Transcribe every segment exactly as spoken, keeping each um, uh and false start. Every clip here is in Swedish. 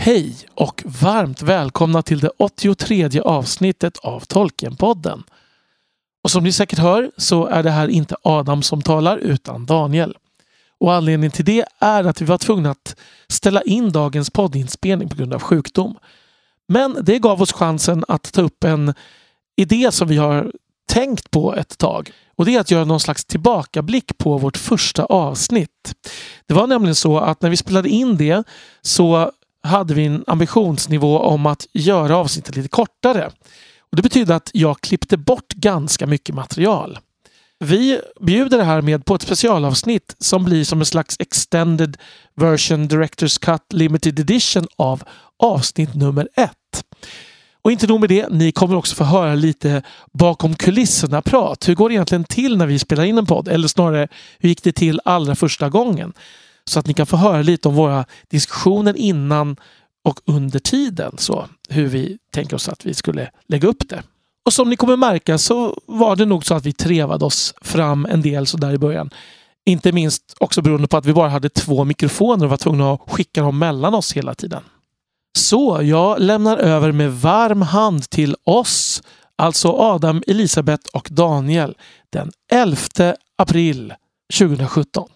Hej och varmt välkomna till det åttiotredje avsnittet av Tolkienpodden. Och som ni säkert hör så är det här inte Adam som talar utan Daniel. Och anledningen till det är att vi var tvungna att ställa in dagens poddinspelning på grund av sjukdom. Men det gav oss chansen att ta upp en idé som vi har tänkt på ett tag. Och det är att göra någon slags tillbakablick på vårt första avsnitt. Det var nämligen så att när vi spelade in det så hade vi en ambitionsnivå om att göra avsnittet lite kortare. Och det betyder att jag klippte bort ganska mycket material. Vi bjuder det här med på ett specialavsnitt som blir som en slags extended version Director's Cut Limited Edition av avsnitt nummer ett. Och inte nog med det, ni kommer också få höra lite bakom kulisserna prat. Hur går det egentligen till när vi spelar in en podd? Eller snarare, hur gick det till allra första gången? Så att ni kan få höra lite om våra diskussioner innan och under tiden. Så hur vi tänker oss att vi skulle lägga upp det. Och som ni kommer märka så var det nog så att vi trevade oss fram en del så där i början. Inte minst också beroende på att vi bara hade två mikrofoner och var tvungna att skicka dem mellan oss hela tiden. Så jag lämnar över med varm hand till oss, alltså Adam, Elisabeth och Daniel, den elfte april tjugohundrasjutton.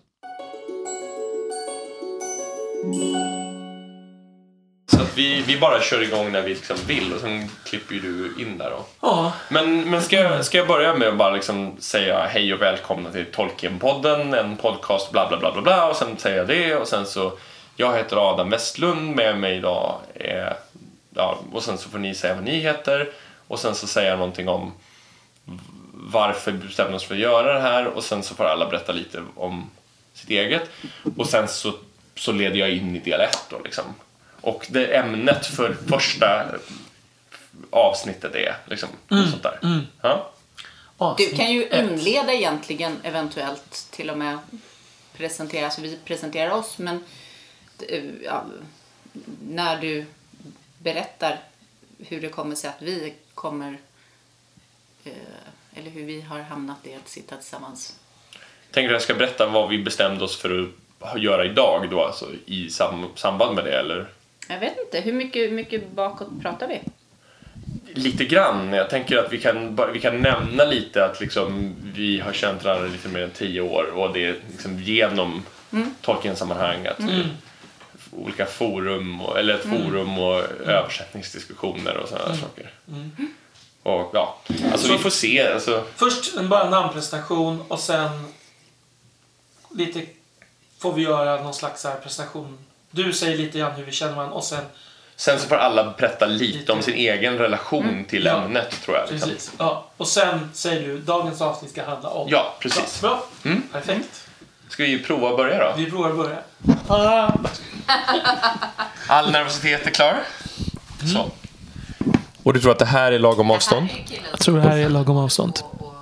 Så att vi, vi bara kör igång när vi liksom vill och sen klipper ju du in där då. Ja. Men, men ska, jag, ska jag börja med att bara liksom säga hej och välkomna till Tolkienpodden, en podcast bla bla bla bla bla, och sen säger jag det och sen så jag heter Adam Westlund, med mig idag är, ja, och sen så får ni säga vad ni heter och sen så säger jag någonting om varför vi bestämde oss för att göra det här och sen så får alla berätta lite om sitt eget och sen så, så leder jag in i del ett då liksom. Och det ämnet för första avsnittet är liksom mm, sånt där. Mm. Ja? Du kan ju inleda egentligen eventuellt till och med presentera, så vi presenterar oss, men ja, när du berättar hur det kommer sig att vi kommer eller hur vi har hamnat i att sitta tillsammans. Tänker du att jag ska berätta vad vi bestämde oss för att göra idag då, alltså i sam- samband med det, eller? Jag vet inte, hur mycket, mycket bakåt pratar vi? Lite grann, jag tänker att vi kan, vi kan nämna lite att liksom, vi har känt varandra lite mer än tio år och det är liksom genom mm. Tolkien-sammanhang att mm. olika forum och, eller ett mm. forum och mm. översättningsdiskussioner och sådana mm. saker. Mm. Och ja, alltså så vi får se. Alltså. Först en bara namnpresentation och sen lite får vi göra någon slags här presentation. Du säger lite grann hur vi känner varandra och sen Sen så får alla berätta lite, lite. om sin egen relation mm. till ja. ämnet, tror jag. Liksom. Precis. Ja. Och sen säger du, dagens avsnitt ska handla om... Ja, precis. Ja, bra. Mm. Perfekt. Ska vi prova att börja då? Vi provar att börja. Ah. All nervositet är klar. Mm. Så. Och du tror att det här är lagom avstånd? Jag tror det här är lagom avstånd.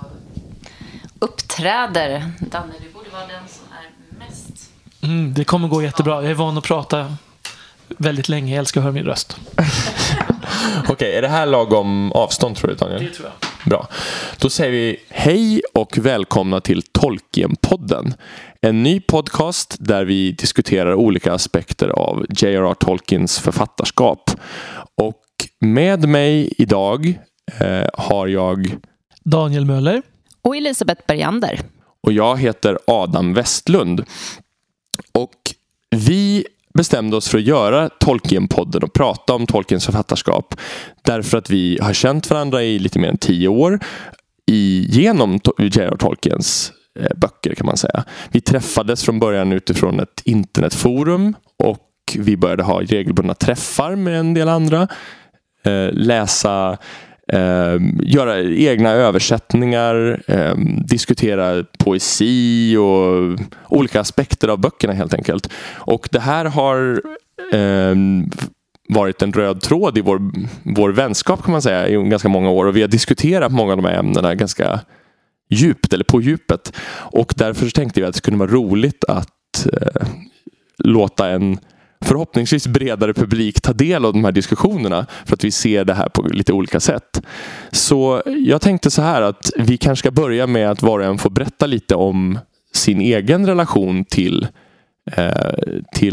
Uppträder. Danne, du borde vara den som är mest... Mm, det kommer gå jättebra. Jag är van att prata väldigt länge. Jag älskar att höra min röst. Okej, okay, är det här lagom avstånd, tror du, Daniel? Det tror jag. Bra. Då säger vi hej och välkomna till Tolkienpodden. En ny podcast där vi diskuterar olika aspekter av J R R Tolkiens författarskap. Och med mig idag eh, har jag Daniel Möller och Elisabeth Bergander. Och jag heter Adam Westlund. Och vi bestämde oss för att göra Tolkienpodden och prata om Tolkiens författarskap därför att vi har känt varandra i lite mer än tio år i, genom J R R Tolkiens eh, böcker, kan man säga. Vi träffades från början utifrån ett internetforum och vi började ha regelbundna träffar med en del andra, eh, läsa eh, göra egna översättningar, eh, diskutera poesi och olika aspekter av böckerna helt enkelt. Och det här har eh, varit en röd tråd i vår, vår vänskap, kan man säga, i ganska många år. Och vi har diskuterat många av de här ämnena ganska djupt eller på djupet. Och därför tänkte vi att det skulle vara roligt att eh, låta en förhoppningsvis bredare publik ta del av de här diskussionerna, för att vi ser det här på lite olika sätt. Så jag tänkte så här att vi kanske ska börja med att var och en får berätta lite om sin egen relation till, eh, till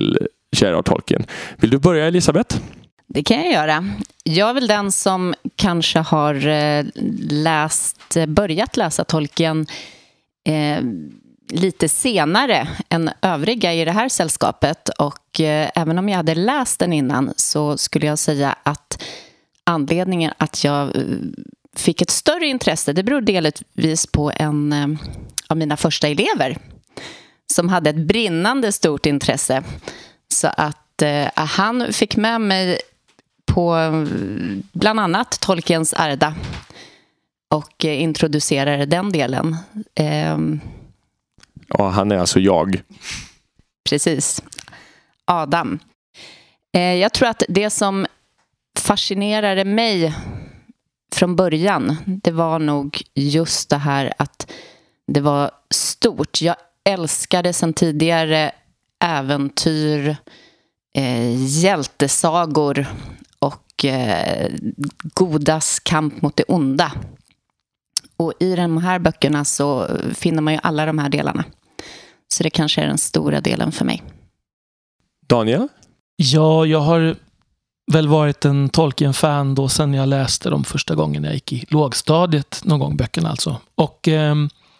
J R R. Tolkien. Vill du börja, Elisabeth? Det kan jag göra. Jag är väl den som kanske har läst, börjat läsa Tolkien eh, lite senare än övriga i det här sällskapet. Och eh, även om jag hade läst den innan så skulle jag säga att anledningen att jag fick ett större intresse, det beror delvis på en eh, av mina första elever som hade ett brinnande stort intresse. Så att eh, han fick med mig på bland annat Tolkiens Arda och eh, introducerade den delen. Eh, ja, han är alltså jag. Precis. Adam. Eh, jag tror att det som fascinerade mig från början, det var nog just det här att det var stort. Jag älskade sedan tidigare äventyr, eh, hjältesagor och eh, godas kamp mot det onda. Och i de här böckerna så finner man ju alla de här delarna. Så det kanske är den stora delen för mig. Daniel? Ja, jag har väl varit en Tolkien-fan då sen jag läste dem första gången jag gick i lågstadiet, någon gång böckerna alltså. Och eh,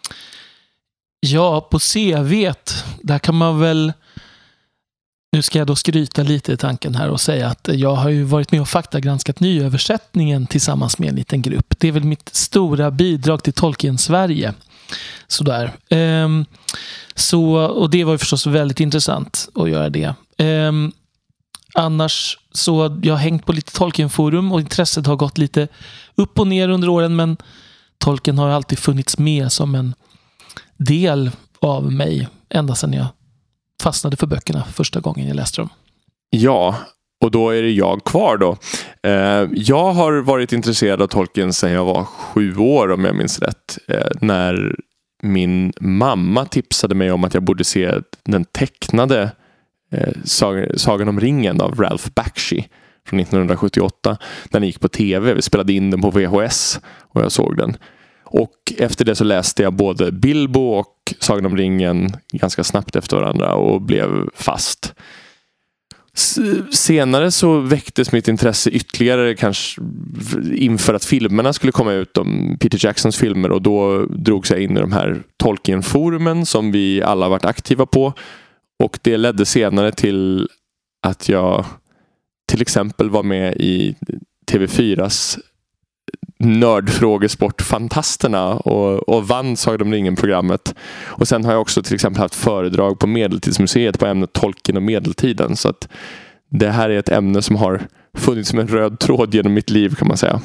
ja, på C V:t, där kan man väl, nu ska jag då skryta lite i tanken här och säga att jag har ju varit med och faktagranskat nyöversättningen tillsammans med en liten grupp. Det är väl mitt stora bidrag till Tolkien Sverige. Sådär. Ehm, så, och det var ju förstås väldigt intressant att göra det. Ehm, annars så jag har hängt på lite Tolkien-forum och intresset har gått lite upp och ner under åren, men Tolkien har alltid funnits med som en del av mig ända sedan jag fastnade för böckerna första gången jag läste dem. Ja, och då är det jag kvar då. Eh, jag har varit intresserad av Tolkien sedan jag var sju år om jag minns rätt. Eh, när min mamma tipsade mig om att jag borde se den tecknade eh, sag- Sagan om ringen av Ralph Bakshi från nittonhundrasjuttioåtta. Den gick på tv, vi spelade in den på V H S och jag såg den. Och efter det så läste jag både Bilbo och Sagan om ringen ganska snabbt efter varandra och blev fast. S- senare så väcktes mitt intresse ytterligare kanske inför att filmerna skulle komma ut, om Peter Jacksons filmer, och då drogs jag in i de här Tolkien-forumen som vi alla varit aktiva på, och det ledde senare till att jag till exempel var med i T V fyras nördfrågesport Fantasterna och, och vann Sagan om ringen-programmet. Och sen har jag också till exempel haft föredrag på Medeltidsmuseet på ämnet Tolkien och medeltiden. Så att det här är ett ämne som har funnits som en röd tråd genom mitt liv, kan man säga.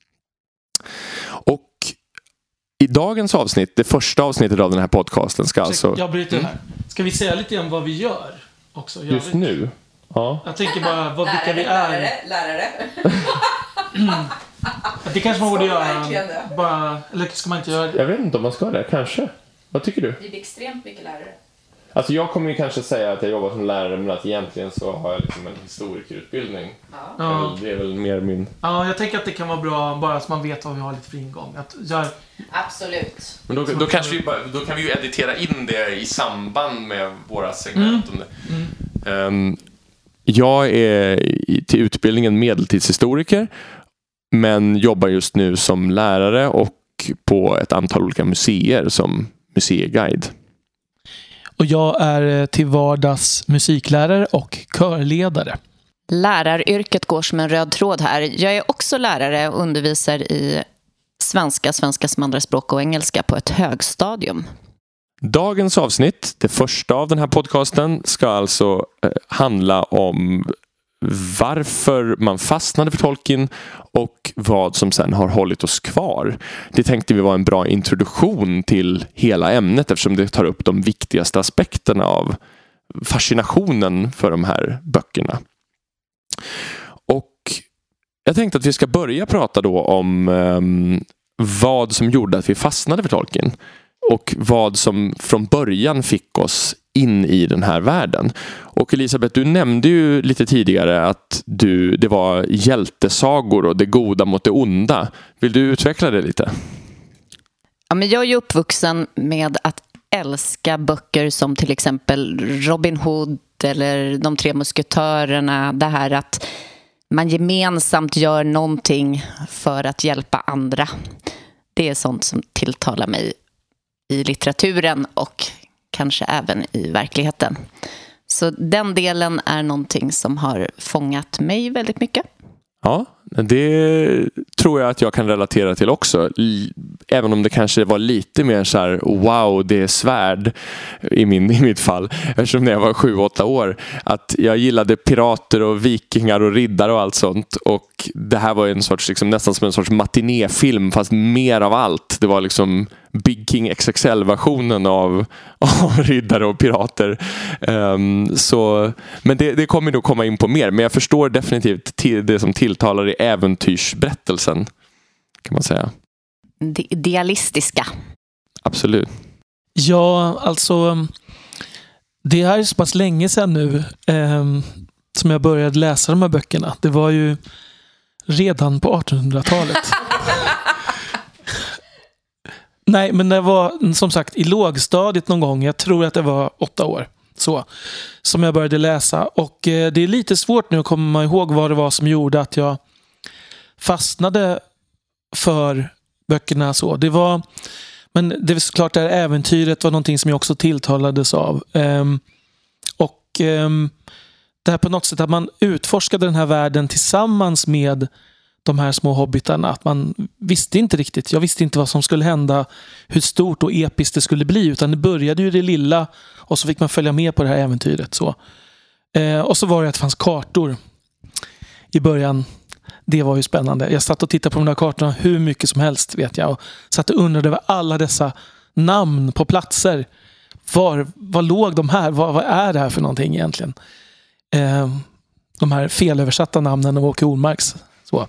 Och i dagens avsnitt, det första avsnittet av den här podcasten, ska alltså... Jag bryter här. Ska vi säga lite om vad vi gör också? Jag Just vet. nu? Ja. Jag tänker bara vad, vilka vi är. Lärare, lärare. Det kanske man borde göra. verkligen det. Bara, eller ska man inte göra det? Jag vet inte om man ska det, kanske. Vad tycker du? Det är extremt mycket lärare. Alltså jag kommer ju kanske säga att jag jobbar som lärare, men att egentligen så har jag liksom en historikerutbildning. Ja. Det är väl mer min... Ja, jag tänker att det kan vara bra bara så man vet vad vi har lite för ingång. Att jag... Absolut. Men då, då, kanske vi bara, då kan vi ju editera in det i samband med våra segment. Mm. Om det. Mm. Um, jag är till utbildningen medeltidshistoriker, men jobbar just nu som lärare och på ett antal olika museer som museiguide. Och jag är till vardags musiklärare och körledare. Läraryrket går som en röd tråd här. Jag är också lärare och undervisar i svenska, svenska som andraspråk och engelska på ett högstadium. Dagens avsnitt, det första av den här podcasten, ska alltså eh, handla om varför man fastnade för Tolkien och vad som sen har hållit oss kvar. Det tänkte vi var en bra introduktion till hela ämnet, eftersom det tar upp de viktigaste aspekterna av fascinationen för de här böckerna. Och jag tänkte att vi ska börja prata då om um, vad som gjorde att vi fastnade för Tolkien och vad som från början fick oss in i den här världen. Och Elisabeth, du nämnde ju lite tidigare att du, det var hjältesagor och det goda mot det onda. Vill du utveckla det lite? Ja, men jag är ju uppvuxen med att älska böcker som till exempel Robin Hood eller De tre musketörerna. Det här att man gemensamt gör någonting för att hjälpa andra. Det är sånt som tilltalar mig i litteraturen och kanske även i verkligheten. Så den delen är någonting som har fångat mig väldigt mycket. Ja, det tror jag att jag kan relatera till också. Även om det kanske var lite mer så här, wow, det är svärd i, min, i mitt fall. Eftersom när jag var sju, åtta år. Att jag gillade pirater och vikingar och riddare och allt sånt. Och det här var en sorts, liksom, nästan som en sorts matinéfilm, fast mer av allt. Det var liksom Big King X X L-versionen av, av riddare och pirater. Um, så, men det, det kommer nog komma in på mer. Men jag förstår definitivt till det som tilltalar i äventyrsberättelsen, kan man säga. Det idealistiska. Absolut. Ja, alltså det är så pass länge sedan nu eh, som jag började läsa de här böckerna. Det var ju redan på artonhundratalet. Nej, men det var som sagt i lågstadiet någon gång. Jag tror att det var åtta år. Så, som jag började läsa. Och eh, det är lite svårt nu att komma ihåg vad det var som gjorde att jag fastnade för böckerna. Så. Det var, men det är såklart det här äventyret var någonting som jag också tilltalades av. Ehm, och ehm, det här på något sätt att man utforskade den här världen tillsammans med de här små hobbitarna. Att man visste inte riktigt. Jag visste inte vad som skulle hända, hur stort och episkt det skulle bli, utan det började ju det lilla och så fick man följa med på det här äventyret. Så. Eh, och så var det att det fanns kartor i början. Det var ju spännande. Jag satt och tittade på de där kartorna hur mycket som helst, vet jag. Och satt och undrade över alla dessa namn på platser. Var, var låg de här? Vad, vad är det här för någonting egentligen? Eh, de här felöversatta namnen av Åke Ormarks. Så.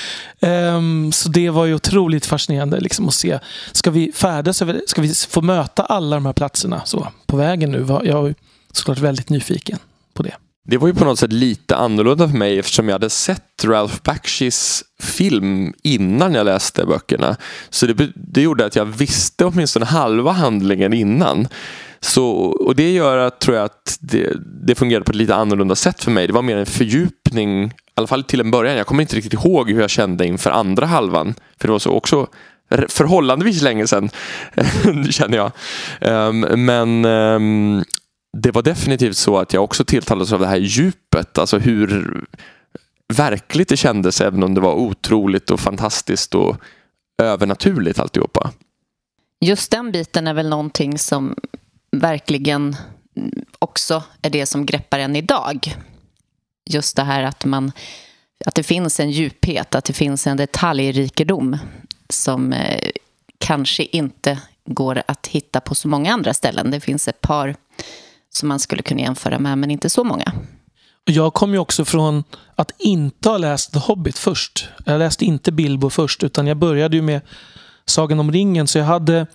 Um, så det var ju otroligt fascinerande liksom, att se. Ska vi färdas över, ska vi få möta alla de här platserna så, på vägen nu? Var jag är såklart väldigt nyfiken på det. Det var ju på något sätt lite annorlunda för mig eftersom jag hade sett Ralph Bakshies film innan jag läste böckerna. Så det, det gjorde att jag visste åtminstone halva handlingen innan. Så, och det gör att, tror jag, att det, det fungerade på ett lite annorlunda sätt för mig. Det var mer en fördjupning, i alla fall till en början. Jag kommer inte riktigt ihåg hur jag kände inför andra halvan. För det var så också förhållandevis länge sedan, känner jag. Um, men um, det var definitivt så att jag också tilltalades av det här djupet. Alltså hur verkligt det kändes, även om det var otroligt och fantastiskt och övernaturligt alltihopa. Just den biten är väl någonting som verkligen också är det som greppar en idag. Just det här att man att det finns en djuphet, att det finns en detaljrikedom som eh, kanske inte går att hitta på så många andra ställen. Det finns ett par som man skulle kunna jämföra med, men inte så många. Jag kom ju också från att inte ha läst The Hobbit först. Jag läste inte Bilbo först, utan jag började ju med Sagan om ringen, så jag hade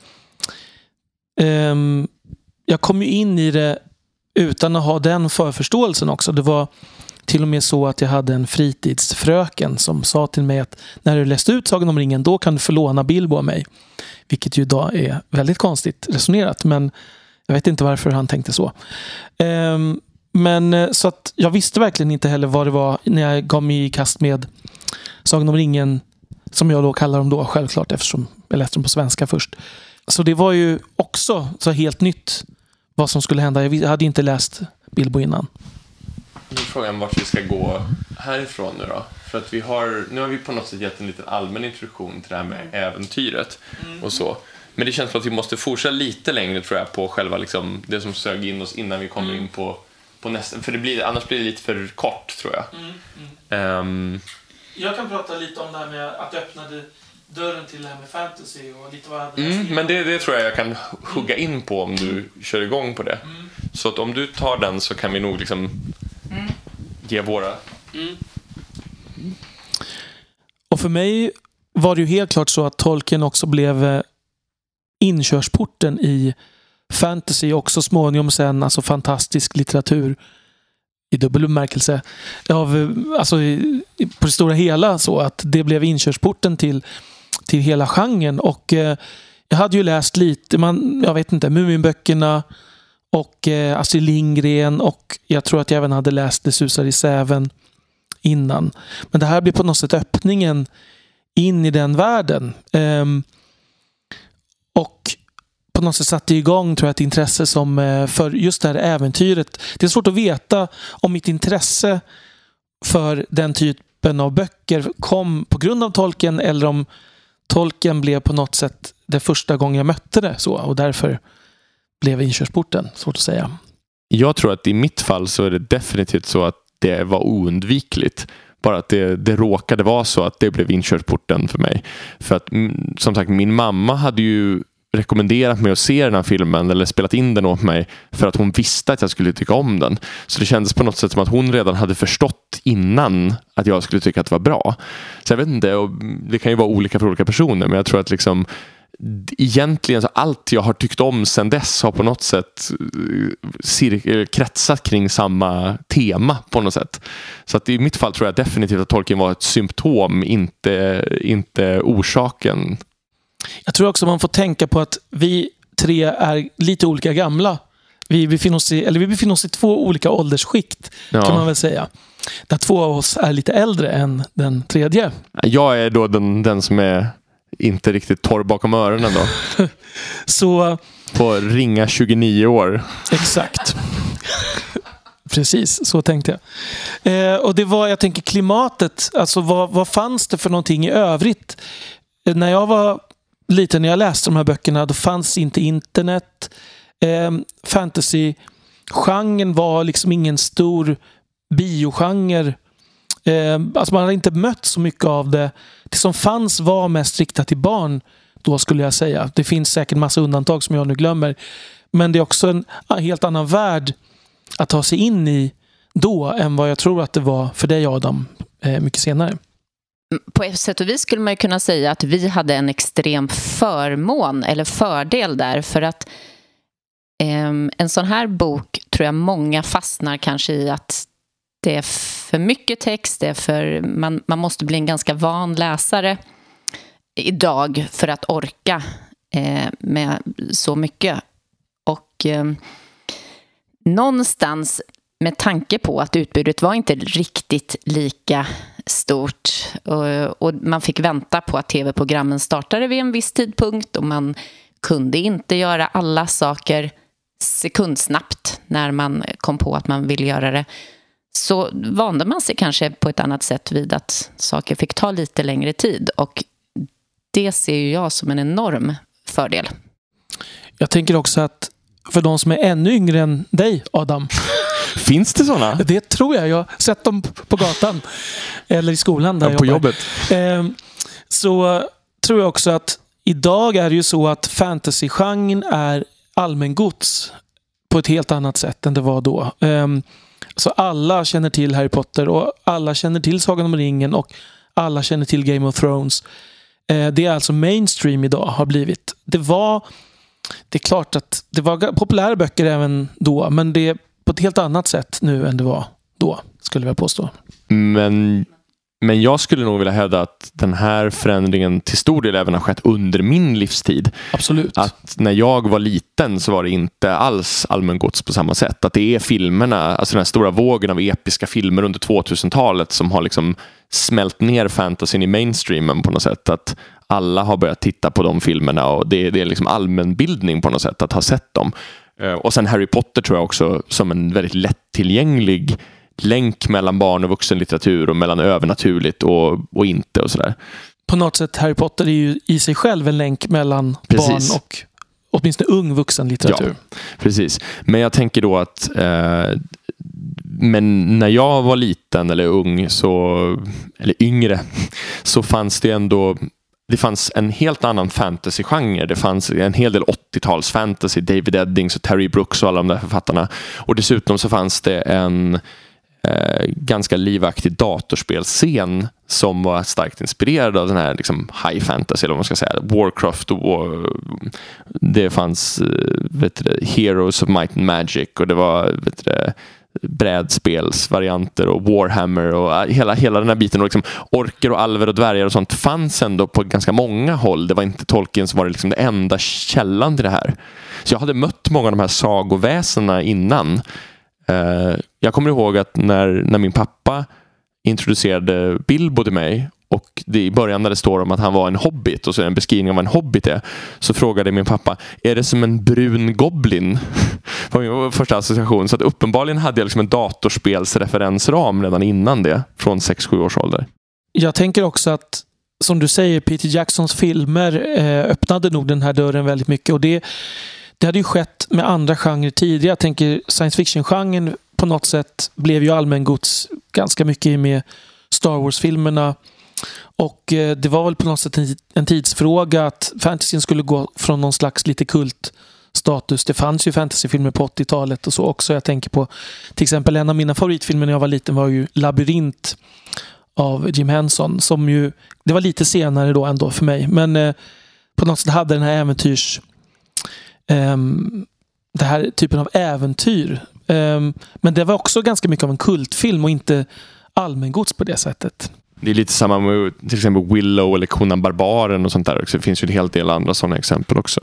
um, jag kom ju in i det utan att ha den förförståelsen också. Det var till och med så att jag hade en fritidsfröken som sa till mig att när du läst ut Sagan om ringen, då kan du få låna Bilbo av mig. Vilket ju idag är väldigt konstigt resonerat, men jag vet inte varför han tänkte så. Um, men så att jag visste verkligen inte heller vad det var när jag gav mig i kast med Sagan om ringen, som jag då kallar dem då, självklart, eftersom jag läste dem på svenska först. Så det var ju också så helt nytt vad som skulle hända. Jag hade inte läst Bilbo innan. Nu är frågan vart vi ska gå härifrån nu då. För att vi har, nu har vi på något sätt gett en liten allmän introduktion till det här med äventyret mm. och så. Men det känns som att vi måste fortsätta lite längre, tror jag, på själva liksom, det som sög in oss innan vi kommer mm. in på, på nästa. För det blir, annars blir det lite för kort, tror jag. Mm. Mm. Um, jag kan prata lite om det här med att öppnade dörren till det här med fantasy och lite vad jag mm, men det, det tror jag jag kan hugga in på om du kör igång på det. Mm. Så att om du tar den så kan vi nog liksom mm. ge våra. Mm. Och för mig var det ju helt klart så att Tolkien också blev inkörsporten i fantasy, också småningom sen alltså fantastisk litteratur i dubbel bemärkelse av, alltså på det stora hela, så att det blev inkörsporten till, till hela genren. Och eh, jag hade ju läst lite, man, jag vet inte, Muminböckerna och eh, Astrid Lindgren, och jag tror att jag även hade läst Det susar i säven innan. Men det här blir på något sätt öppningen in i den världen. Um, och på något sätt satte igång, tror jag, ett intresse som, eh, för just det här äventyret. Det är svårt att veta om mitt intresse för den typen av böcker kom på grund av Tolkien, eller om Tolkien blev på något sätt det första gången jag mötte det, så, och därför blev inkörsporten. Svårt att säga. Jag tror att i mitt fall så är det definitivt så att det var oundvikligt. Bara att det, det råkade vara så att det blev inkörsporten för mig. För att, som sagt, min mamma hade ju rekommenderat mig att se den här filmen eller spelat in den åt mig för att hon visste att jag skulle tycka om den. Så det kändes på något sätt som att hon redan hade förstått innan att jag skulle tycka att det var bra. Så jag vet inte, och det kan ju vara olika för olika personer, men jag tror att liksom egentligen så allt jag har tyckt om sedan dess har på något sätt cir- kretsat kring samma tema på något sätt. Så att i mitt fall tror jag definitivt att Tolkien var ett symptom, inte, inte orsaken. Jag tror också man får tänka på att vi tre är lite olika gamla. Vi befinner oss i, eller vi befinner oss i två olika åldersskikt, ja, kan man väl säga. Där två av oss är lite äldre än den tredje. Jag är då den, den som är inte riktigt torr bakom öronen då. Så på ringa tjugonio år. Exakt. Precis, så tänkte jag. Eh, och det var, jag tänker, klimatet. Alltså vad, vad fanns det för någonting i övrigt? Eh, när jag var liten, när jag läste de här böckerna, då fanns inte internet. Eh, fantasy-genren var liksom ingen stor biogenre. Eh, alltså man hade inte mött så mycket av det. Det som fanns var mest riktat till barn då, skulle jag säga. Det finns säkert massa undantag som jag nu glömmer. Men det är också en helt annan värld att ta sig in i då än vad jag tror att det var för dig, Adam, eh, mycket senare. På ett sätt och vis skulle man ju kunna säga att vi hade en extrem förmån eller fördel där, för att eh, en sån här bok tror jag många fastnar kanske i att det är för mycket text, det är för, man, man måste bli en ganska van läsare idag för att orka eh, med så mycket. Och eh, någonstans med tanke på att utbudet var inte riktigt lika stort och, och man fick vänta på att tv-programmen startade vid en viss tidpunkt och man kunde inte göra alla saker sekundsnabbt när man kom på att man ville göra det, så vande man sig kanske på ett annat sätt vid att saker fick ta lite längre tid, och det ser ju jag som en enorm fördel. Jag tänker också att för de som är ännu yngre än dig, Adam. Finns det sådana? Det tror jag. Jag har sett dem på gatan eller i skolan där ja, jag på jobbar. jobbet. Eh, så tror jag också att idag är det ju så att fantasy-genren är allmängods på ett helt annat sätt än det var då. Eh, så alla känner till Harry Potter och alla känner till Sagan om ringen och alla känner till Game of Thrones. Eh, det är alltså mainstream idag har blivit. Det var det är klart att det var populära böcker även då, men det är på ett helt annat sätt nu än det var då, skulle jag påstå. Men, men jag skulle nog vilja hävda att den här förändringen till stor del även har skett under min livstid. Absolut. Att när jag var liten så var det inte alls allmängods på samma sätt. Att det är filmerna, alltså den här stora vågen av episka filmer under tvåtusentalet som har liksom smält ner fantasyn i mainstreamen på något sätt. Att alla har börjat titta på de filmerna och det, det är liksom allmänbildning på något sätt att ha sett dem. Och sen Harry Potter tror jag också som en väldigt lättillgänglig länk mellan barn- och vuxenlitteratur och mellan övernaturligt och, och inte och sådär. På något sätt Harry Potter är ju i sig själv en länk mellan precis. Barn och åtminstone ung vuxenlitteratur. Ja, precis. Men jag tänker då att eh, men när jag var liten eller ung så, eller yngre, så fanns det ändå det fanns en helt annan fantasy-genre. Det fanns en hel del åttio-tals fantasy, David Eddings och Terry Brooks och alla de där författarna. Och dessutom så fanns det en eh, ganska livaktig datorspelscen som var starkt inspirerad av den här liksom, high fantasy, eller vad man ska säga, Warcraft och War, det fanns vet du, Heroes of Might and Magic, och det var vet du, brädspelsvarianter och Warhammer och hela, hela den här biten, och liksom orker och alver och dvärgar och sånt fanns ändå på ganska många håll. Det var inte Tolkien som var liksom det enda källan till det här. Så jag hade mött många av de här sagoväsena innan. Jag kommer ihåg att när, när min pappa introducerade Bilbo till mig, och det, i början när det står om att han var en hobbit och så är det en beskrivning av vad en hobbit är, så frågade min pappa, är det som en brun goblin? Det var min första association. Så att uppenbarligen hade jag liksom en datorspelsreferensram redan innan det, från sex sju års ålder. Jag tänker också att, som du säger, Peter Jacksons filmer eh, öppnade nog den här dörren väldigt mycket, och det, det hade ju skett med andra genrer tidigare. Jag tänker science fiction-genren på något sätt blev ju allmängods ganska mycket med Star Wars-filmerna. Och eh, det var väl på något sätt en, en tidsfråga att fantasyn skulle gå från någon slags lite kultstatus. Det fanns ju fantasyfilmer på åttiotalet och så också. Jag tänker på till exempel en av mina favoritfilmer när jag var liten var ju Labyrint av Jim Henson, som ju, det var lite senare då ändå för mig, men eh, på något sätt hade den här äventyrs eh, det här typen av äventyr. Eh, men det var också ganska mycket av en kultfilm och inte allmängods på det sättet. Det är lite samma med till exempel Willow eller Conan Barbaren och sånt där också. Det finns ju en hel del andra sådana exempel också.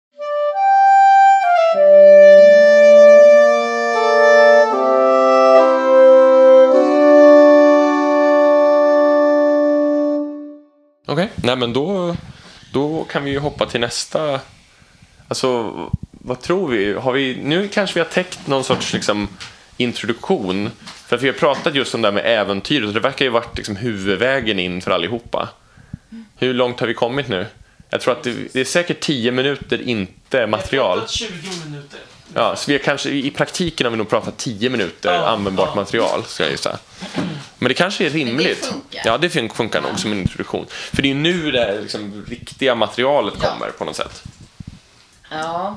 Okej, okay. Nej men då, då kan vi ju hoppa till nästa. Alltså, vad tror vi? Har vi nu kanske vi har täckt någon sorts liksom introduktion. För att vi har pratat just om det här med äventyr, och det verkar ju varit liksom huvudvägen in för allihopa. Hur långt har vi kommit nu? Jag tror att det, det är säkert tio minuter inte material. tjugo minuter. Ja, så vi har kanske, i praktiken har vi nog pratat tio minuter ja, användbart ja. material, ska jag gissa. Men det kanske är rimligt. Det funkar. Ja, det funkar nog som en introduktion. För det är ju nu det här, liksom, riktiga materialet ja. kommer på något sätt. Ja.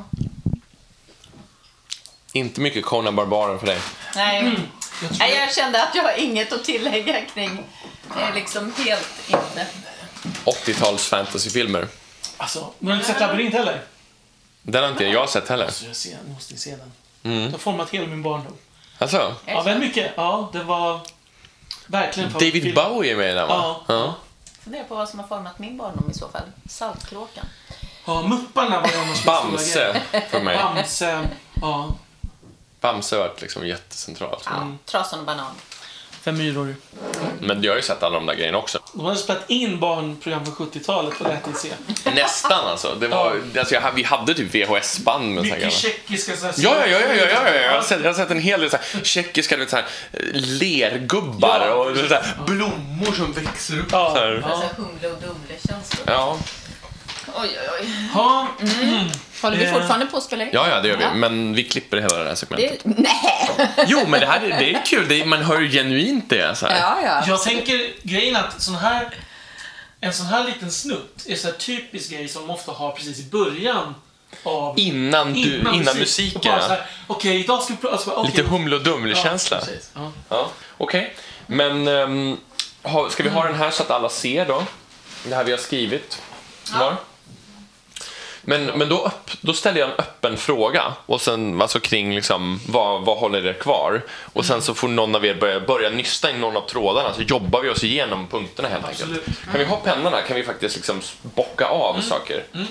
Inte mycket Conan Barbaren för dig. Nej. Mm. Jag, Nej, jag kände att jag har inget att tillägga kring. Det är liksom helt inte. åttio-tals fantasyfilmer. Alltså, men har du inte sett Labyrint heller? Den har inte jag sett heller. Alltså, jag ser, jag måste se den. Mm. Det har format hela min barndom. Alltså? Ja, väldigt mycket. Ja, det var verkligen David film. Bowie är med i den, va? Ja. ja. Funderar på vad som har format min barndom i så fall. Saltkråkan. Ja, Mupparna var jag Bamse för mig. Bamse, ja. Bamse har varit liksom jättecentralt. Ja, mm. Trasan och banan. Fem myror. Men jag har ju sett alla de där grejerna också. De hade spelat in barnprogram från sjuttiotalet och lät det se. Nästan alltså. Det var, ja. alltså jag, vi hade typ V H S-band med mycket tjeckiska så här, ja, ja, ja, ja, ja, ja, ja. Jag har sett, jag har sett en hel del så här, tjeckiska vet, så här, lergubbar ja. och så här, blommor som växer upp. Ja. Så här. Ja. Så humle och dumle känslor. Ja. Oj, oj, oj. Ha. Mm. Håller vi fortfarande på att spela in? Ja, ja, det gör vi. Ja. Men vi klipper hela det här segmentet. Det, nej! Jo, men det här det är kul. Det är, man hör ju genuint det. Så här. Ja, ja. Jag tänker grejen att sån här, en sån här liten snutt är så här typisk grej som ofta har precis i början av... Innan, du, innan, innan musik, musiken. Okej, okay, idag ska vi prata... Alltså, okay. Lite humle och dumle-känsla. Ja, ja. ja, okej. Okay. Men um, ha, ska vi ha den här så att alla ser då? Det här vi har skrivit. Ja. Var? Men, men då, upp, då ställer jag en öppen fråga och sen alltså kring liksom, vad, vad håller det kvar? Och sen så får någon av er börja, börja nysta in någon av trådarna, så jobbar vi oss igenom punkterna helt Absolut. enkelt. Kan vi ha pennorna? Kan vi faktiskt liksom bocka av mm. saker? Mm.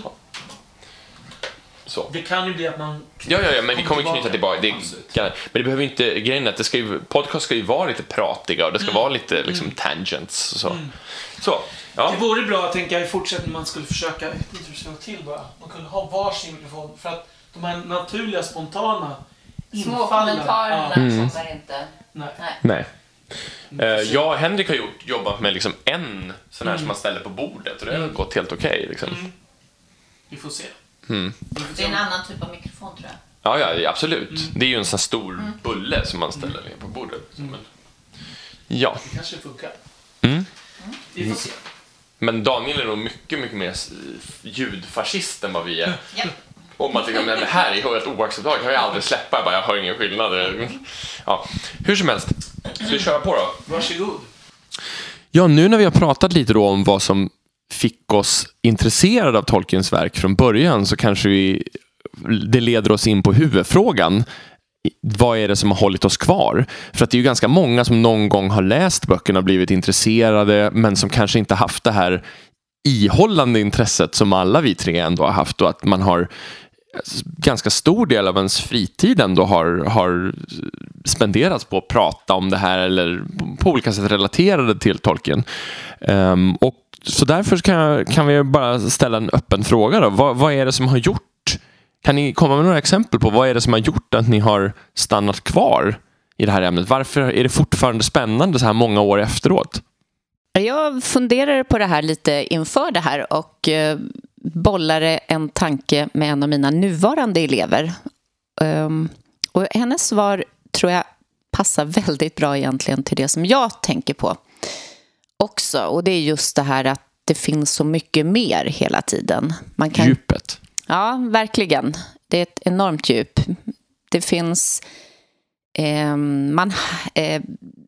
Så. Det kan ju bli att man... Ja, ja, ja, men vi kommer knyta tillbaka. Det, men det behöver inte... Grejen är att det ska ju, podcast ska ju vara lite pratiga och det ska mm. vara lite liksom, tangents. Så. Mm. Så, ja. Det vore bra att tänka i fortsättningen man skulle försöka... Jag vet inte hur det ska gå till bara. Man kunde ha varsin mikrofon för att de här naturliga, spontana små kommentarer ja. mm. som är inte... Nej. Nej. Nej. Uh, jag och Henrik har gjort, jobbat med liksom en sån här mm. som man ställer på bordet och det har mm. gått helt okej. Okay, liksom. mm. Vi får se. Mm. Det är en annan typ av mikrofon tror jag. Ja, ja absolut. Mm. Det är ju en sån stor mm. bulle som man ställer ner på bordet. Mm. Ja. Det kanske funkar. Mm. Mm. Vi får se. Men Daniel är nog mycket, mycket mer ljudfascist än vad vi är. Ja. Om man tycker att det här är helt oacceptabelt. Jag kan ju aldrig släppa, jag bara, jag hör ingen skillnad. Ja. Hur som helst. Ska vi köra på då? Varsågod. Ja, nu när vi har pratat lite då om vad som fick oss intresserade av Tolkiens verk från början, så kanske vi, det leder oss in på huvudfrågan. Vad är det som har hållit oss kvar? För att det är ju ganska många som någon gång har läst böckerna och blivit intresserade, men som kanske inte haft det här ihållande intresset som alla vi tre ändå har haft, och att man har ganska stor del av ens fritid ändå har, har spenderats på att prata om det här eller på olika sätt relaterade till Tolkien. Um, och så därför kan, kan vi bara ställa en öppen fråga då. Vad, vad är det som har gjort? Kan ni komma med några exempel på vad är det som har gjort att ni har stannat kvar i det här ämnet? Varför är det fortfarande spännande så här många år efteråt? Jag funderade på det här lite inför det här och eh, bollade en tanke med en av mina nuvarande elever. Um, och hennes svar tror jag passar väldigt bra egentligen till det som jag tänker på också. Och det är just det här att det finns så mycket mer hela tiden. Man kan... Djupet. Ja, verkligen. Det är ett enormt djup. Det finns... Eh, man eh,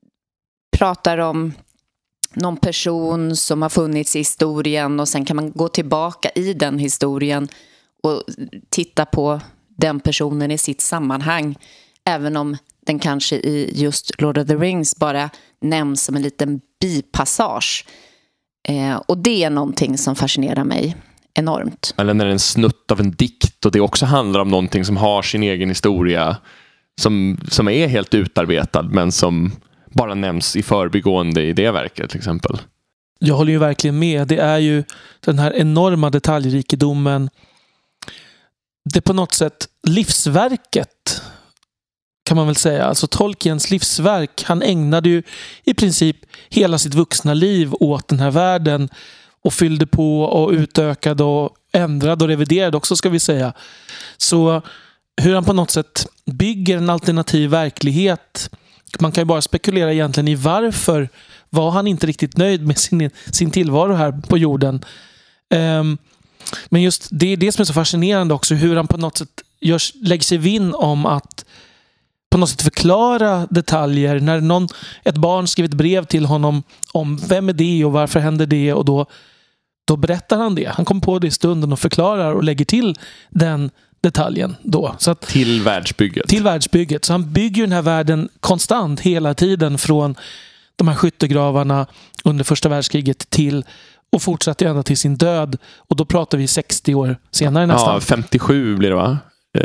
pratar om någon person som har funnits i historien, och sen kan man gå tillbaka i den historien och titta på den personen i sitt sammanhang, även om den kanske i just Lord of the Rings bara nämns som en liten bipassage. Eh, och det är någonting som fascinerar mig enormt. Eller när det är en snutt av en dikt och det också handlar om någonting som har sin egen historia som, som är helt utarbetad men som bara nämns i förbigående i det verket till exempel. Jag håller ju verkligen med. Det är ju den här enorma detaljrikedomen. Det är på något sätt livsverket kan man väl säga. Alltså Tolkiens livsverk. Han ägnade ju i princip hela sitt vuxna liv åt den här världen och fyllde på och utökade och ändrade och reviderade också, ska vi säga. Så hur han på något sätt bygger en alternativ verklighet. Man kan ju bara spekulera egentligen i varför var han inte riktigt nöjd med sin, sin tillvaro här på jorden. Um, men just det är det som är så fascinerande också, hur han på något sätt görs, lägger sig vinn om att på något sätt förklara detaljer. När någon, ett barn skriver ett brev till honom om vem är det och varför händer det, och då, då berättar han det. Han kommer på det i stunden och förklarar och lägger till den detaljen då. Så att, till världsbygget. Till världsbygget. Så han bygger den här världen konstant hela tiden från de här skyttegravarna under första världskriget till och fortsatte ända till sin död. Och då pratar vi sextio år senare nästan. Ja, femtiosju blir det va?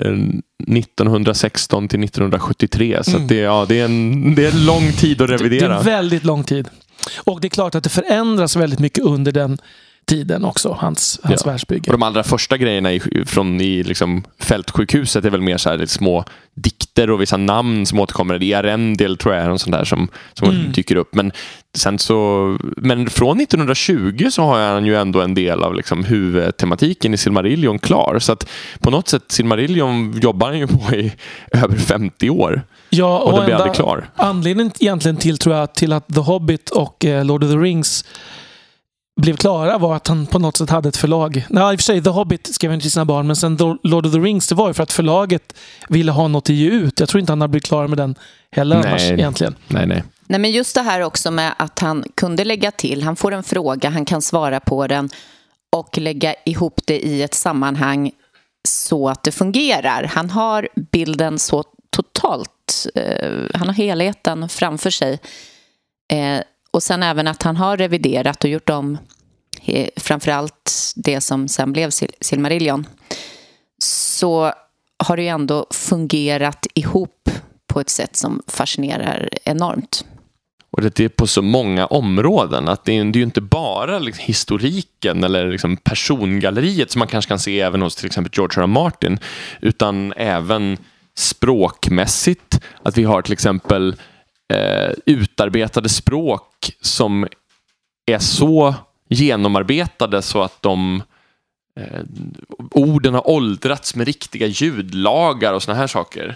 nittonhundrasexton till nittonhundrasjuttiotre. Så mm. att det, ja, det, är en, det är en lång tid att revidera. Det är väldigt lång tid. Och det är klart att det förändras väldigt mycket under den tiden också, hans, hans ja. världsbygge. Och de allra första grejerna i, från i liksom fältsjukhuset är väl mer så här lite små dikter och vissa namn som återkommer. I Arendel tror jag är en sån där som, som mm. dyker upp. Men sen så, men från nittonhundratjugo så har han ju ändå en del av liksom huvudtematiken i Silmarillion klar. Så att på något sätt Silmarillion jobbar han ju på i över femtio år. Ja, och, och det blir aldrig klar. Anledningen egentligen till, tror jag, till att The Hobbit och eh, Lord of the Rings blev klara var att han på något sätt hade ett förlag. Nej, i och för sig, The Hobbit skrev han till sina barn, men sen Lord of the Rings, det var ju för att förlaget ville ha något att ge ut. Jag tror inte han hade blivit klar med den heller nej, annars egentligen. Nej, nej. Nej, men just det här också med att han kunde lägga till, han får en fråga, han kan svara på den och lägga ihop det i ett sammanhang så att det fungerar. Han har bilden så totalt, eh, han har helheten framför sig. Eh, Och sen även att han har reviderat och gjort om eh, framförallt det som sen blev Sil- Silmarillion. Så har det ju ändå fungerat ihop på ett sätt som fascinerar enormt. Och det är på så många områden att det är, det är ju inte bara liksom historiken eller liksom persongalleriet som man kanske kan se även hos till exempel George R. R. Martin, utan även språkmässigt. Att vi har till exempel eh, utarbetade språk som är så genomarbetade så att de eh, orden har åldrats med riktiga ljudlagar och såna här saker.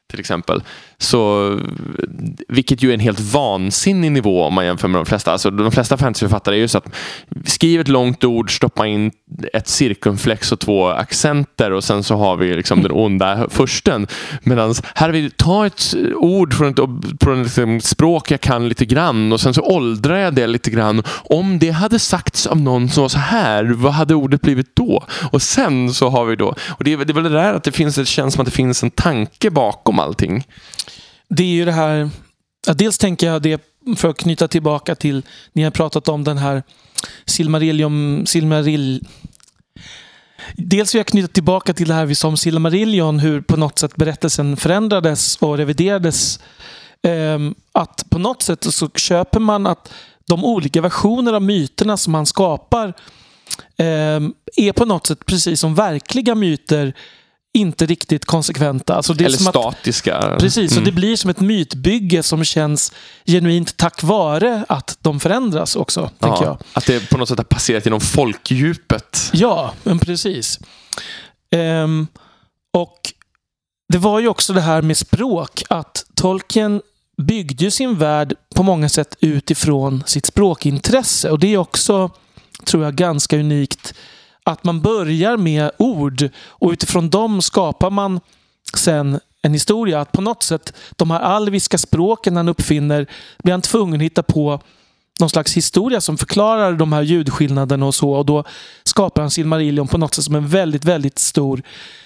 till exempel. Så, vilket ju är en helt vansinnig nivå om man jämför med de flesta. Alltså, de flesta fantasyförfattare är ju så att skriva ett långt ord, stoppa in ett cirkumflex och två accenter och sen så har vi liksom den onda försten. Medan här vill vi ta ett ord från ett, från ett liksom, språk jag kan lite grann och sen så åldrar jag det lite grann. Om det hade sagts av någon som var så här, vad hade ordet blivit då? Och sen så har vi då, och det är, det är väl det där att det finns, det känns som att det finns en tanke bakom allting. Det är ju det här, ja, dels tänker jag det för att knyta tillbaka till, ni har pratat om den här Silmarillion, Silmarill dels vill jag knyta tillbaka till det här vi sa om Silmarillion, hur på något sätt berättelsen förändrades och reviderades, ehm, att på något sätt så köper man att de olika versioner av myterna som man skapar ehm, är på något sätt precis som verkliga myter inte riktigt konsekventa. Alltså det är eller som statiska. Att, precis, mm. och det blir som ett mytbygge som känns genuint tack vare att de förändras också, ja, tänker jag. Att det på något sätt har passerat genom folkdjupet. Ja, men precis. Ehm, och det var ju också det här med språk, att Tolkien byggde sin värld på många sätt utifrån sitt språkintresse. Och det är också, tror jag, ganska unikt att man börjar med ord och utifrån dem skapar man sen en historia. Att på något sätt, de här alviska språken han uppfinner, blir han tvungen att hitta på någon slags historia som förklarar de här ljudskillnaderna och så. Och då skapar han Silmarillion på något sätt som en väldigt, väldigt stor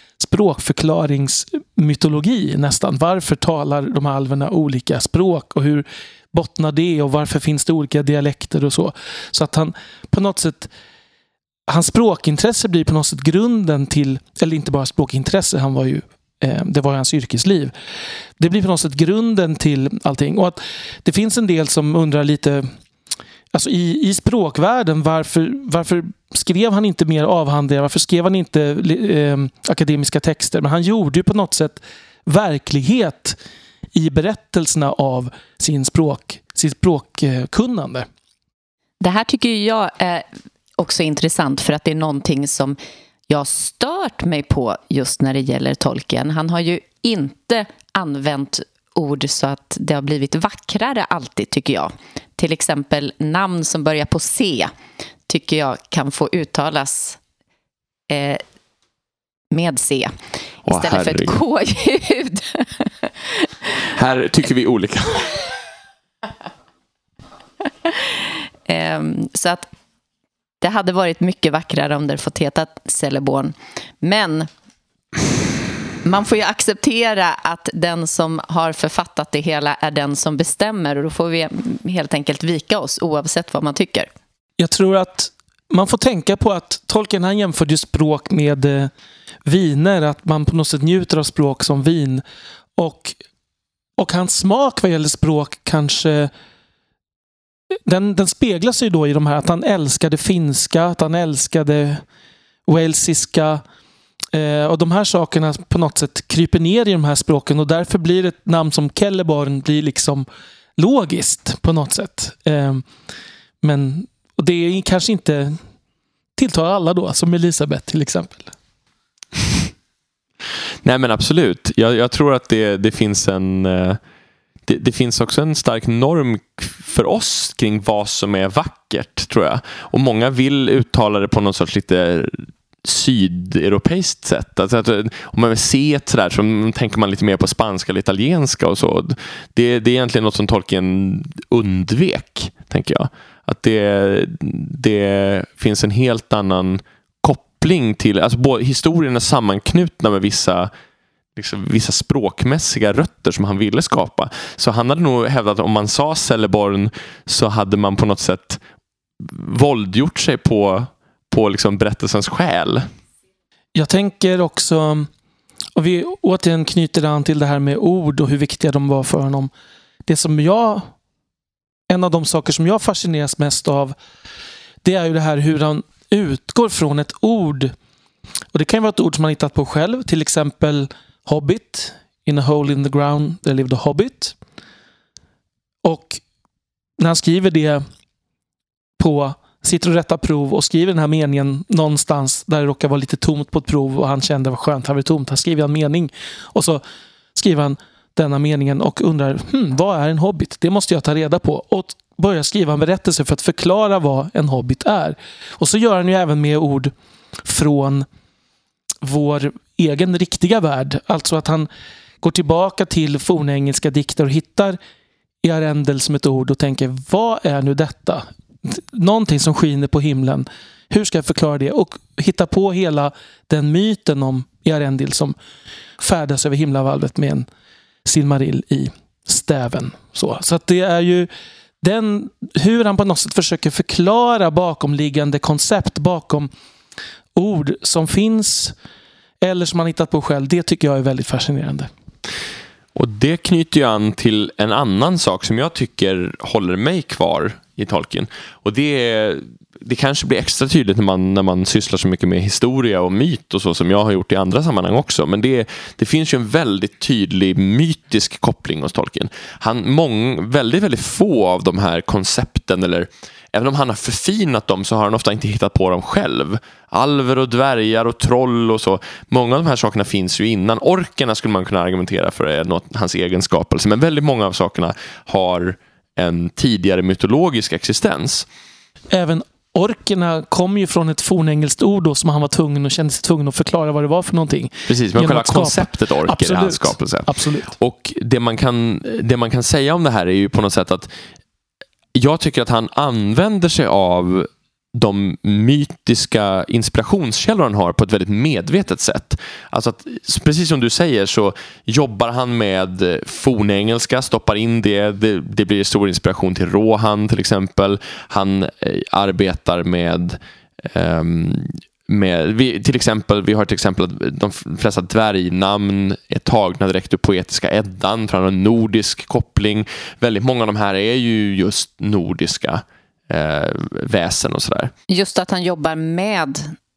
språkförklaringsmytologi nästan. Varför talar de här alverna olika språk och hur bottnar det och varför finns det olika dialekter och så. Så att han på något sätt, hans språkintresse blir på något sätt grunden till, eller inte bara språkintresse, han var ju, eh, det var hans yrkesliv. Det blir på något sätt grunden till allting. Och att det finns en del som undrar lite, alltså i, i språkvärlden, varför, varför skrev han inte mer avhandlingar? Varför skrev han inte eh, akademiska texter? Men han gjorde ju på något sätt verklighet i berättelserna av sin språk, sin språkkunnande. Det här tycker jag är också intressant för att det är någonting som jag stört mig på just när det gäller Tolkien. Han har ju inte använt ord så att det har blivit vackrare alltid, tycker jag. Till exempel namn som börjar på C tycker jag kan få uttalas eh, med C istället Åh, för ett K-ljud. Här tycker vi olika. eh, så att det hade varit mycket vackrare om det fått heta Celeborn. Men man får ju acceptera att den som har författat det hela är den som bestämmer. Och då får vi helt enkelt vika oss oavsett vad man tycker. Jag tror att man får tänka på att Tolkien, han jämförde språk med eh, viner. Att man på något sätt njuter av språk som vin. Och, och hans smak vad gäller språk kanske... Den, den speglar sig då i de här att han älskade finska, att han älskade walesiska eh, och de här sakerna på något sätt kryper ner i de här språken och därför blir ett namn som Celeborn blir liksom logiskt på något sätt. Eh, men och det är kanske inte tilltar alla då, som Elisabeth till exempel. Nej men absolut. Jag, jag tror att det, det finns en... Eh... Det, det finns också en stark norm för oss kring vad som är vackert, tror jag. Och många vill uttala det på någon sorts lite sydeuropeiskt sätt. Alltså att, om man vill se ett sådär så tänker man lite mer på spanska eller italienska och så. Det, det är egentligen något som Tolkien undvek, tänker jag. Att det, det finns en helt annan koppling till... Alltså både historierna är sammanknutna med vissa... Liksom vissa språkmässiga rötter som han ville skapa. Så han hade nog hävdat att om man sa Celeborn så hade man på något sätt våldgjort sig på, på liksom berättelsens själ. Jag tänker också, och vi återigen knyter an till det här med ord och hur viktiga de var för honom. Det som jag, en av de saker som jag fascineras mest av, det är ju det här hur han utgår från ett ord. Och det kan ju vara ett ord som han hittat på själv, till exempel Hobbit, in a hole in the ground there lived a hobbit. Och när han skriver det på, sitter och rättar prov och skriver den här meningen någonstans där det råkar vara lite tomt på ett prov och han kände vad skönt, han var tomt. Han skriver en mening och så skriver han denna meningen och undrar, hm, vad är en hobbit? Det måste jag ta reda på. Och börjar skriva en berättelse för att förklara vad en hobbit är. Och så gör han ju även med ord från vår egen riktiga värld. Alltså att han går tillbaka till fornengelska dikter och hittar Eärendil som ett ord och tänker, vad är nu detta? Någonting som skiner på himlen. Hur ska jag förklara det? Och hitta på hela den myten om Eärendil som färdas över himlavalvet med en Silmaril i stäven. Så, så att det är ju den, hur han på något sätt försöker förklara bakomliggande koncept bakom ord som finns eller som man hittat på själv. Det tycker jag är väldigt fascinerande. Och det knyter ju an till en annan sak som jag tycker håller mig kvar i Tolkien. Och det är, det kanske blir extra tydligt när man, när man sysslar så mycket med historia och myt och så som jag har gjort i andra sammanhang också. Men det, det finns ju en väldigt tydlig mytisk koppling hos Tolkien. Han, mång, väldigt, väldigt få av de här koncepten, eller även om han har förfinat dem så har han ofta inte hittat på dem själv. Alver och dvärgar och troll och så. Många av de här sakerna finns ju innan. Orkerna skulle man kunna argumentera för är något, hans egen skapelse. Men väldigt många av sakerna har en tidigare mytologisk existens. Även orkerna kom ju från ett fornengelskt ord då, som han var tvungen och kände sig tvungen att förklara vad det var för någonting. Precis, men själva konceptet orker Absolut. är hans skapelse. Absolut. Och det man, kan, det man kan säga om det här är ju på något sätt att jag tycker att han använder sig av de mytiska inspirationskällor han har på ett väldigt medvetet sätt. Alltså att, precis som du säger så jobbar han med fornengelska, stoppar in det, det, det blir stor inspiration till Rohan till exempel. Han eh, arbetar med um, med, vi, till exempel, vi har till exempel att de flesta dvärgnamn är tagna direkt ur poetiska Eddan från en nordisk koppling. Väldigt många av de här är ju just nordiska eh, väsen och sådär. Just att han jobbar med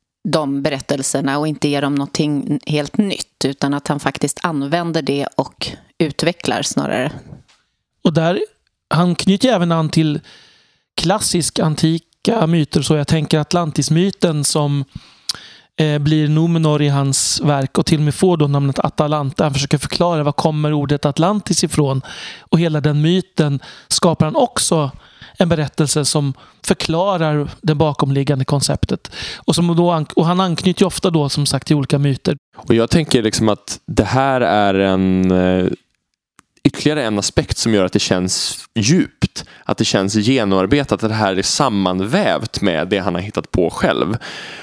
de berättelserna och inte ger dem någonting helt nytt, utan att han faktiskt använder det och utvecklar snarare. Och där, han knyter även an till klassisk antika myter, så jag tänker Atlantis-myten som eh, blir Numenor i hans verk och till och med får då namnet Atalanta. Han försöker förklara var kommer ordet Atlantis ifrån, och hela den myten skapar han också en berättelse som förklarar det bakomliggande konceptet. Och, som då, och han anknyter ju ofta då som sagt till olika myter. Och jag tänker liksom att det här är en ytterligare en aspekt som gör att det känns djupt. Att det känns genomarbetat, att det här är sammanvävt med det han har hittat på själv.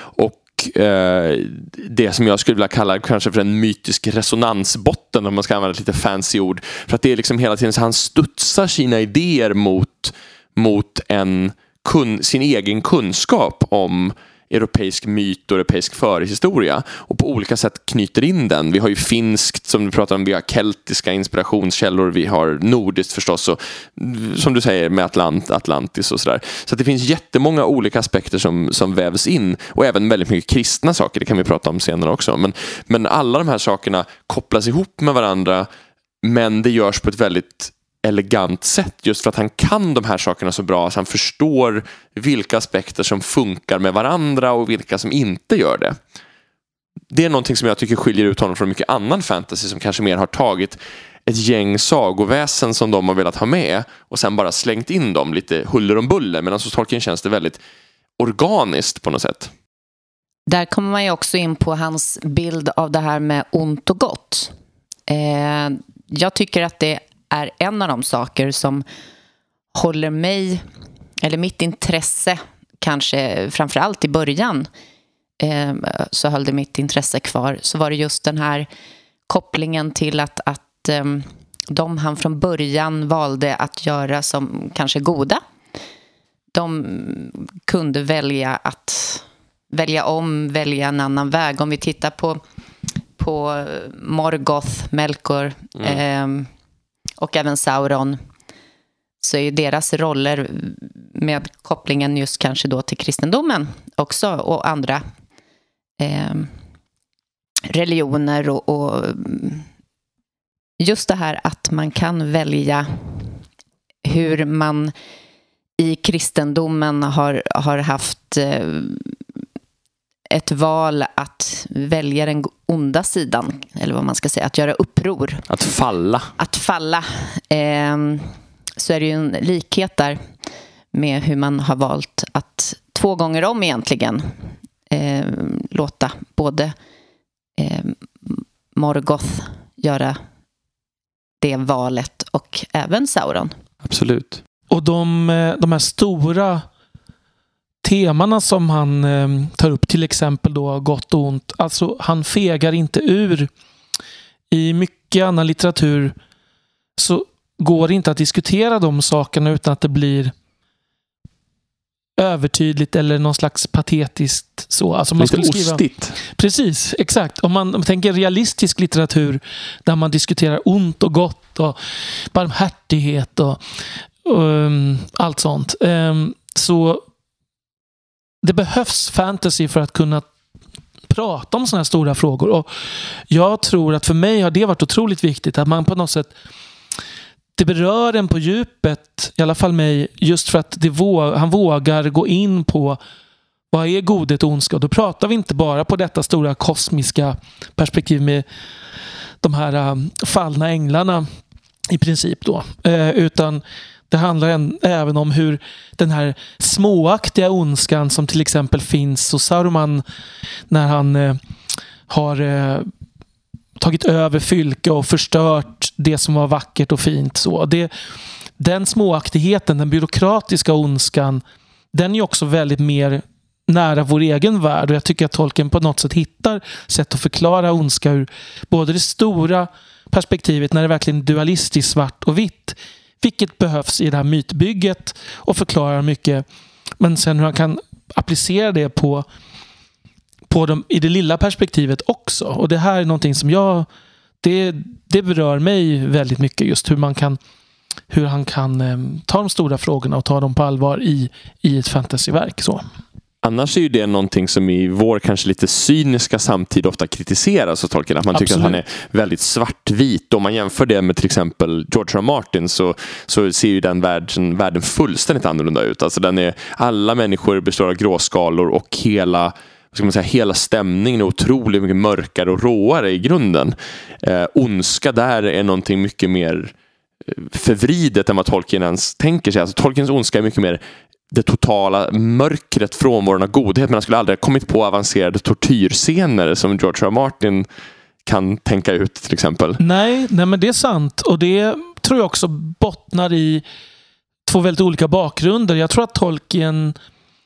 Och eh, det som jag skulle vilja kalla kanske för en mytisk resonansbotten, om man ska använda ett lite fancy ord. För att det är liksom hela tiden så han studsar sina idéer mot, mot en kun, sin egen kunskap om europeisk myt och europeisk förhistoria och på olika sätt knyter in den. Vi har ju finskt som du pratar om, vi har keltiska inspirationskällor, vi har nordiskt förstås och som du säger med Atlant, Atlantis och sådär. Så att det finns jättemånga olika aspekter som, som vävs in och även väldigt mycket kristna saker, det kan vi prata om senare också. Men, men alla de här sakerna kopplas ihop med varandra, men det görs på ett väldigt elegant sätt just för att han kan de här sakerna så bra så han förstår vilka aspekter som funkar med varandra och vilka som inte gör det. Det är någonting som jag tycker skiljer ut honom från mycket annan fantasy som kanske mer har tagit ett gäng sagoväsen som de har velat ha med och sen bara slängt in dem lite huller om buller, medan hos Tolkien känns det väldigt organiskt på något sätt. Där kommer man ju också in på hans bild av det här med ont och gott. Eh, jag tycker att det är en av de saker som håller mig, eller mitt intresse, kanske framförallt i början eh, så höll det mitt intresse kvar, så var det just den här kopplingen till att, att eh, de han från början valde att göra som kanske goda, de kunde välja att välja om, välja en annan väg. Om vi tittar på, på Morgoth, Melkor mm. eh, och även Sauron, så är ju deras roller med kopplingen just kanske då till kristendomen också och andra eh, religioner och, och just det här att man kan välja hur man i kristendomen har, har haft eh, ett val att välja den onda sidan, eller vad man ska säga, att göra uppror. Att falla. Att falla. Eh, så är det ju en likhet där med hur man har valt att två gånger om egentligen eh, låta både eh, Morgoth göra det valet och även Sauron. Absolut. Och de, de här stora temana som han eh, tar upp, till exempel då gott och ont, alltså han fegar inte ur. I mycket annan litteratur så går det inte att diskutera de sakerna utan att det blir övertydligt eller någon slags patetiskt så. Alltså man lite skulle skriva, ostigt. Precis, exakt. Om man, om man tänker realistisk litteratur där man diskuterar ont och gott och barmhärtighet och, och um, allt sånt. Um, så det behövs fantasy för att kunna prata om såna här stora frågor. Och jag tror att för mig har det varit otroligt viktigt att man på något sätt, det berör en på djupet, i alla fall mig, just för att det våg, han vågar gå in på vad är godhet och ondska. Och då pratar vi inte bara på detta stora kosmiska perspektiv med de här um, fallna änglarna i princip då. Eh, utan det handlar en, även om hur den här småaktiga ondskan som till exempel finns hos Saruman när han eh, har eh, tagit över fylke och förstört det som var vackert och fint. Så det, den småaktigheten, den byråkratiska ondskan, den är också väldigt mer nära vår egen värld. Och jag tycker att Tolkien på något sätt hittar sätt att förklara ondska ur både det stora perspektivet när det verkligen är dualistiskt svart och vitt, vilket behövs i det här mytbygget och förklarar mycket. Men sen hur han kan applicera det på, på dem, i det lilla perspektivet också. Och det här är någonting som jag det, det berör mig väldigt mycket, just hur man kan hur han kan eh, ta de stora frågorna och ta dem på allvar i, i ett fantasyverk. Så. Annars är ju det någonting som i vår kanske lite cyniska samtid ofta kritiseras av Tolkien. Att man tycker Absolut. Att han är väldigt svartvit. Om man jämför det med till exempel George R. R. Martin så, så ser ju den världen, världen fullständigt annorlunda ut. Alltså den är, alla människor består av gråskalor och hela, vad ska man säga, hela stämningen är otroligt mycket mörkare och råare i grunden. Eh, ondska där är någonting mycket mer förvridet än vad Tolkien ens tänker sig. Alltså Tolkiens ondska är mycket mer det totala mörkret, frånvaron av godhet, men han skulle aldrig ha kommit på avancerade tortyrscener som George R. R. Martin kan tänka ut till exempel. Nej, nej, men det är sant. Och det tror jag också bottnar i två väldigt olika bakgrunder. Jag tror att Tolkien,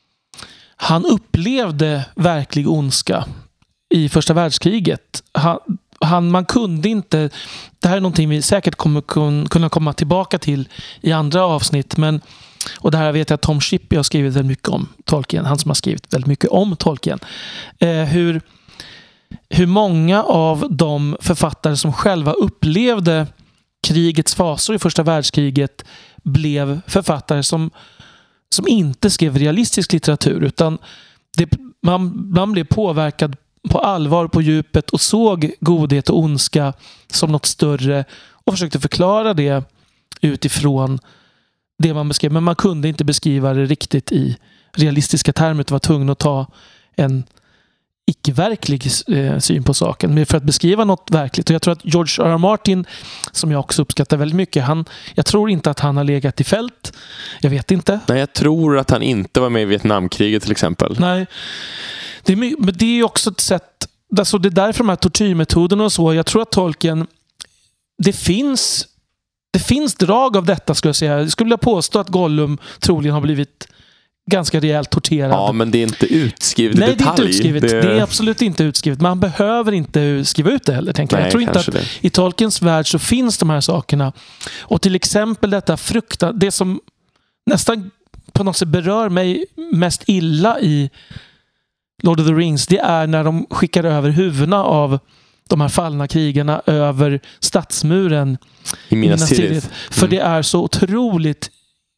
han upplevde verklig ondska i första världskriget. Han, han, man kunde inte, det här är någonting vi säkert kommer kunna komma tillbaka till i andra avsnitt, men och det här vet jag att Tom Shippey har skrivit väldigt mycket om Tolkien. Han som har skrivit väldigt mycket om Tolkien. Eh, hur, hur många av de författare som själva upplevde krigets fasor i första världskriget blev författare som, som inte skrev realistisk litteratur, utan det, man, man blev påverkad på allvar, på djupet, och såg godhet och ondska som något större och försökte förklara det utifrån det man beskrev, men man kunde inte beskriva det riktigt i realistiska termer. Det var tvungen att ta en icke-verklig eh, syn på saken, men för att beskriva något verkligt. Och jag tror att George R. R. Martin, som jag också uppskattar väldigt mycket, han, jag tror inte att han har legat i fält. Jag vet inte. Nej, jag tror att han inte var med i Vietnamkriget till exempel. Nej, det är, men det är också ett sätt, alltså det är därför de här tortyrmetoderna och så, jag tror att Tolkien, det finns Det finns drag av detta, skulle jag säga. Jag skulle vilja påstå att Gollum troligen har blivit ganska rejält torterad. Ja, men det är inte utskrivet i Nej, detalj. det är inte utskrivet. Det... det är absolut inte utskrivet. Man behöver inte skriva ut det heller, tänker jag. Nej, jag tror inte att det. i Tolkiens värld så finns de här sakerna. Och till exempel detta frukta, det som nästan på något sätt berör mig mest illa i Lord of the Rings, det är när de skickar över huvudena av de här fallna krigarna över stadsmuren i Minas Tirith. Mm. För det är så otroligt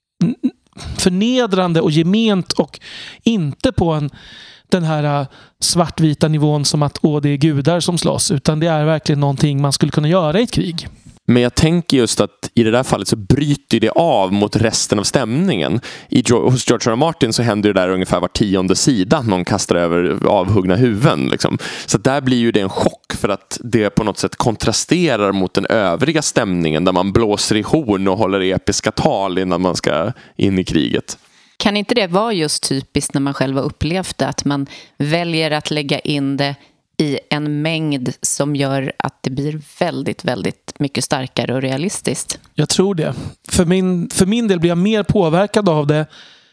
förnedrande och gement, och inte på en, den här svartvita nivån som att åh, det är gudar som slåss, utan det är verkligen någonting man skulle kunna göra i ett krig. Men jag tänker just att i det där fallet så bryter det av mot resten av stämningen. I, hos George R. R. Martin så händer det där ungefär var tionde sida. Någon kastar över avhuggna huvuden. Liksom. Så där blir ju det en chock för att det på något sätt kontrasterar mot den övriga stämningen där man blåser i horn och håller episka tal innan man ska in i kriget. Kan inte det vara just typiskt när man själv har upplevt det? Att man väljer att lägga in det i en mängd som gör att det blir väldigt, väldigt mycket starkare och realistiskt. Jag tror det. För min, för min del blir jag mer påverkad av det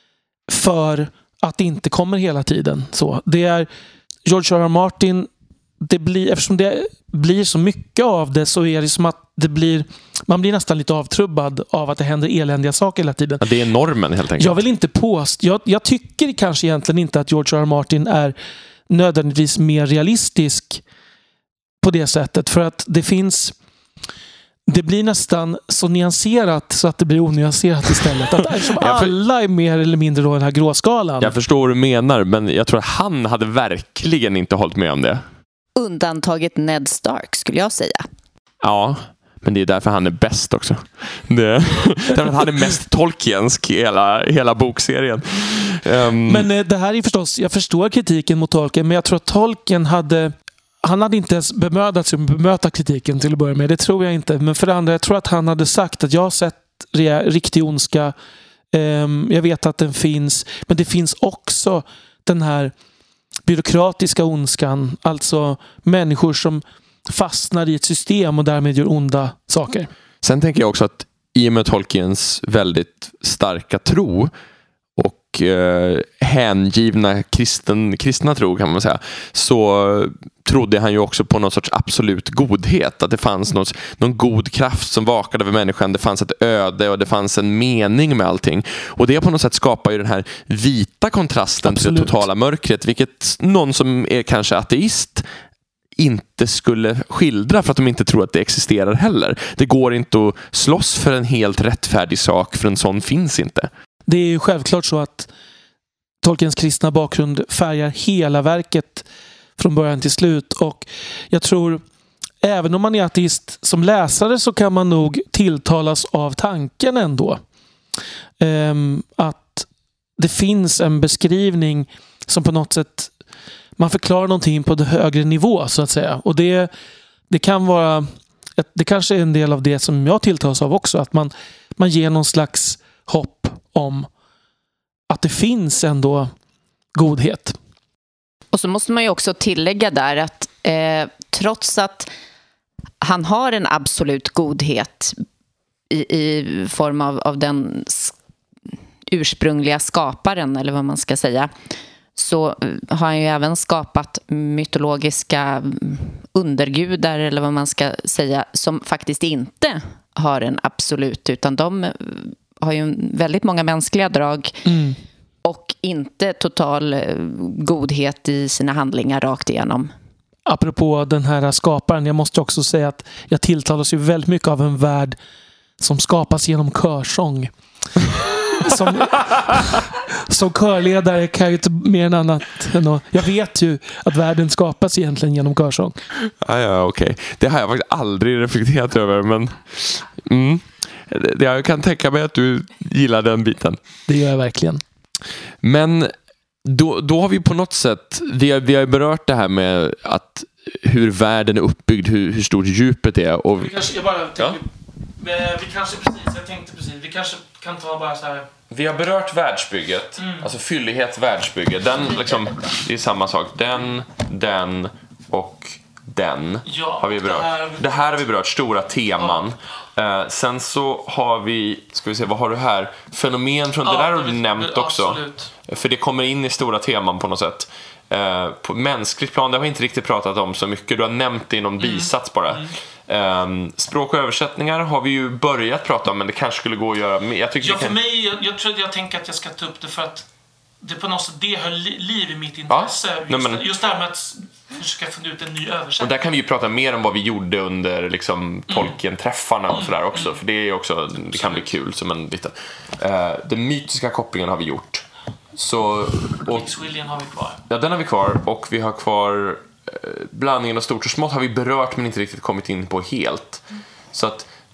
för att det inte kommer hela tiden. Så det är George R. R. Martin, det blir, eftersom det blir så mycket av det så är det som att det blir, man blir nästan lite avtrubbad av att det händer eländiga saker hela tiden. Ja, det är normen helt enkelt. Jag vill inte påstå, jag, jag tycker kanske egentligen inte att George R. R. Martin är nödvändigtvis mer realistisk på det sättet, för att det finns, det blir nästan så nyanserat så att det blir onyanserat istället. Att eftersom alla är mer eller mindre då den här gråskalan. Jag förstår vad du menar, men jag tror att han hade verkligen inte hållit med om det. Undantaget Ned Stark skulle jag säga. Ja, men det är därför han är bäst också. Det, därför att han är mest Tolkiensk i hela, hela bokserien. Um... Men eh, det här är förstås, jag förstår kritiken mot Tolkien, men jag tror att Tolkien hade, han hade inte ens bemödat sig om att bemöta kritiken till att börja med. Det tror jag inte. Men för det andra, jag tror att han hade sagt att jag har sett re- riktig ondska. Um, jag vet att den finns. Men det finns också den här byråkratiska ondskan. Alltså människor som fastnar i ett system och därmed gör onda saker. Sen tänker jag också att i och med Tolkiens väldigt starka tro och eh, hängivna kristen, kristna tro kan man säga, så trodde han ju också på någon sorts absolut godhet. Att det fanns något, någon god kraft som vakade över människan. Det fanns ett öde och det fanns en mening med allting. Och det på något sätt skapar ju den här vita kontrasten absolut till det totala mörkret. Vilket någon som är kanske ateist inte skulle skildra, för att de inte tror att det existerar heller. Det går inte att slåss för en helt rättfärdig sak, för en sån finns inte. Det är ju självklart så att Tolkiens kristna bakgrund färgar hela verket från början till slut, och jag tror även om man är ateist som läsare så kan man nog tilltalas av tanken ändå. Um, att det finns en beskrivning som på något sätt man förklarar någonting på det högre nivå så att säga, och det, det kan vara ett, det kanske är en del av det som jag tilltalas av också, att man, man ger någon slags hopp om att det finns ändå godhet. Och så måste man ju också tillägga där att eh, trots att han har en absolut godhet i, i form av, av den ursprungliga skaparen, eller vad man ska säga, så har han ju även skapat mytologiska undergudar, eller vad man ska säga, som faktiskt inte har en absolut, utan de har ju väldigt många mänskliga drag mm. och inte total godhet i sina handlingar rakt igenom. Apropå den här skaparen, jag måste också säga att jag tilltalas ju väldigt mycket av en värld som skapas genom körsång. Som, som körledare kan jag ju inte mer än annat än att, jag vet ju att världen skapas egentligen genom körsång. Ja, ja, okej. Okay. Det har jag faktiskt aldrig reflekterat över, men mm, det, jag kan tänka mig att du gillar den biten. Det gör jag verkligen. Men då, då har vi på något sätt, vi har, vi har berört det här med att hur världen är uppbyggd, hur, hur stort djupet är. Och vi kanske, jag bara tänkte, ja? vi kanske precis, jag tänkte precis, vi kanske kan ta bara så här. Vi har berört världsbygget, mm. alltså fyllighet världsbygge. Den liksom, det är samma sak. Den, den och den ja, har vi berört. Det här, det här har vi berört, stora teman. Ja. Uh, sen så har vi, ska vi se, vad har du här? Fenomen från, ja, det där har du nämnt också. Absolut. För det kommer in i stora teman på något sätt. Uh, på mänskligt plan, det har vi inte riktigt pratat om så mycket. Du har nämnt det i någon mm. bisats bara. Mm. Um, språk och översättningar har vi ju börjat prata om, men det kanske skulle gå att göra. Jag tycker ja, för kan... mig, jag, jag tror jag tänker att jag ska ta upp det för att det på något sätt det höll liv i mitt intresse. Ja, just, nej, men... just det här med att försöka få ut en ny översättning. Och där kan vi ju prata mer om vad vi gjorde under liksom, Tolkien-träffarna och sådär också. För det är också, det kan bli kul som en liten. Uh, den mytiska kopplingen har vi gjort. Så, och, William har vi kvar. Ja, den har vi kvar. Och vi har kvar blandningen av stort och smått har vi berört men inte riktigt kommit in på helt. Så att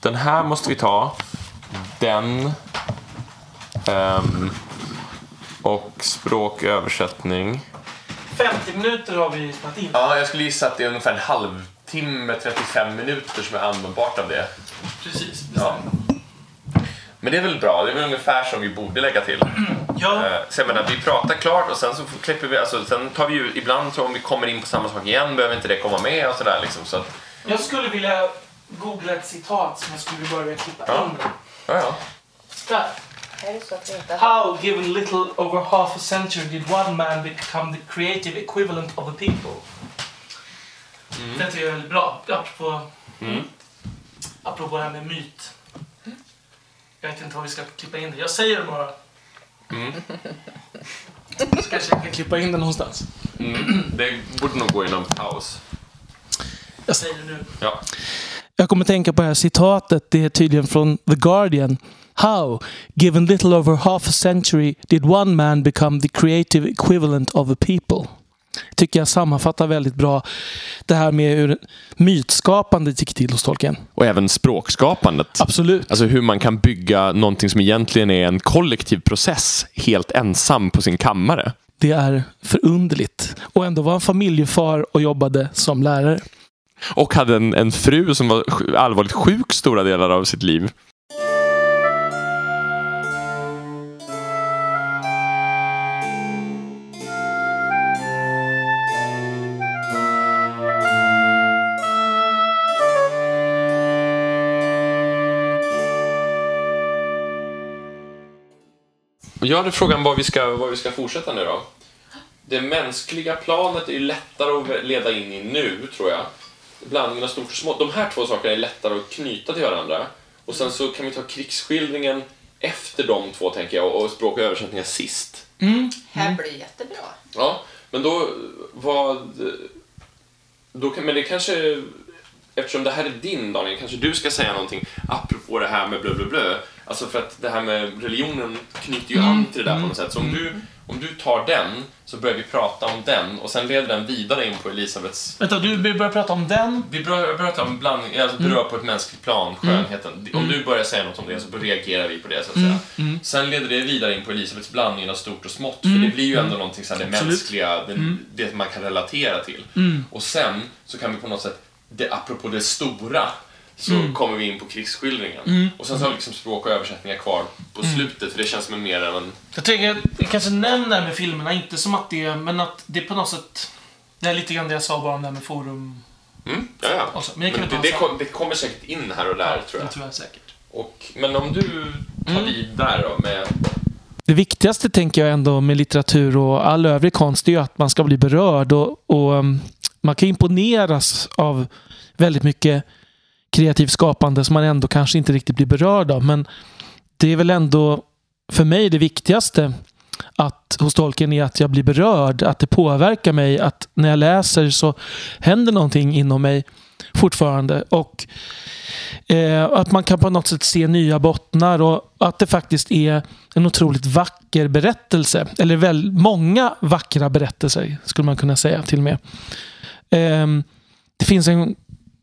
Den här måste vi ta. Den. Um, och språköversättning. femtio minuter har vi spelat in. Ja, jag skulle gissa att det är ungefär en halvtimme, trettiofem minuter som är användbart av det. Precis. Ja. Men det är väl bra, det är väl ungefär som vi borde lägga till. Ja. Eh, så jag menar, vi pratar klart och sen så klipper vi, alltså, sen tar vi ju, ibland så om vi kommer in på samma sak igen behöver inte det komma med och sådär liksom, så att... Jag skulle vilja googla ett citat som jag skulle börja klippa ja. in. Ja, ja. Där. Är det så att vi inte har... How, given little over half a century, did one man become the creative equivalent of a people? Mm. Det tycker jag är väldigt bra. Apropå, mm. apropå det här med myt. Jag vet inte vad vi ska klippa in det. Jag säger det bara. Mm. Så kanske jag kan klippa in det någonstans. Mm. Det borde nog gå i någon paus. Jag säger det nu. Ja. Jag kommer tänka på det här citatet. Det är tydligen från The Guardian. How, given little over half a century, did one man become the creative equivalent of a people? Tycker jag sammanfattar väldigt bra det här med hur mytskapandet gick till hos Tolkien. Och även språkskapandet. Absolut. Alltså hur man kan bygga någonting som egentligen är en kollektiv process helt ensam på sin kammare. Det är förunderligt. Och ändå var en familjefar och jobbade som lärare. Och hade en, en fru som var allvarligt sjuk stora delar av sitt liv. Jag hade frågan vad vi ska, vad vi ska fortsätta nu då. Det mänskliga planet är ju lättare att leda in i nu, tror jag. Blandningen av stort och smått. De här två sakerna är lättare att knyta till varandra. Och sen så kan vi ta krigsskildringen efter de två, tänker jag. Och språk och översättningar sist. Mm. Här blir jättebra. Ja, men då vad... Då kan, men det kanske... Eftersom det här är din, Daniel, kanske du ska säga någonting apropå det här med blö blö blö. Alltså för att det här med religionen knyter ju Mm. an till det där på något sätt. Så om du, om du tar den så börjar vi prata om den och sen leder den vidare in på Elisabeths... Vänta, du börjar prata om den? Vi börjar prata om blandning, alltså berör mm. på ett mänskligt plan, skönheten. Mm. Om du börjar säga något om det så reagerar vi på det, så att säga. Mm. Sen leder det vidare in på Elisabeths blandning av stort och smått. Mm. För det blir ju ändå någonting så här, det mänskliga, det, mm. det man kan relatera till. Mm. Och sen så kan vi på något sätt, det, apropå det stora, så mm. kommer vi in på krigsskildringen. Mm. Och sen så har vi liksom språk och översättningar kvar på mm. slutet, för det känns som en mer än en... Jag tänker, jag kanske nämner med filmerna, inte som att det är, men att det är på något sätt, det är lite grann det jag sa bara om det här med forum. Mm, ja, ja. Också. Men, men det, det, kom, det kommer säkert in här och där, ja, tror jag. Det tror jag säkert. Och, men om du tar mm. vid där då med... Det viktigaste tänker jag ändå med litteratur och all övrig konst är ju att man ska bli berörd och, och um, man kan imponeras av väldigt mycket kreativt skapande som man ändå kanske inte riktigt blir berörd av. Men det är väl ändå för mig det viktigaste att hos Tolkien är att jag blir berörd, att det påverkar mig, att när jag läser så händer någonting inom mig fortfarande och eh, att man kan på något sätt se nya bottnar och att det faktiskt är en otroligt vacker berättelse, eller väl många vackra berättelser skulle man kunna säga till och med. Eh, det finns en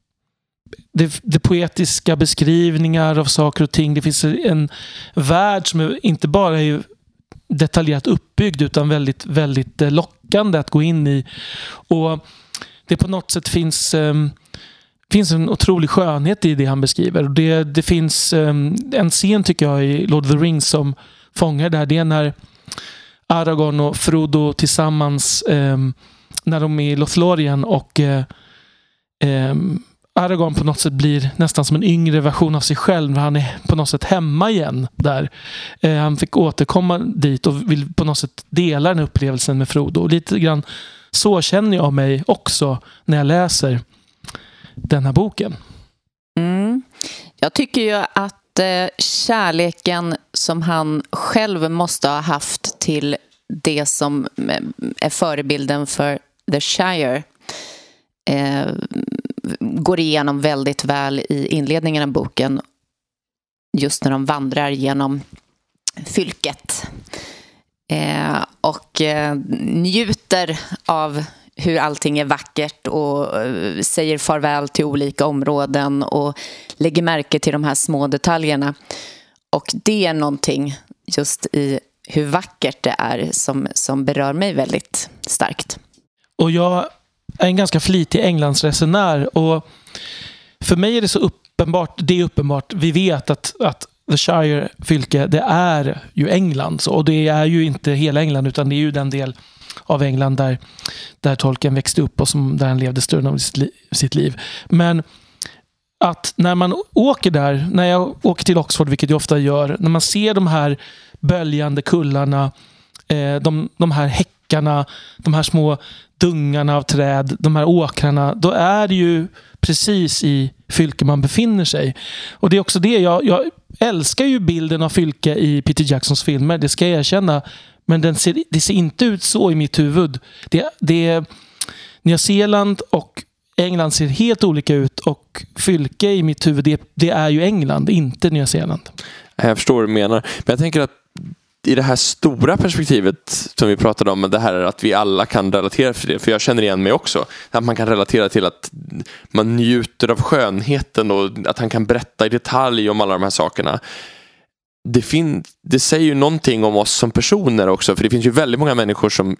Det, det poetiska beskrivningar av saker och ting. Det finns en värld som är inte bara är detaljerat uppbyggd utan väldigt, väldigt lockande att gå in i. Och det på något sätt finns, um, finns en otrolig skönhet i det han beskriver. Och det, det finns um, en scen tycker jag i Lord of the Rings som fångar det här. Det är när Aragorn och Frodo tillsammans um, när de är i Lothlorien och uh, um, Aragorn på något sätt blir nästan som en yngre version av sig själv när han är på något sätt hemma igen där. Eh, han fick återkomma dit och vill på något sätt dela den upplevelsen med Frodo. Lite grann så känner jag mig också när jag läser den här boken. Mm. Jag tycker ju att eh, kärleken som han själv måste ha haft till det som är förebilden för The Shire eh, går igenom väldigt väl i inledningen av boken, just när de vandrar genom fylket eh, och eh, njuter av hur allting är vackert och uh, säger farväl till olika områden och lägger märke till de här små detaljerna. Och det är någonting just i hur vackert det är som, som berör mig väldigt starkt. Och jag är en ganska flitig Englandsresenär, och för mig är det så uppenbart, det är uppenbart, vi vet att, att The Shire fylke, det är ju England, så, och det är ju inte hela England, utan det är ju den del av England där, där Tolkien växte upp och som, där han levde större av sitt, li, sitt liv. Men att när man åker där, när jag åker till Oxford, vilket jag ofta gör, när man ser de här böljande kullarna, eh, de, de här häckarna, de här små dungarna av träd, de här åkrarna, då är det ju precis i fylke man befinner sig. Och det är också det, jag, jag älskar ju bilden av fylke i Peter Jacksons filmer, det ska jag erkänna, men den ser, det ser inte ut så i mitt huvud. Det, det är Nya Zeeland och England ser helt olika ut, och fylke i mitt huvud, det, det är ju England, inte Nya Zeeland. Jag förstår vad du menar, men jag tänker att i det här stora perspektivet som vi pratade om, det här är att vi alla kan relatera till det, för jag känner igen mig också, att man kan relatera till att man njuter av skönheten och att han kan berätta i detalj om alla de här sakerna. Det, fin- det säger ju någonting om oss som personer också, för det finns ju väldigt många människor som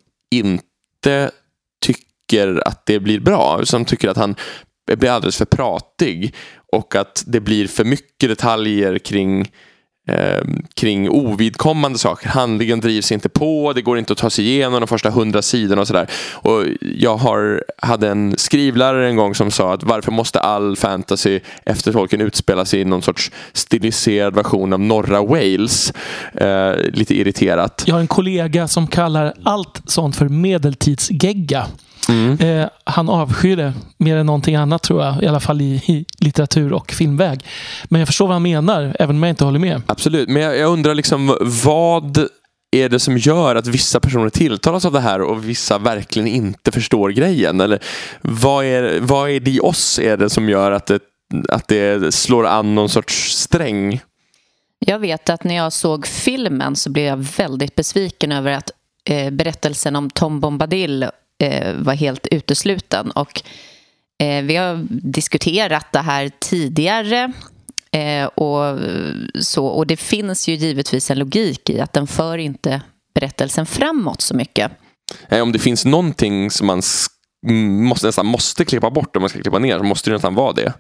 inte tycker att det blir bra, som tycker att han blir alldeles för pratig och att det blir för mycket detaljer kring Eh, kring ovidkommande saker. Handlingen drivs inte på, det går inte att ta sig igenom de första hundra sidorna och sådär. Och jag har, hade en skrivlärare en gång som sa att varför måste all fantasy efter Tolkien utspela sig i någon sorts stiliserad version av norra Wales? Eh, lite irriterat. Jag har en kollega som kallar allt sånt för medeltidsgegga. Mm. Eh, han avskyr det mer än någonting annat, tror jag, i alla fall i, i litteratur och filmväg. Men jag förstår vad han menar, även om jag inte håller med. Absolut, men jag, jag undrar liksom, vad är det som gör att vissa personer tilltalas av det här och vissa verkligen inte förstår grejen? Eller vad är, vad är det i oss är det som gör att det, att det slår an någon sorts sträng? Jag vet att när jag såg filmen så blev jag väldigt besviken över att eh, berättelsen om Tom Bombadil var helt utesluten, och eh, vi har diskuterat det här tidigare eh, och så, och det finns ju givetvis en logik i att den för inte berättelsen framåt så mycket. Eh, om det finns någonting som man måste, nästan måste klippa bort om man ska klippa ner, så måste det nästan vara det.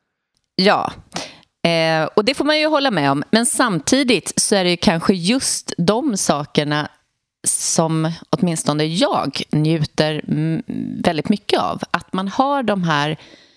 Ja, eh, och det får man ju hålla med om, men samtidigt så är det ju kanske just de sakerna som åtminstone jag njuter väldigt mycket av. Att man har de här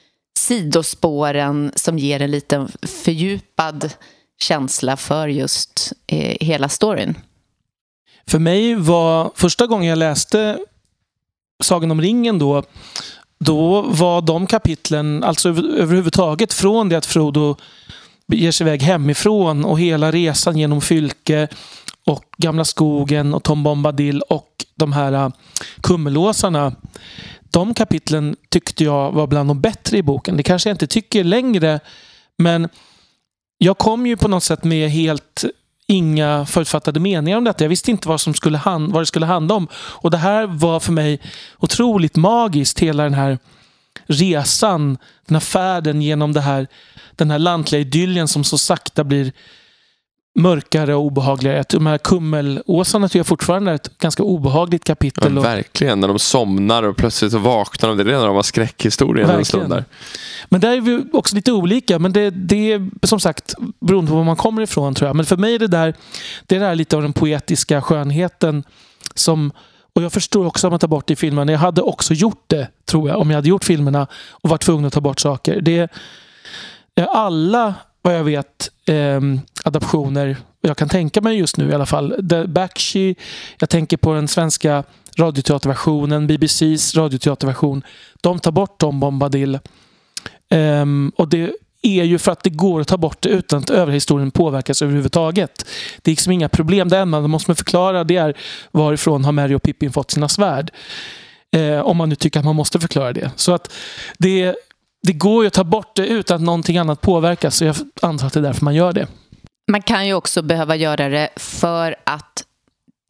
sidospåren som ger en liten fördjupad känsla för just eh, hela storyn. För mig var första gången jag läste Sagan om ringen då, då var de kapitlen, alltså över, överhuvudtaget från det att Frodo ger sig iväg hemifrån och hela resan genom fylke och Gamla skogen och Tom Bombadil och de här kummelåsarna. De kapitlen tyckte jag var bland de bättre i boken. Det kanske jag inte tycker längre, men jag kom ju på något sätt med helt inga förutfattade meningar om detta. Jag visste inte vad, som skulle hand- vad det skulle handla om. Och det här var för mig otroligt magiskt, hela den här resan, den här färden genom det här, den här lantliga idyllen som så sakta blir mörkare och obehagligare. De här kummelåsarna tycker jag fortfarande är ett ganska obehagligt kapitel. Ja, verkligen, när de somnar och plötsligt så vaknar de. Det är redan de har skräckhistorien en stund där. Men där är vi också lite olika. Men det, det är som sagt beroende på var man kommer ifrån, tror jag. Men för mig är det där, det där lite av den poetiska skönheten som, och jag förstår också att man tar bort det i filmen. Jag hade också gjort det, tror jag, om jag hade gjort filmerna och varit tvungen att ta bort saker. Det är alla, vad jag vet, eh, adaptioner, jag kan tänka mig just nu i alla fall. The Bakshi, jag tänker på den svenska radioteaterversionen, B B C:s radioteaterversion. De tar bort Tom Bombadil. Eh, och det är ju för att det går att ta bort det utan att överhistorien påverkas överhuvudtaget. Det är liksom inga problem. Det enda de måste förklara, det är varifrån har Merry och Pippin fått sina svärd. Eh, om man nu tycker att man måste förklara det. Så att det, det går ju att ta bort det utan att någonting annat påverkas. Så jag antar att det är därför man gör det. Man kan ju också behöva göra det för att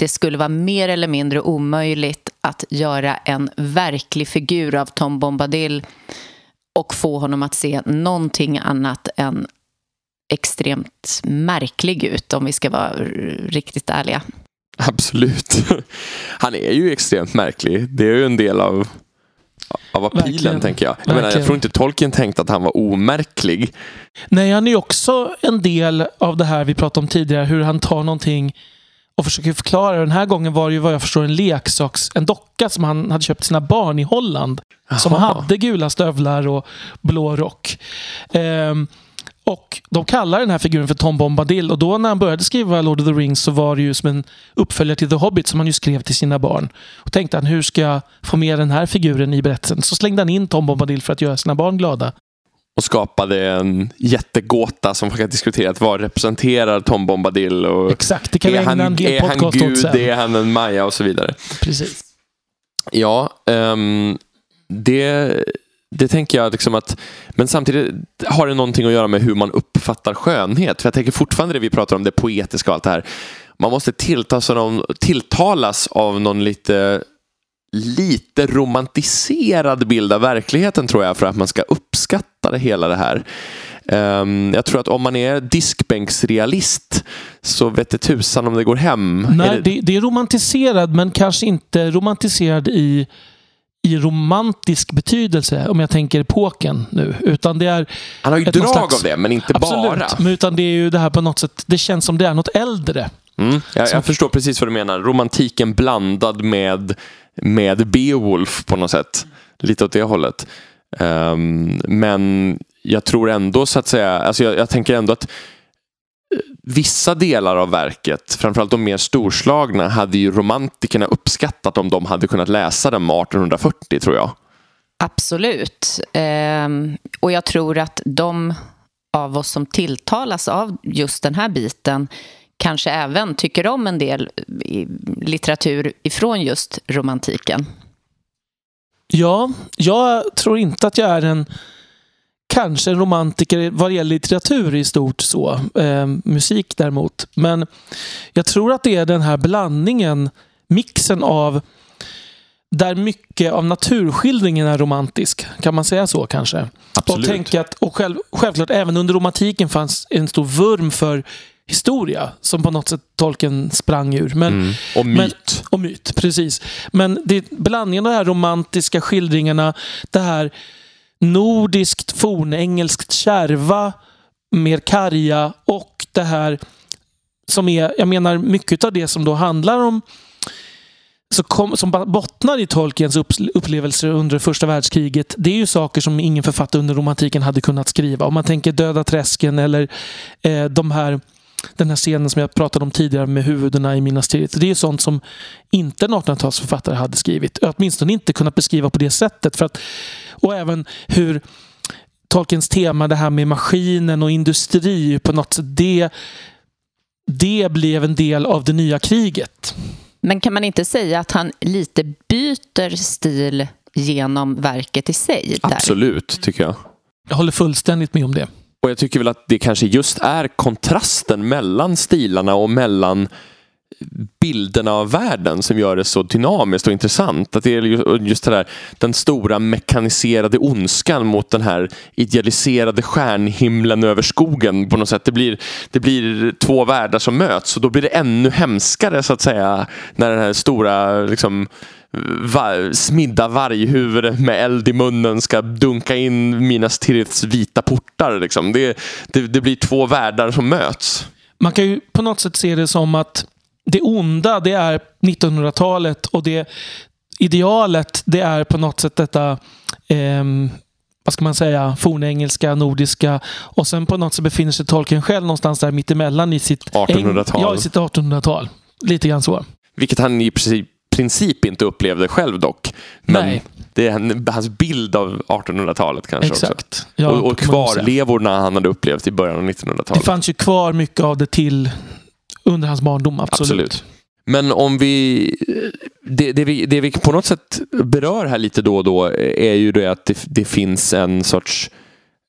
det skulle vara mer eller mindre omöjligt att göra en verklig figur av Tom Bombadil och få honom att se någonting annat än extremt märklig ut, om vi ska vara riktigt ärliga. Absolut. Han är ju extremt märklig. Det är ju en del av av appealen, tänker jag. Jag, menar, jag tror inte Tolkien tänkte att han var omärklig. Nej, han är ju också en del av det här vi pratade om tidigare, hur han tar någonting och försöker förklara. Den här gången var det ju, vad jag förstår, en leksaks, en docka som han hade köpt sina barn i Holland. Aha. Som hade gula stövlar och blå rock. Ehm, och de kallar den här figuren för Tom Bombadil. Och då när han började skriva Lord of the Rings så var det ju som en uppföljare till The Hobbit som han ju skrev till sina barn. Och tänkte han, hur ska jag få med den här figuren i berättelsen? Så slängde han in Tom Bombadil för att göra sina barn glada. Och skapade en jättegåta som man kan diskutera att vad representerar Tom Bombadil. Och exakt, det kan vi ägna en hel podcast åt sen. Är han Gud, är han en Maja och så vidare. Precis. Ja, um, det... Det tänker jag liksom att, men samtidigt har det någonting att göra med hur man uppfattar skönhet. För jag tänker fortfarande det vi pratar om, det poetiska och allt det här. Man måste tilltalas av någon, tilltalas av någon lite, lite romantiserad bild av verkligheten, tror jag, för att man ska uppskatta det hela det här. Um, jag tror att om man är diskbänksrealist så vet det tusan om det går hem. Nej, är det... Det, det är romantiserad, men kanske inte romantiserad i i romantisk betydelse, om jag tänker epoken nu, utan det är han har ju drag slags... av det, men inte absolut, bara. Men utan det är ju det här på något sätt, det känns som det är något äldre. Mm, jag, jag förstår precis vad du menar. Romantiken blandad med med Beowulf på något sätt. Lite åt det hållet. Um, men jag tror ändå så att säga, alltså jag, jag tänker ändå att vissa delar av verket, framförallt de mer storslagna, hade ju romantikerna uppskattat om de hade kunnat läsa dem arton fyrtio, tror jag. Absolut. Ehm, och jag tror att de av oss som tilltalas av just den här biten kanske även tycker om en del litteratur ifrån just romantiken. Ja, jag tror inte att jag är en kanske en romantiker vad gäller litteratur i stort så. Eh, musik däremot. Men jag tror att det är den här blandningen, mixen av där mycket av naturskildringen är romantisk. Kan man säga så kanske? Absolut. Och tänka att, och själv, självklart även under romantiken fanns en stor vurm för historia som på något sätt Tolkien sprang ur. Men, mm. Och myt. Men, och myt, precis. Men det blandningen av de här romantiska skildringarna, det här nordiskt, fornengelskt kärva, mer karga, och det här som är, jag menar mycket av det som då handlar om så kom, som bottnar i Tolkiens upp, upplevelser under första världskriget, det är ju saker som ingen författare under romantiken hade kunnat skriva. Om man tänker Döda träsken eller eh, de här den här scenen som jag pratade om tidigare med huvudena i Minas Tirith. Det är sånt som inte en artonhundratalsförfattare hade skrivit. Åtminstone inte kunnat beskriva på det sättet. För att, och även hur Tolkiens tema, det här med maskinen och industri på något sätt, det, det blev en del av det nya kriget. Men kan man inte säga att han lite byter stil genom verket i sig? Där? Absolut, tycker jag. Jag håller fullständigt med om det. Och jag tycker väl att det kanske just är kontrasten mellan stilarna och mellan bilderna av världen som gör det så dynamiskt och intressant. Att det är just det där, den stora mekaniserade ondskan mot den här idealiserade stjärnhimlen över skogen på något sätt. Det blir, det blir två världar som möts, och då blir det ännu hemskare så att säga när den här stora liksom var, smidda varghuvudet med eld i munnen ska dunka in Minas Tiriths vita portar. Liksom. Det, det, det blir två världar som möts. Man kan ju på något sätt se det som att det onda, det är nittonhundratalet, och det idealet, det är på något sätt detta eh, vad ska man säga, fornengelska, nordiska, och sen på något sätt befinner sig Tolkien själv någonstans där mittemellan i sitt artonhundratal. Ja, i sitt artonhundratal. Lite grann så. Vilket han i princip princip inte upplevde själv dock. Men nej, det är hans bild av artonhundratalet kanske. Exakt. Också. Ja, och, och kvarlevorna han hade upplevt i början av nittonhundratalet. Det fanns ju kvar mycket av det till under hans barndom, absolut. absolut. Men om vi det, det vi det vi på något sätt berör här lite då och då är ju det att det, det finns en sorts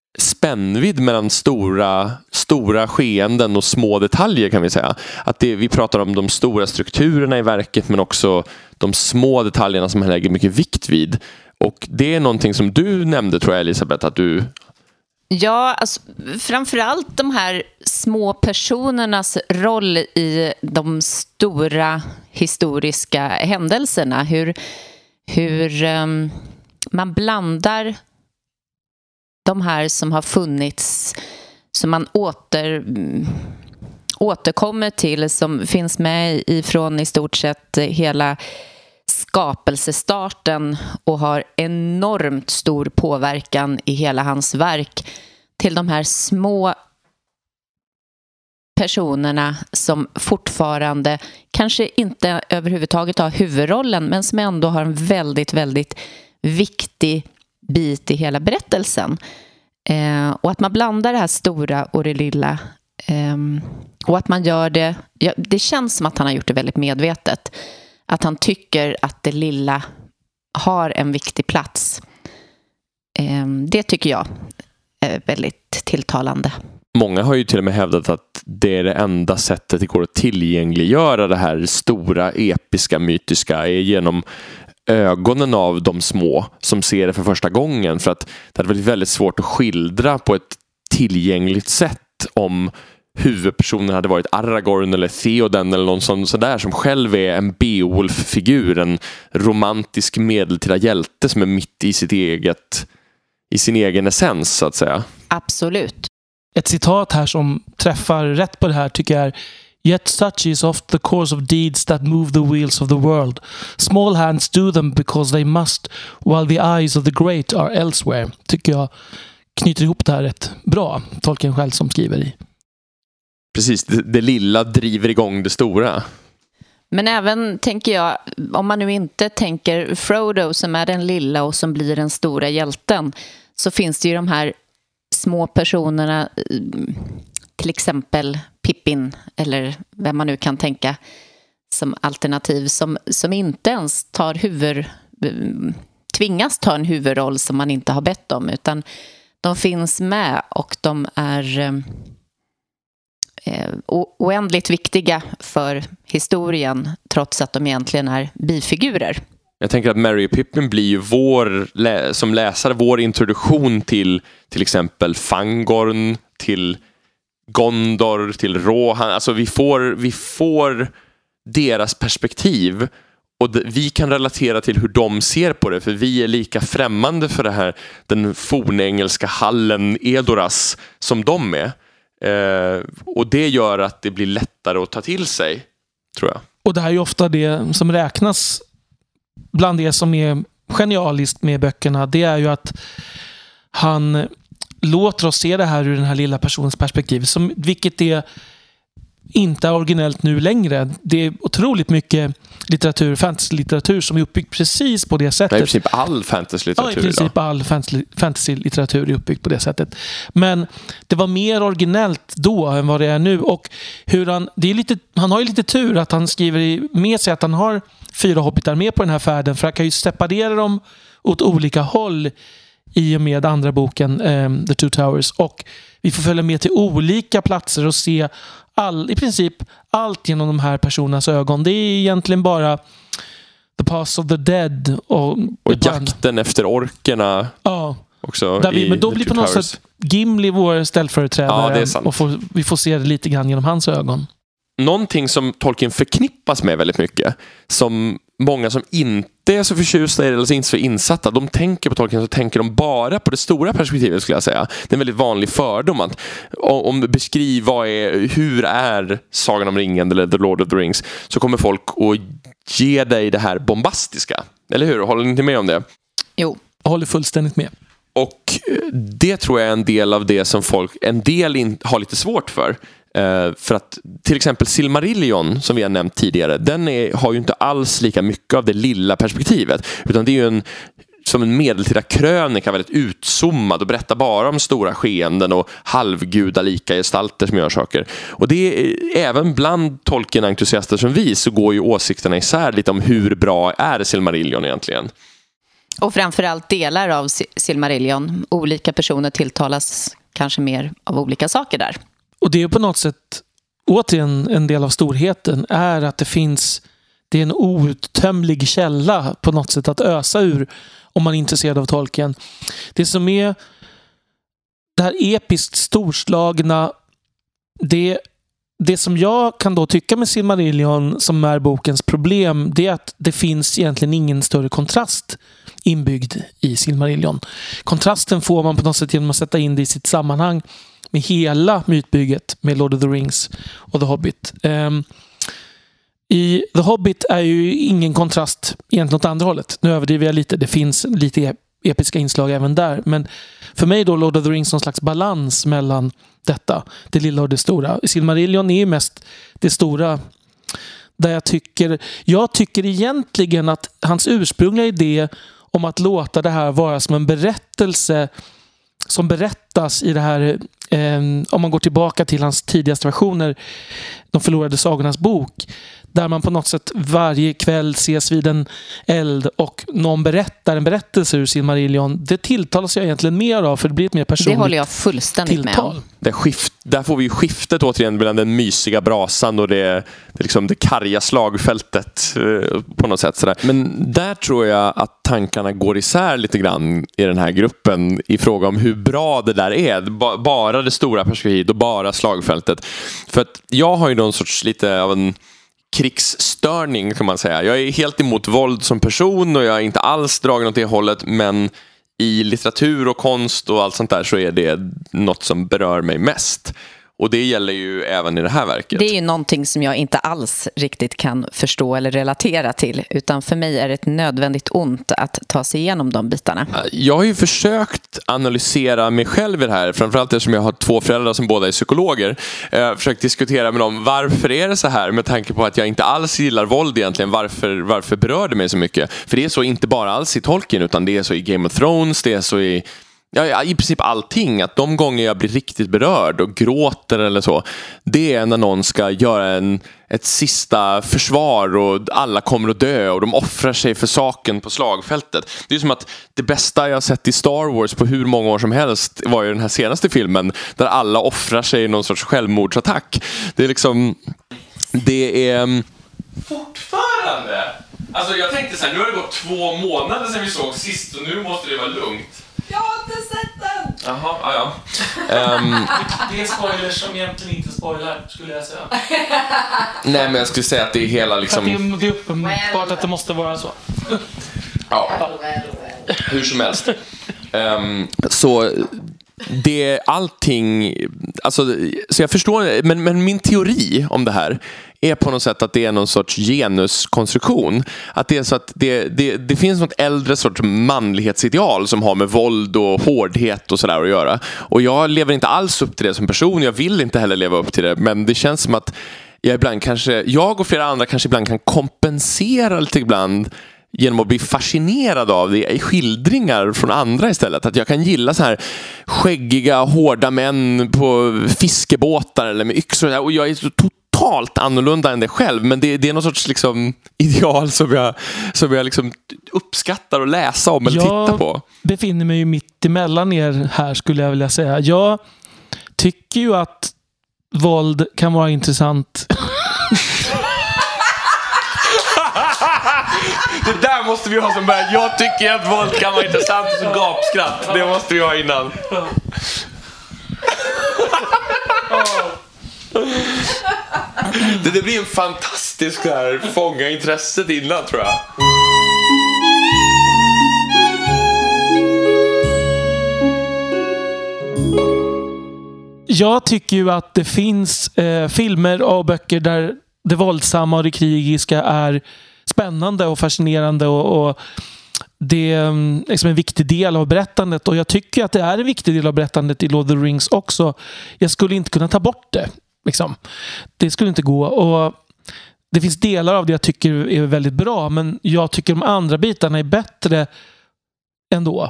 spännvidd mellan stora, stora skeenden och små detaljer, kan vi säga. Att det, vi pratar om de stora strukturerna i verket, men också de små detaljerna som han lägger mycket vikt vid. Och det är någonting som du nämnde, tror jag, Elisabeth, att du... Ja, alltså, framförallt de här små personernas roll i de stora historiska händelserna. Hur, hur um, man blandar de här som har funnits, som man åter, återkommer till, som finns med ifrån i stort sett hela skapelsestarten och har enormt stor påverkan i hela hans verk, till de här små personerna som fortfarande kanske inte överhuvudtaget har huvudrollen, men som ändå har en väldigt, väldigt viktig bit i hela berättelsen. Eh, och att man blandar det här stora och det lilla. Eh, och att man gör det... Ja, det känns som att han har gjort det väldigt medvetet. Att han tycker att det lilla har en viktig plats. Eh, det tycker jag är väldigt tilltalande. Många har ju till och med hävdat att det är det enda sättet det går att tillgängliggöra det här stora, episka, mytiska, är genom ögonen av de små som ser det för första gången. För att det hade varit väldigt svårt att skildra på ett tillgängligt sätt om huvudpersonen hade varit Aragorn eller Theoden eller någon sån, sådär, som själv är en Beowulf-figur, en romantisk medeltida hjälte som är mitt i sitt eget, i sin egen essens, så att säga. Absolut. Ett citat här som träffar rätt på det här tycker jag är: Yet such is oft the course of deeds that move the wheels of the world. Small hands do them because they must, while the eyes of the great are elsewhere. Tycker jag knyter ihop det här rätt bra. Tolkien själv som skriver i. Precis, det, det lilla driver igång det stora. Men även, tänker jag, om man nu inte tänker Frodo som är den lilla och som blir den stora hjälten, så finns det ju de här små personerna, till exempel Pippin eller vem man nu kan tänka som alternativ, som, som inte ens tar huvud, tvingas ta en huvudroll som man inte har bett om, utan de finns med och de är eh, oändligt viktiga för historien, trots att de egentligen är bifigurer. Jag tänker att Merry och Pippin blir ju vår, som läsare, vår introduktion till till exempel Fangorn, till Gondor, till Rohan. Alltså vi får, vi får deras perspektiv och vi kan relatera till hur de ser på det, för vi är lika främmande för det här, den fornengelska hallen Edoras som de är. Eh, och det gör att det blir lättare att ta till sig, tror jag. Och det här är ju ofta det som räknas bland det som är genialiskt med böckerna. Det är ju att han låter oss se det här ur den här lilla personens perspektiv, som, vilket är inte är originellt nu längre. Det är otroligt mycket litteratur, fantasy-litteratur som är uppbyggd precis på det sättet. Nej, i princip all fantasy-litteratur. Ja, i princip idag. all fantasy-litteratur är uppbyggd på det sättet. Men det var mer originellt då än vad det är nu. Och hur han, det är lite, han har ju lite tur att han skriver med sig att han har fyra hobbitar med på den här färden, för han kan ju separera dem åt olika håll i och med andra boken um, The Two Towers, och vi får följa med till olika platser och se all, i princip allt genom de här personernas ögon. Det är egentligen bara The Pass of the Dead och, och jakten efter orkerna. Ja. Också där vi, men då The blir Two på något Towers. sätt Gimli vår ställföreträdare, ja, det är sant. och får, vi får se det lite grann genom hans ögon. Någonting som Tolkien förknippas med väldigt mycket, som många som inte är så förtjusta i det eller inte så insatta, de tänker på Tolkien, så tänker de bara på det stora perspektivet, skulle jag säga. Det är en väldigt vanlig fördom att om du beskriver vad är, hur är Sagan om ringen eller The Lord of the Rings, så kommer folk att ge dig det här bombastiska. Eller hur? Håller ni inte med om det? Jo. Jag håller fullständigt med. Och det tror jag är en del av det som folk, en del in, har lite svårt för. Uh, för att till exempel Silmarillion, som vi har nämnt tidigare, den är, har ju inte alls lika mycket av det lilla perspektivet, utan det är ju en, som en medeltida krönika, väldigt utzoomad och berättar bara om stora skeenden och halvgudalika gestalter som gör saker. Och det är, även bland Tolkien-entusiaster som vi, så går ju åsikterna isär lite om hur bra är Silmarillion egentligen. Och framförallt delar av Silmarillion. Olika personer tilltalas kanske mer av olika saker där. Och det är på något sätt, återigen en del av storheten, är att det finns, det är en outtömlig källa på något sätt att ösa ur om man är intresserad av Tolkien. Det som är det här episkt storslagna, det, det som jag kan då tycka med Silmarillion som är bokens problem, det är att det finns egentligen ingen större kontrast inbyggd i Silmarillion. Kontrasten får man på något sätt genom att sätta in det i sitt sammanhang med hela mytbygget med Lord of the Rings och The Hobbit. Um, I The Hobbit är ju ingen kontrast egentligen åt andra hållet. Nu överdriver jag lite. Det finns lite episka inslag även där. Men för mig då Lord of the Rings någon slags balans mellan detta, det lilla och det stora. Silmarillion är ju mest det stora, där jag tycker jag tycker egentligen att hans ursprungliga idé om att låta det här vara som en berättelse som berättas i det här, eh, om man går tillbaka till hans tidigaste versioner, De förlorade sagornas bok, där man på något sätt varje kväll ses vid en eld och någon berättar en berättelse ur Silmarillion. Det tilltalas jag egentligen mer av, för det blir ett mer personligt Det håller jag fullständigt tilltal. med om. Det skift, där får vi ju skiftet återigen mellan den mysiga brasan och det, det, liksom det karga slagfältet eh, på något sätt. Sådär. Men där tror jag att tankarna går isär lite grann i den här gruppen i fråga om hur bra det där är. Ba, bara det stora perspektivet och bara slagfältet. För att jag har ju någon sorts lite av en krigsstörning kan man säga. Jag är helt emot våld som person och jag är inte alls dragen åt det hållet, men i litteratur och konst och allt sånt där så är det något som berör mig mest. Och det gäller ju även i det här verket. Det är ju någonting som jag inte alls riktigt kan förstå eller relatera till. Utan för mig är det ett nödvändigt ont att ta sig igenom de bitarna. Jag har ju försökt analysera mig själv i det här. Framförallt eftersom jag har två föräldrar som båda är psykologer. Jag har försökt diskutera med dem, varför är det så här? Med tanke på att jag inte alls gillar våld egentligen. Varför, varför berör det mig så mycket? För det är så inte bara alls i Tolkien, utan det är så i Game of Thrones, det är så i... Ja, i princip allting, att de gånger jag blir riktigt berörd och gråter eller så, det är när någon ska göra en, ett sista försvar och alla kommer att dö och de offrar sig för saken på slagfältet. Det är som att det bästa jag har sett i Star Wars på hur många år som helst var ju den här senaste filmen där alla offrar sig i någon sorts självmordsattack. Det är liksom, det är... Fortfarande? Alltså jag tänkte så här, nu har det gått två månader sedan vi såg sist och nu måste det vara lugnt. Jag har inte sett den! Jaha, ja, ja. Um, Det är spoilers som egentligen inte spoilar, skulle jag säga. nej, men jag skulle säga att det är hela liksom... Det är, det är uppenbart att det måste vara så. Ja, hur som helst. Um, så det är allting... Alltså, så jag förstår, men, men min teori om det här är på något sätt att det är någon sorts genuskonstruktion. Att det är så att det, det, det finns något äldre sorts manlighetsideal som har med våld och hårdhet och sådär att göra. Och jag lever inte alls upp till det som person. Jag vill inte heller leva upp till det. Men det känns som att jag ibland kanske, jag och flera andra kanske ibland kan kompensera lite ibland genom att bli fascinerad av det i skildringar från andra istället. Att jag kan gilla så här skäggiga, hårda män på fiskebåtar eller med yxor. Och jag är så totalt annorlunda än det själv. Men det, det är någon sorts liksom ideal som jag, som jag liksom uppskattar att läsa om eller jag titta på. Jag befinner mig ju mitt emellan er här, skulle jag vilja säga. Jag tycker ju att våld kan vara intressant. Det där måste vi ha som början. Jag tycker att våld kan vara intressant och så gapskratt. Det måste vi ha innan. Det, det blir en fantastisk här fånga intresset innan, tror jag. Jag tycker ju att det finns eh, filmer och böcker där det våldsamma och det krigiska är spännande och fascinerande och, och det är liksom en viktig del av berättandet, och jag tycker att det är en viktig del av berättandet i Lord of the Rings också. Jag skulle inte kunna ta bort det liksom. Det skulle inte gå, och det finns delar av det jag tycker är väldigt bra, men jag tycker de andra bitarna är bättre ändå.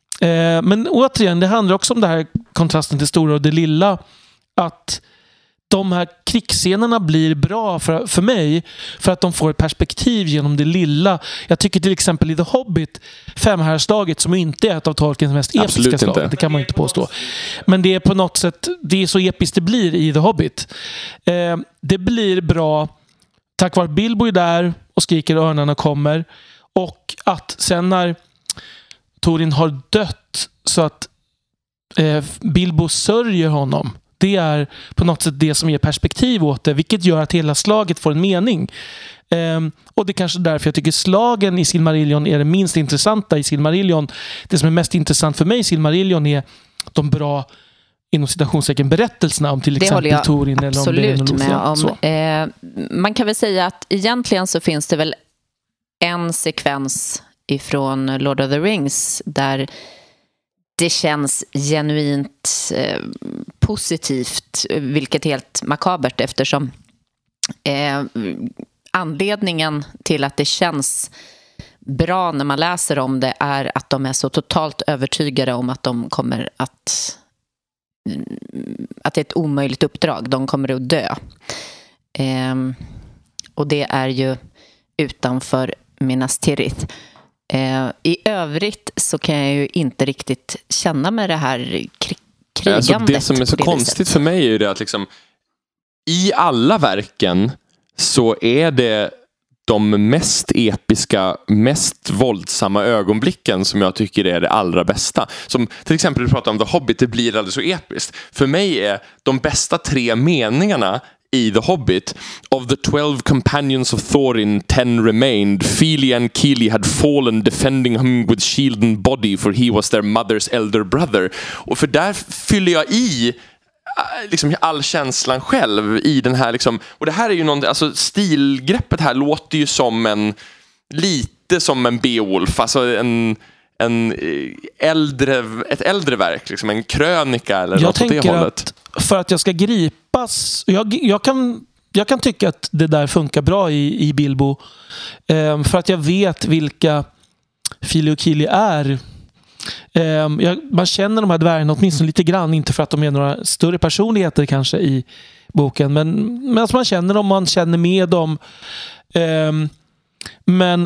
Eh, men återigen, det handlar också om det här kontrasten till stora och det lilla, att de här krigsscenerna blir bra för, för mig för att de får ett perspektiv genom det lilla. Jag tycker till exempel i The Hobbit, femhäraslaget, som inte är ett av Tolkiens mest episka Absolut slag, inte. det kan man inte påstå. Men det är på något sätt, det är så episkt det blir i The Hobbit. Eh, det blir bra tack vare att Bilbo är där och skriker örnarna kommer, och att sen när Thorin har dött så att eh, Bilbo sörjer honom, det är på något sätt det som ger perspektiv åt det, vilket gör att hela slaget får en mening. Um, och det är kanske därför jag tycker slagen i Silmarillion är det minst intressanta i Silmarillion. Det som är mest intressant för mig i Silmarillion är de bra, inom citationstecken, berättelserna om till det exempel Thorin eller om absolut med om. Eh, man kan väl säga att egentligen så finns det väl en sekvens ifrån Lord of the Rings där det känns genuint eh, positivt, vilket är helt makabert eftersom eh, anledningen till att det känns bra när man läser om det är att de är så totalt övertygade om att de kommer att att det är ett omöjligt uppdrag. De kommer att dö. Eh, och det är ju utanför Minas Tirith. Eh, I övrigt så kan jag ju inte riktigt känna med det här kri- krigandet. Alltså det som är så konstigt sättet. För mig är ju det att liksom, i alla verken så är det de mest episka, mest våldsamma ögonblicken som jag tycker är det allra bästa. Som till exempel du pratar om The Hobbit, det blir alldeles så episkt. För mig är de bästa tre meningarna i The Hobbit: of the twelve companions of Thorin, ten remained. Fili and Kili had fallen defending him with shield and body, for he was their mother's elder brother. Och för där fyller jag i liksom all känslan själv i den här liksom, och det här är ju någon, alltså stilgreppet här låter ju som en lite som en Beowulf, alltså en en äldre, ett äldre verk, liksom en krönika eller jag något åt det hållet. Att för att jag ska gripas, jag, jag, kan, jag kan tycka att det där funkar bra i, i Bilbo, um, för att jag vet vilka Fili och Kili är. Um, jag, man känner de här dvärgarna åtminstone lite grann, inte för att de är några större personligheter kanske i boken, men, men alltså man känner dem, man känner med dem. Um, men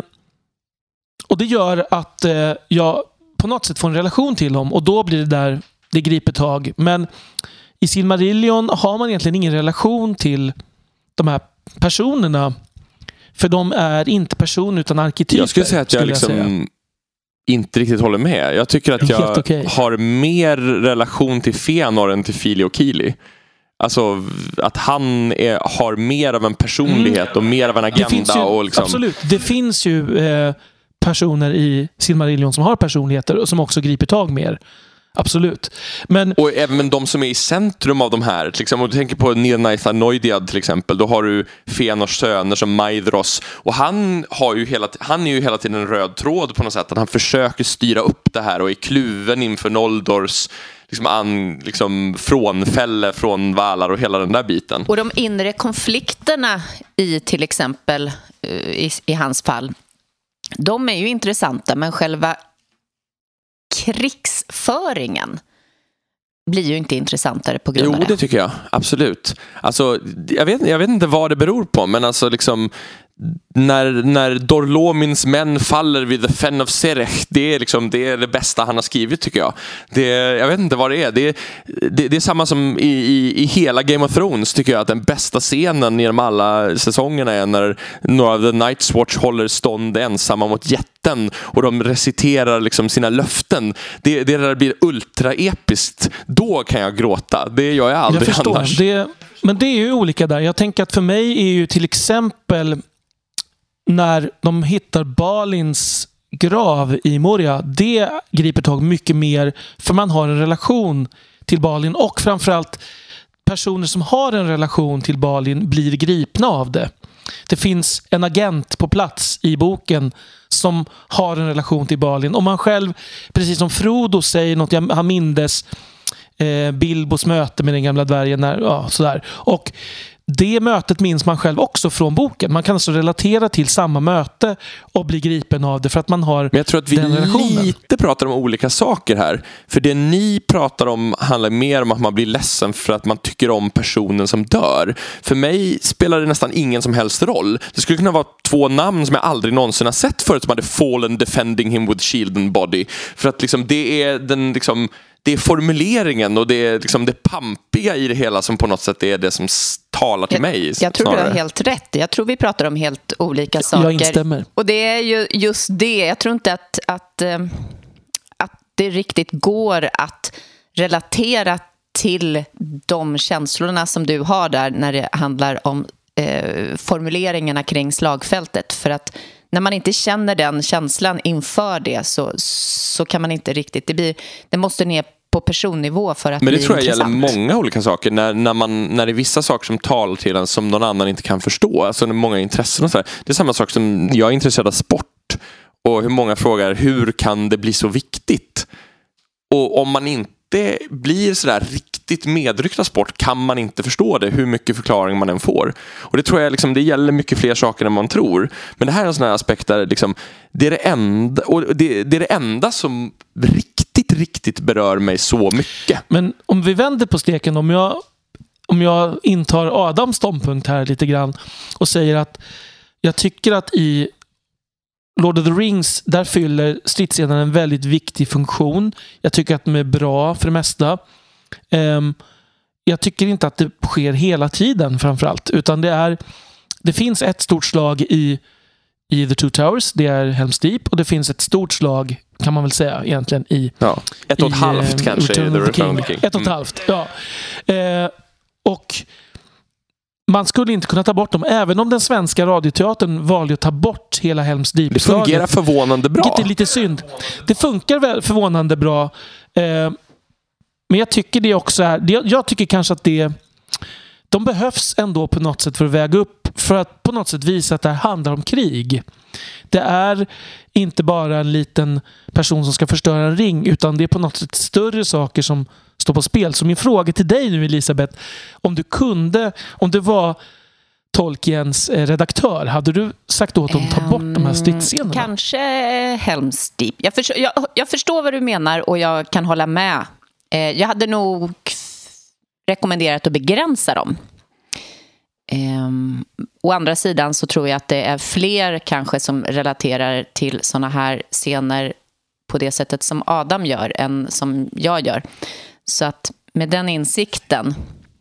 och det gör att eh, jag på något sätt får en relation till dem, och då blir det där, det griper tag. Men i Silmarillion har man egentligen ingen relation till de här personerna, för de är inte personer utan arketyper. Jag skulle säga att jag, jag liksom säga. inte riktigt håller med. Jag tycker att jag okay. har mer relation till Fëanor än till Fili och Kili. Alltså att han är, har mer av en personlighet mm. och mer av en agenda. Ju, och liksom... Absolut, det finns ju eh, personer i Silmarillion som har personligheter och som också griper tag mer. Absolut. Men... Och även de som är i centrum av de här, liksom, om du tänker på Nirnaitha Noidiad till exempel, då har du Fëanors söner som Maedhros, och han, har ju hela, han är ju hela tiden en röd tråd på något sätt, att han försöker styra upp det här och är kluven inför Noldors liksom, an, liksom frånfälle från Valar och hela den där biten. Och de inre konflikterna i till exempel i, i hans fall, de är ju intressanta, men själva krigsföringen blir ju inte intressantare på grund av det. Jo, det tycker jag. Absolut. Alltså, jag vet, jag vet inte vad det beror på, men alltså liksom när, när Dorlomins män faller vid The Fen of Serech, det är liksom det, är det bästa han har skrivit, tycker jag. Det, jag vet inte vad det är. Det, det, det är samma som i, i, i hela Game of Thrones, tycker jag, att den bästa scenen genom alla säsongerna är när några av The Night's Watch håller stånd ensamma mot jätten och de reciterar liksom sina löften. Det, det där blir ultraepiskt. Då kan jag gråta. Det gör jag aldrig jag förstår. annars. Det, men det är ju olika där. Jag tänker att för mig är ju till exempel när de hittar Balins grav i Moria, det griper tag mycket mer, för man har en relation till Balin, och framförallt personer som har en relation till Balin blir gripna av det. Det finns en agent på plats i boken som har en relation till Balin, och man själv, precis som Frodo säger något, jag, han mindes eh, Bilbos möte med den gamla dvärgen när, ja, sådär. Och det mötet minns man själv också från boken. Man kan alltså relatera till samma möte och bli gripen av det för att man har den. Men jag tror att vi relationen. lite pratar om olika saker här. För det ni pratar om handlar mer om att man blir ledsen för att man tycker om personen som dör. För mig spelar det nästan ingen som helst roll. Det skulle kunna vara två namn som jag aldrig någonsin har sett förut som hade fallen defending him with shield and body. För att liksom det är den liksom... Det är formuleringen och det är liksom det pampiga i det hela som på något sätt är det som talar till jag, mig. Jag tror snarare. du har helt rätt. Jag tror vi pratar om helt olika saker. Jag instämmer. Och det är ju just det. Jag tror inte att, att, att det riktigt går att relatera till de känslorna som du har där när det handlar om eh, formuleringarna kring slagfältet. För att när man inte känner den känslan inför det så, så kan man inte riktigt... Det, blir, det måste ner på personnivå för att Men det bli tror jag intressant. gäller många olika saker. När, när, man, när det är vissa saker som talar till en som någon annan inte kan förstå. Alltså när många intressen och så här. Det är samma sak som jag är intresserad av sport. Och hur många frågar, hur kan det bli så viktigt? Och om man inte blir sådär riktigt medryckt av sport kan man inte förstå det, hur mycket förklaring man än får. Och det tror jag liksom, det gäller mycket fler saker än man tror. Men det här är en sån här aspekt där liksom, det är det enda, och det, det är det enda som riktigt, riktigt berör mig så mycket. Men om vi vänder på steken, om jag, om jag intar Adams ståndpunkt här lite grann och säger att jag tycker att i Lord of the Rings, där fyller stridsscenerna en väldigt viktig funktion. Jag tycker att de är bra för det mesta. Um, jag tycker inte att det sker hela tiden framförallt, utan det är det finns ett stort slag i, i The Two Towers, det är Helm's Deep, och det finns ett stort slag, kan man väl säga egentligen, i ja, ett och ett i, halvt eh, kanske Return i The of the Return King. of the King. Ett och ett halvt, ja. Uh, och man skulle inte kunna ta bort dem, även om den svenska radioteatern valde att ta bort hela Helm's Deep. Det fungerar förvånande bra. Vilket är lite synd. Det funkar väl förvånande bra. Eh, men jag tycker det också är... Det, jag tycker kanske att det... De behövs ändå på något sätt för att väga upp. För att på något sätt visa att det här handlar om krig. Det är inte bara en liten person som ska förstöra en ring, utan det är på något sätt större saker som står på spel. Så min fråga till dig nu, Elisabeth, om du kunde, om du var Tolkiens redaktör, hade du sagt åt dem att ta bort de här stridsscenerna? Kanske Helm's Deep. Jag förstår, jag, jag förstår vad du menar och jag kan hålla med. Eh, jag hade nog rekommenderat att begränsa dem. Eh, å andra sidan så tror jag att det är fler kanske som relaterar till såna här scener på det sättet som Adam gör än som jag gör. Så att med den insikten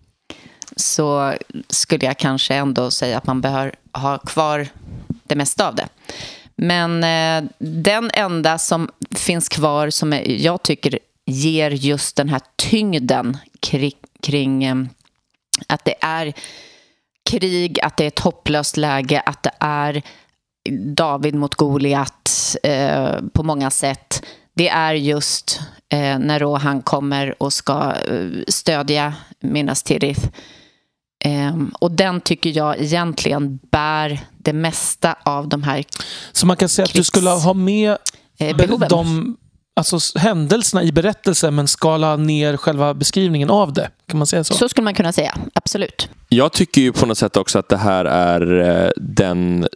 så skulle jag kanske ändå säga att man behöver ha kvar det mesta av det. Men eh, den enda som finns kvar som är, jag tycker ger just den här tyngden kring, kring eh, att det är krig, att det är ett hopplöst läge, att det är David mot Goliat eh, på många sätt. Det är just eh, när då han kommer och ska eh, stödja Minas Tirith. Eh, och den tycker jag egentligen bär det mesta av de här Så man kan säga krigs, att du skulle ha med eh, behoven. de alltså, händelserna i berättelsen, men skala ner själva beskrivningen av det. Kan man säga så? Så skulle man kunna säga, absolut. Jag tycker ju på något sätt också att det här är eh, den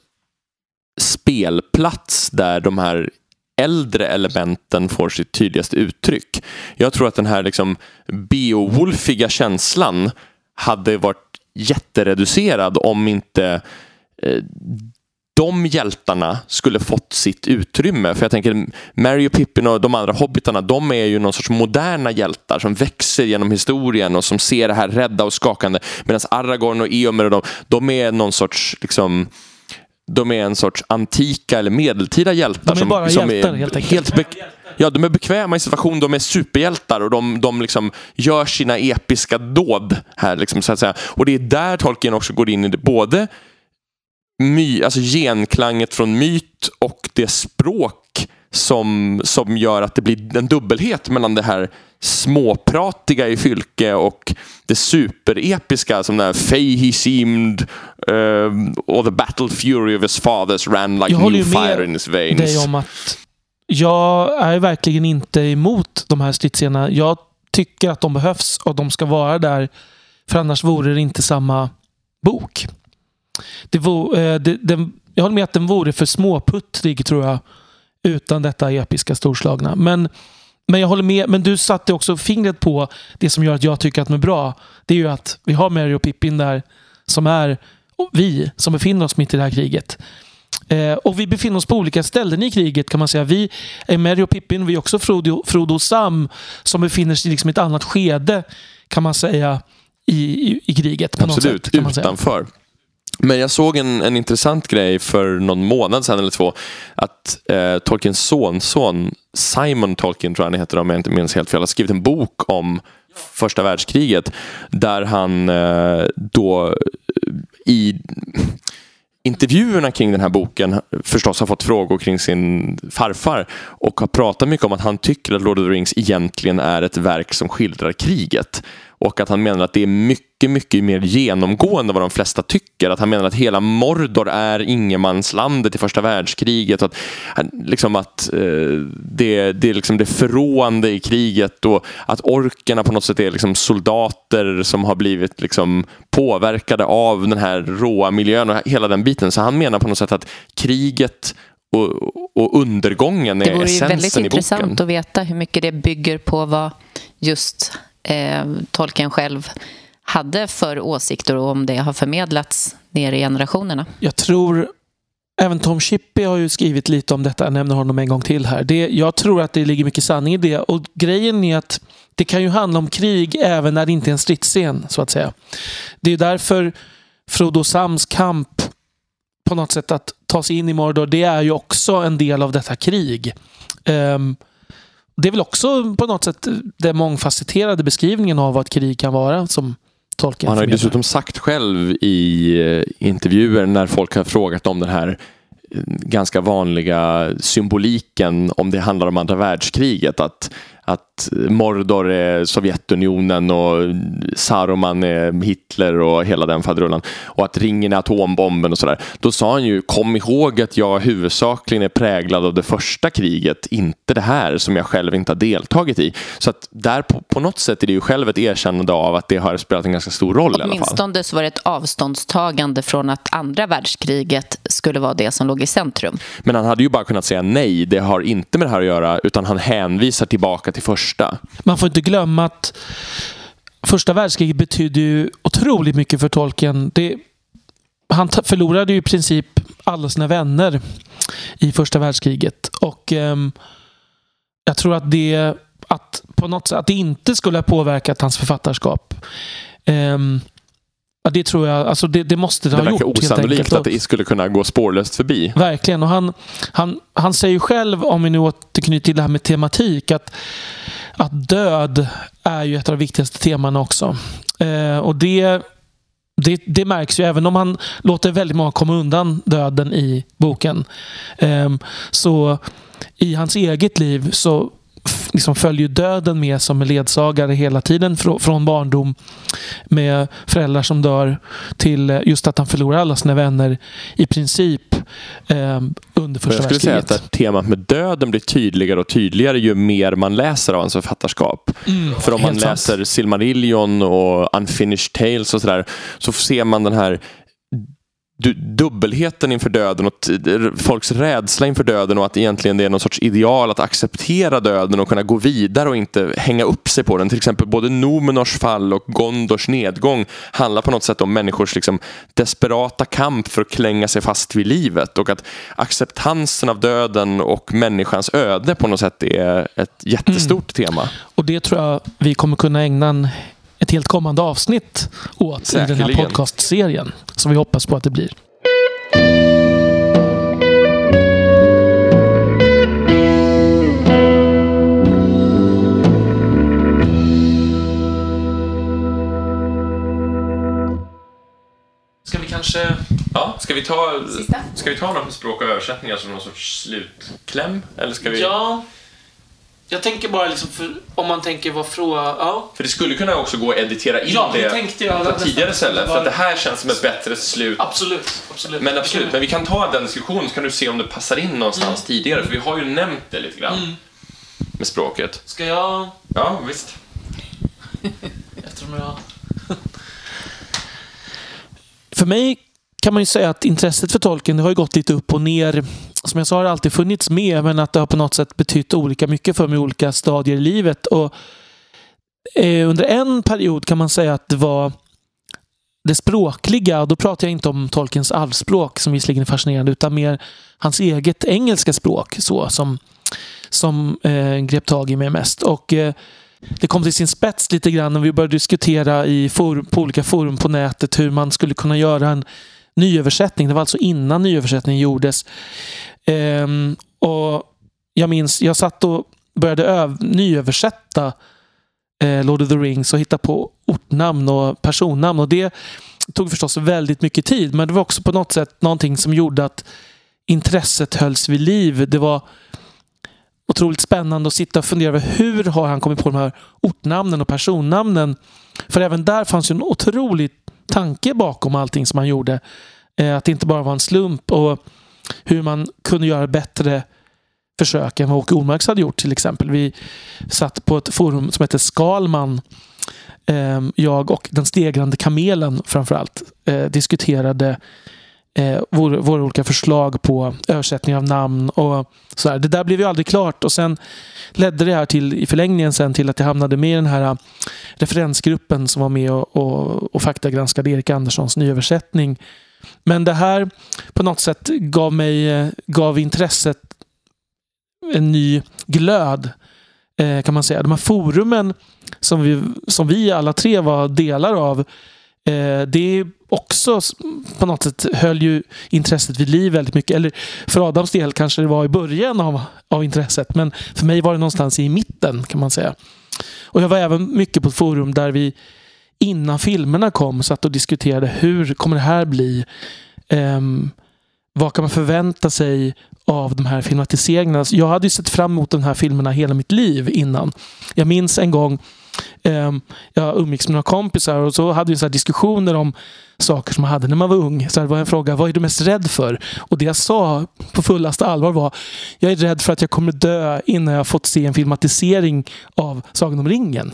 spelplats där de här äldre elementen får sitt tydligaste uttryck. Jag tror att den här liksom Beowulfiga känslan hade varit jättereducerad om inte eh, de hjältarna skulle fått sitt utrymme. För jag tänker, Merry och Pippin och de andra hobbitarna, de är ju någon sorts moderna hjältar som växer genom historien och som ser det här rädda och skakande. Medan Aragorn och Eomer och de, de är någon sorts liksom, de är en sorts antika eller medeltida hjältar. De är bara som, hjältar, som är helt enkelt. Helt be- ja, de är bekväma i situation, de är superhjältar och de, de liksom gör sina episka dåd här liksom, så att säga. Och det är där Tolkien också går in i det, både My, alltså genklanget från myt och det språk som, som gör att det blir en dubbelhet mellan det här småpratiga i Fylke och det superepiska som där Fey he seemed uh, or the battle fury of his fathers ran like new fire in his veins. Dig om att jag är verkligen inte emot de här stridsscenerna. Jag tycker att de behövs och de ska vara där, för annars vore det inte samma bok. Det var, eh, det, den, jag håller med att den vore för småputtrig, tror jag, utan detta episka storslagna. Men, men jag håller med, men du satte också fingret på det som gör att jag tycker att de är bra. Det är ju att vi har Merry och Pippin där, som är vi som befinner oss mitt i det här kriget. Eh, och vi befinner oss på olika ställen i kriget, kan man säga. Vi är Merry och Pippin, vi är också Frodo, Frodo och Sam, som befinner sig liksom i ett annat skede, kan man säga, i, i, i kriget. På Absolut, något sätt, kan man utanför. säga. Men jag såg en, en intressant grej för någon månad sedan eller två, att eh, Tolkiens sonson Simon Tolkien, tror jag han heter, om jag inte minns helt fel, har skrivit en bok om första världskriget, där han eh, då i intervjuerna kring den här boken förstås har fått frågor kring sin farfar och har pratat mycket om att han tycker att Lord of the Rings egentligen är ett verk som skildrar kriget, och att han menar att det är mycket, mycket mer genomgående vad de flesta tycker. Att han menar att hela Mordor är ingenmanslandet i första världskriget, och att, liksom att eh, det, det är liksom det förråande i kriget, och att orkerna på något sätt är liksom soldater som har blivit liksom påverkade av den här råa miljön och hela den biten. Så han menar på något sätt att kriget och, och undergången är essensen i boken. Det vore ju väldigt intressant att veta hur mycket det bygger på vad just eh, Tolkien själv hade för åsikter, och om det har förmedlats ner i generationerna. Jag tror även Tom Shippey har ju skrivit lite om detta. Jag nämner honom en gång till här. Det, jag tror att det ligger mycket sanning i det. Och grejen är att det kan ju handla om krig även när det inte är en stridsscen, så att säga. Det är därför Frodo och Sams kamp på något sätt att ta sig in i Mordor, det är ju också en del av detta krig. Um, det är väl också på något sätt den mångfacetterade beskrivningen av vad ett krig kan vara som Tolkien. Han har ju dessutom sagt själv i intervjuer när folk har frågat om den här ganska vanliga symboliken, om det handlar om andra världskriget, att, att Mordor är Sovjetunionen och Saruman är Hitler och hela den faderullan, och att ringen är atombomben och sådär. Då sa han ju, kom ihåg att jag huvudsakligen är präglad av det första kriget, inte det här som jag själv inte har deltagit i. Så att där på, på något sätt är det ju själv ett erkännande av att det har spelat en ganska stor roll. Åtminstone så var det ett avståndstagande från att andra världskriget skulle vara det som låg i centrum. Men han hade ju bara kunnat säga nej, det har inte med det här att göra, utan han hänvisar tillbaka till första. Man får inte glömma att första världskriget betyder ju otroligt mycket för Tolkien. Det, han t- förlorade ju i princip alla sina vänner i första världskriget, och um, jag tror att det att på något sätt att det inte skulle ha påverkat hans författarskap. Um, Ja, det tror jag, alltså det, det måste det, det ha gjort. Det verkar osannolikt att det skulle kunna gå spårlöst förbi. Verkligen, och han, han, han säger ju själv, om vi nu återknyter till det här med tematik, att, att död är ju ett av de viktigaste temana också. Eh, och det, det, det märks ju, även om han låter väldigt många komma undan döden i boken. Eh, så i hans eget liv så liksom följer döden med som en ledsagare hela tiden, fr- från barndom med föräldrar som dör till just att han förlorar alla sina vänner i princip eh, under första världskriget. Jag skulle säga att temat med döden blir tydligare och tydligare ju mer man läser av hans författarskap. Mm, För om man läser sant. Silmarillion och Unfinished Tales och sådär, så ser man den här Du, dubbelheten inför döden och t- folks rädsla inför döden, och att egentligen det är någon sorts ideal att acceptera döden och kunna gå vidare och inte hänga upp sig på den. Till exempel både Númenors fall och Gondors nedgång handlar på något sätt om människors liksom desperata kamp för att klänga sig fast vid livet, och att acceptansen av döden och människans öde på något sätt är ett jättestort mm. tema. Och det tror jag vi kommer kunna ägna en ett helt kommande avsnitt åt Säkerligen. I den här podcastserien, som vi hoppas på att det blir. Ska vi kanske... Ja, ska vi ta... Sista? Ska vi ta några språk och översättningar som någon sorts slutkläm? Eller ska vi... Ja... Jag tänker bara liksom för, om man tänker vad fråga, ja. För det skulle kunna också gå att editera in ja, det tänkte jag, på tidigare ställen. För att det här känns som ett bättre slut. Absolut, absolut. Men absolut, men vi kan ta den diskussionen, så kan du se om det passar in någonstans mm. tidigare. För vi har ju nämnt det lite grann mm. med språket. Ska jag? Ja, visst. Eftersom jag... för mig kan man ju säga att intresset för Tolkien det har ju gått lite upp och ner. Som jag sa har det alltid funnits med, men att det har på något sätt betytt olika mycket för mig i olika stadier i livet. Och eh, under en period kan man säga att det var det språkliga, och då pratar jag inte om Tolkiens arvspråk som visserligen är fascinerande, utan mer hans eget engelska språk så, som, som eh, grep tag i mig mest. Och eh, det kom till sin spets lite grann när vi började diskutera i forum, på olika forum på nätet hur man skulle kunna göra en nyöversättning. Det var alltså innan nyöversättningen gjordes. Ehm, och jag minns, jag satt och började öv- nyöversätta eh, Lord of the Rings och hitta på ortnamn och personnamn. Och det tog förstås väldigt mycket tid, men det var också på något sätt någonting som gjorde att intresset hölls vid liv. Det var otroligt spännande att sitta och fundera över hur har han kommit på de här ortnamnen och personnamnen. För även där fanns ju en otrolig tanke bakom allting som han gjorde. Eh, att det inte bara var en slump, och hur man kunde göra bättre försök än vad Åke Ormarks hade gjort till exempel. Vi satt på ett forum som heter Skalman. Eh, jag och den stegrande kamelen framförallt eh, diskuterade Eh, våra, våra olika förslag på översättning av namn och så här. Det där blev ju aldrig klart, och sen ledde det här till i förlängningen sen till att jag hamnade med i den här referensgruppen som var med och, och, och faktagranskade Erik Anderssons nyöversättning. Men det här på något sätt gav mig gav intresset en ny glöd, eh, kan man säga. De här forumen som vi, som vi alla tre var delar av, eh, det är också på något sätt höll ju intresset vid liv väldigt mycket. Eller för Adams del kanske det var i början av, av intresset, men för mig var det någonstans i mitten, kan man säga. Och jag var även mycket på ett forum där vi innan filmerna kom satt och diskuterade hur kommer det här bli? Um, vad kan man förvänta sig av de här filmatiseringarna? Jag hade ju sett fram emot de här filmerna hela mitt liv innan. Jag minns en gång um, jag umgicks med några kompisar och så hade vi så här diskussioner om saker som man hade när man var ung. Så det var en fråga, vad är du mest rädd för? Och det jag sa på fullaste allvar var, jag är rädd för att jag kommer dö innan jag fått se en filmatisering av Sagan om ringen.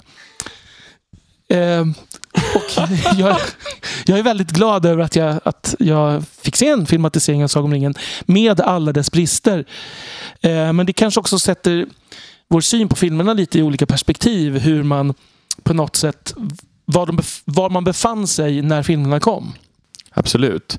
Eh, och jag, jag är väldigt glad över att jag, att jag fick se en filmatisering av Sagan om ringen med alla dess brister. Eh, men det kanske också sätter vår syn på filmerna lite i olika perspektiv, hur man på något sätt var, de, var man befann sig när filmerna kom. Absolut.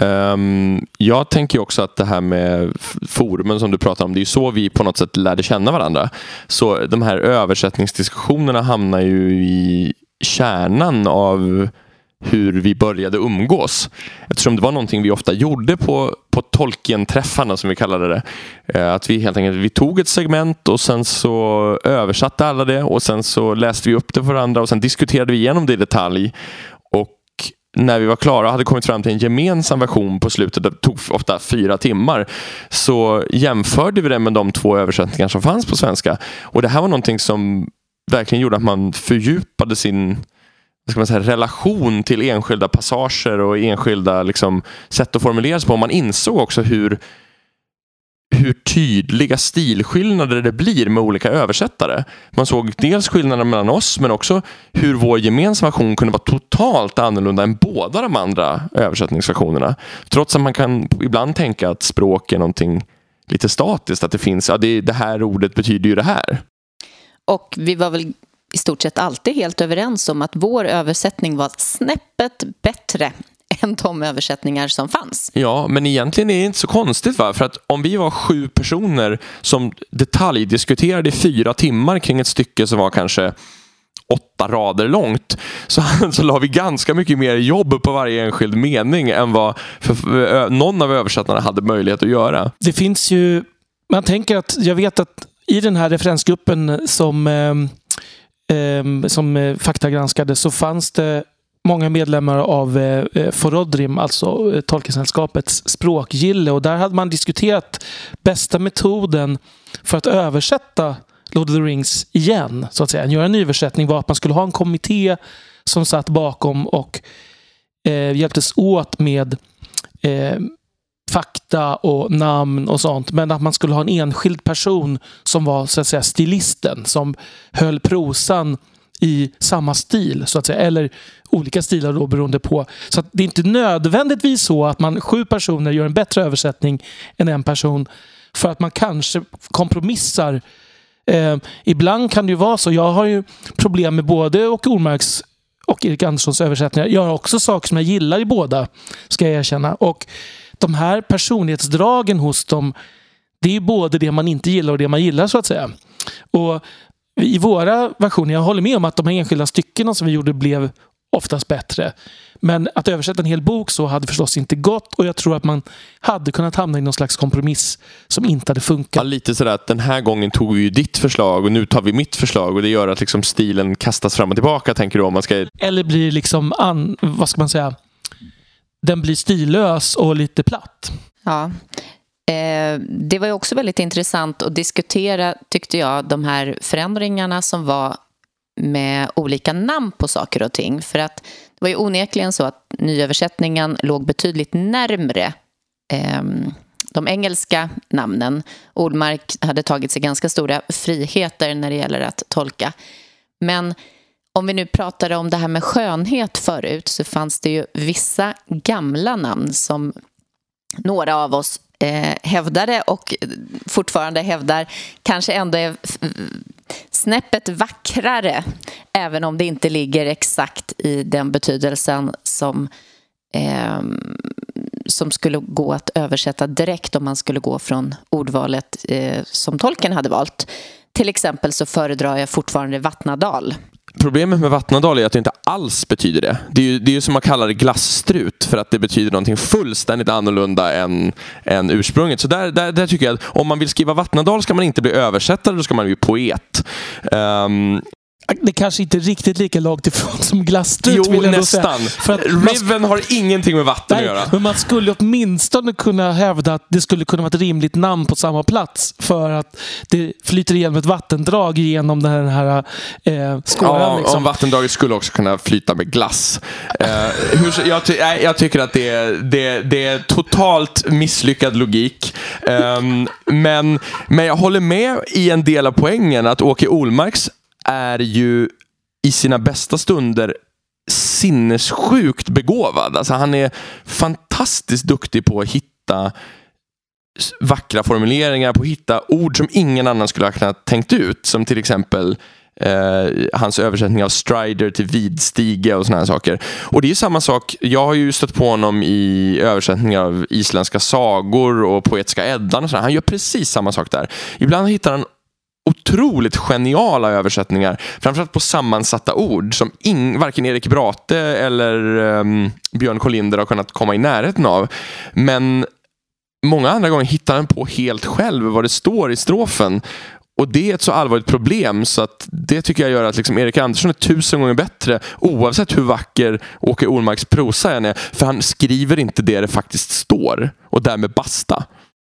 Um, jag tänker också att det här med forumen som du pratar om, det är ju så vi på något sätt lärde känna varandra. Så de här översättningsdiskussionerna hamnar ju i kärnan av hur vi började umgås. Eftersom det var någonting vi ofta gjorde på, på Tolkien-träffarna, som vi kallade det. Eh, att vi helt enkelt vi tog ett segment och sen så översatte alla det och sen så läste vi upp det för varandra och sen diskuterade vi igenom det i detalj. Och när vi var klara och hade kommit fram till en gemensam version på slutet, det tog ofta fyra timmar, så jämförde vi det med de två översättningar som fanns på svenska. Och det här var någonting som verkligen gjorde att man fördjupade sin, vad ska man säga, relation till enskilda passager och enskilda liksom, sätt att formulera sig på. Man insåg också hur, hur tydliga stilskillnader det blir med olika översättare. Man såg dels skillnader mellan oss, men också hur vår gemensamma version kunde vara totalt annorlunda än båda de andra översättningsversionerna. Trots att man kan ibland tänka att språk är någonting lite statiskt, att det finns, ja, det, det här ordet betyder ju det här. Och vi var väl i stort sett alltid helt överens om att vår översättning var snäppet bättre än de översättningar som fanns. Ja, men egentligen är det inte så konstigt, va? För att om vi var sju personer som detaljdiskuterade i fyra timmar kring ett stycke som var kanske åtta rader långt, så, så la vi ganska mycket mer jobb på varje enskild mening än vad för, för, någon av översättarna hade möjlighet att göra. Det finns ju, man tänker att, jag vet att i den här referensgruppen som, eh, eh, som faktagranskade, så fanns det många medlemmar av eh, Forodrim, alltså eh, Tolkiensällskapets språkgille, och där hade man diskuterat bästa metoden för att översätta Lord of the Rings igen, så att säga. Göra en översättning var att man skulle ha en kommitté som satt bakom och eh, hjälptes åt med eh, fakta och namn och sånt, men att man skulle ha en enskild person som var, så att säga, stilisten, som höll prosan i samma stil så att säga, eller olika stilar då beroende på. Så att det är inte nödvändigtvis så att man sju personer gör en bättre översättning än en person för att man kanske kompromissar. Eh, ibland kan det ju vara så. Jag har ju problem med både Åke Ormarks och Erik Anderssons översättningar. Jag har också saker som jag gillar i båda, ska jag erkänna. Och de här personlighetsdragen hos dem, det är både det man inte gillar och det man gillar så att säga. Och i våra versioner, jag håller med om att de här enskilda styckena som vi gjorde blev oftast bättre. Men att översätta en hel bok så hade förstås inte gått, och jag tror att man hade kunnat hamna i någon slags kompromiss som inte hade funkat. Ja, lite sådär att den här gången tog vi ju ditt förslag och nu tar vi mitt förslag, och det gör att liksom stilen kastas fram och tillbaka, tänker du, om man ska... Eller blir liksom, an, vad ska man säga, den blir stillös och lite platt. Ja. Eh, det var ju också väldigt intressant att diskutera, tyckte jag, de här förändringarna som var med olika namn på saker och ting. För att det var ju onekligen så att nyöversättningen låg betydligt närmre eh, de engelska namnen. Ormark hade tagit sig ganska stora friheter när det gäller att tolka. Men om vi nu pratade om det här med skönhet förut, så fanns det ju vissa gamla namn som några av oss eh, hävdade och fortfarande hävdar kanske ändå är snäppet vackrare, även om det inte ligger exakt i den betydelsen som, eh, som skulle gå att översätta direkt om man skulle gå från ordvalet eh, som Tolkien hade valt. Till exempel så föredrar jag fortfarande Vattnadal. Problemet med Vattnadal är att det inte alls betyder det. Det är ju, det är ju som man kallar det glassstrut, för att det betyder någonting fullständigt annorlunda än, än ursprunget. Så där, där, där tycker jag att om man vill skriva Vattnadal ska man inte bli översättare, då ska man bli poet. Um, Det kanske inte är riktigt lika långt ifrån som glassstrut. Jo, vill jag nästan. För att Riven har ingenting med vatten nej, att göra. Men man skulle åtminstone kunna hävda att det skulle kunna vara ett rimligt namn på samma plats, för att det flyter igenom ett vattendrag genom den här eh, skåren. Ja, liksom. om vattendraget skulle också kunna flyta med glass. Uh, hur, jag, ty, nej, jag tycker att det är, det, det är totalt misslyckad logik. Um, men, men jag håller med i en del av poängen att Åke Ormarks är ju i sina bästa stunder sinnessjukt begåvad. Alltså han är fantastiskt duktig på att hitta vackra formuleringar, på att hitta ord som ingen annan skulle ha kunnat tänkt ut. Som till exempel eh, hans översättning av Strider till vidstige och såna här saker. Och det är ju samma sak. Jag har ju stött på honom i översättningar av isländska sagor och poetiska Eddan och sådär. Han gör precis samma sak där. Ibland hittar han otroligt geniala översättningar, framförallt på sammansatta ord som ing, varken Erik Brate eller um, Björn Kolinder har kunnat komma i närheten av. Men många andra gånger hittar han på helt själv vad det står i strofen. Och det är ett så allvarligt problem så att det tycker jag gör att liksom Erik Andersson är tusen gånger bättre oavsett hur vacker Åke Ormarks prosa är. För han skriver inte det det faktiskt står, och därmed basta.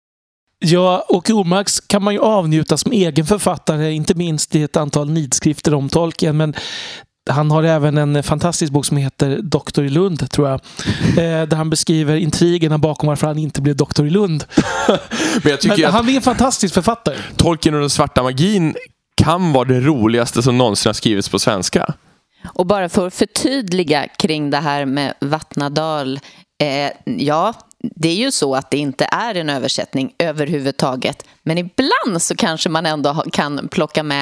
Ja, Åke Ormarks kan man ju avnjuta som egen författare, inte minst i ett antal nidskrifter om Tolkien, men han har även en fantastisk bok som heter Doktor i Lund, tror jag, eh, där han beskriver intrigerna bakom varför han inte blev doktor i Lund. Men jag tycker men att han är en fantastisk författare. Tolkien och den svarta magin kan vara det roligaste som någonsin har skrivits på svenska. Och bara för att förtydliga kring det här med Vattnadal, eh, ja, det är ju så att det inte är en översättning överhuvudtaget. Men ibland så kanske man ändå kan plocka med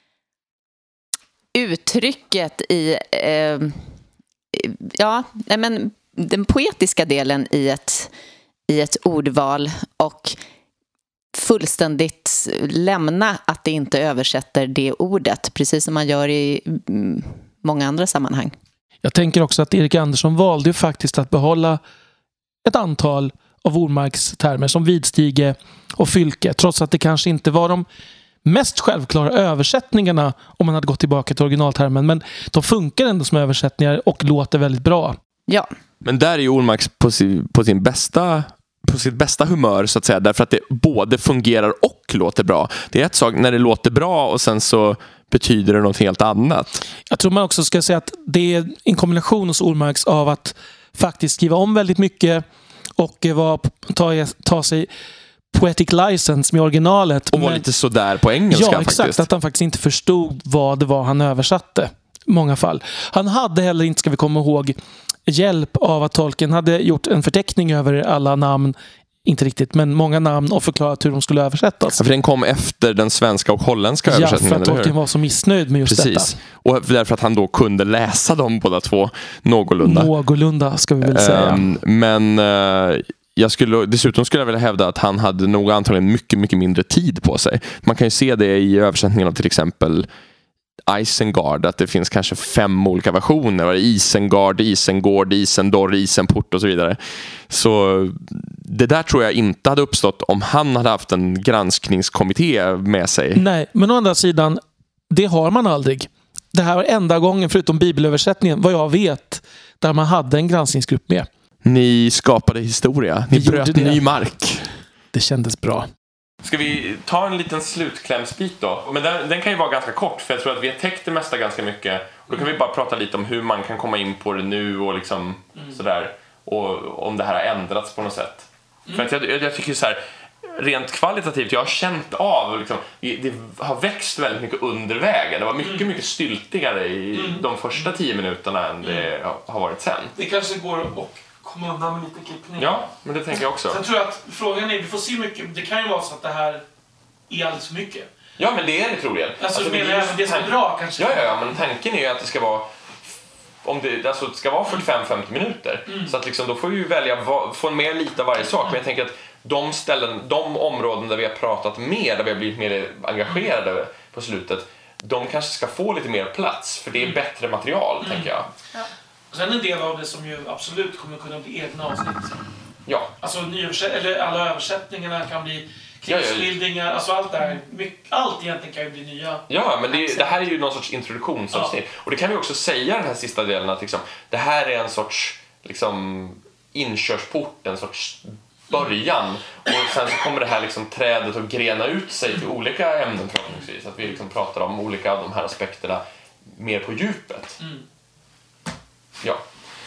uttrycket i eh, ja, men den poetiska delen i ett, i ett ordval och fullständigt lämna att det inte översätter det ordet, precis som man gör i många andra sammanhang. Jag tänker också att Erik Andersson valde faktiskt att behålla ett antal av Ormarks termer som vidstige och fylke, trots att det kanske inte var de mest självklara översättningarna om man hade gått tillbaka till originaltermen, men de funkar ändå som översättningar och låter väldigt bra. Ja. Men där är ju Ormarks på sin, på sin bästa på sitt bästa humör så att säga, därför att det både fungerar och låter bra. Det är ett sak när det låter bra och sen så betyder det något helt annat. Jag tror man också ska säga att det är en kombination hos Ormarks av att faktiskt skriva om väldigt mycket och var, ta, ta sig poetic license med originalet. Och var men, lite sådär på engelska ja, faktiskt. exakt. Att han faktiskt inte förstod vad det var han översatte. många fall. Han hade heller inte, ska vi komma ihåg, hjälp av att Tolkien hade gjort en förteckning över alla namn, inte riktigt, men många namn, och förklarat hur de skulle översättas. Ja, för den kom efter den svenska och holländska ja, översättningen. Ja, för att Tolkien var så missnöjd med just Precis. detta. Och därför att han då kunde läsa dem båda två någorlunda. Någorlunda ska vi väl säga. Um, men uh, jag skulle, dessutom skulle jag vilja hävda att han hade nog antagligen mycket, mycket mindre tid på sig. Man kan ju se det i översättningen av till exempel Isengard, att det finns kanske fem olika versioner. Isengard, Isengård, Isendor, Isenport och så vidare. Så det där tror jag inte hade uppstått om han hade haft en granskningskommitté med sig. Nej, men å andra sidan, det har man aldrig. Det här var enda gången, förutom bibelöversättningen, vad jag vet, där man hade en granskningsgrupp med. Ni skapade historia. Ni Vi bröt ny mark. Det kändes bra. Ska vi ta en liten slutklämsbit då? Men den, den kan ju vara ganska kort, för jag tror att vi har täckt det mesta ganska mycket. Då kan vi bara prata lite om hur man kan komma in på det nu och liksom mm. sådär. Och om det här har ändrats på något sätt. Mm. För att jag, jag, jag tycker så här, rent kvalitativt, jag har känt av liksom, det har växt väldigt mycket under vägen. Det var mycket, mm. mycket styltigare i mm. de första tio minuterna än det mm. har varit sen. Det kanske går att komma undan med lite klippning. Ja, men det tänker jag också. Sen tror jag att frågan är, vi får se mycket, det kan ju vara så att det här är alldeles för mycket. Ja, men det är det troligen. Alltså, alltså menar jag, det som är bra kanske. Ja, ja, ja, men tanken är ju att det ska vara om det, alltså, det ska vara fyrtiofem till femtio minuter. Mm. Så att liksom, då får vi ju välja, få mer lite av varje sak. Men jag tänker att de ställen, de områden där vi har pratat mer, där vi har blivit mer engagerade på slutet, de kanske ska få lite mer plats, för det är bättre material, mm. tänker jag. Ja. Och sen en del av det som ju absolut kommer kunna bli egna avsnitt. Ja. Alltså eller alla översättningarna kan bli krigsbildningar, ja, ja. Alltså allt där, allt egentligen kan ju bli nya. Ja, men det, det här är ju någon sorts introduktionsavsnitt. Ja. Och det kan vi också säga, den här sista delen, att liksom, det här är en sorts liksom, inkörsport, en sorts början. Och sen så kommer det här liksom, trädet att grena ut sig till olika ämnen förhoppningsvis. Att vi liksom pratar om olika av de här aspekterna mer på djupet. Mm. Ja.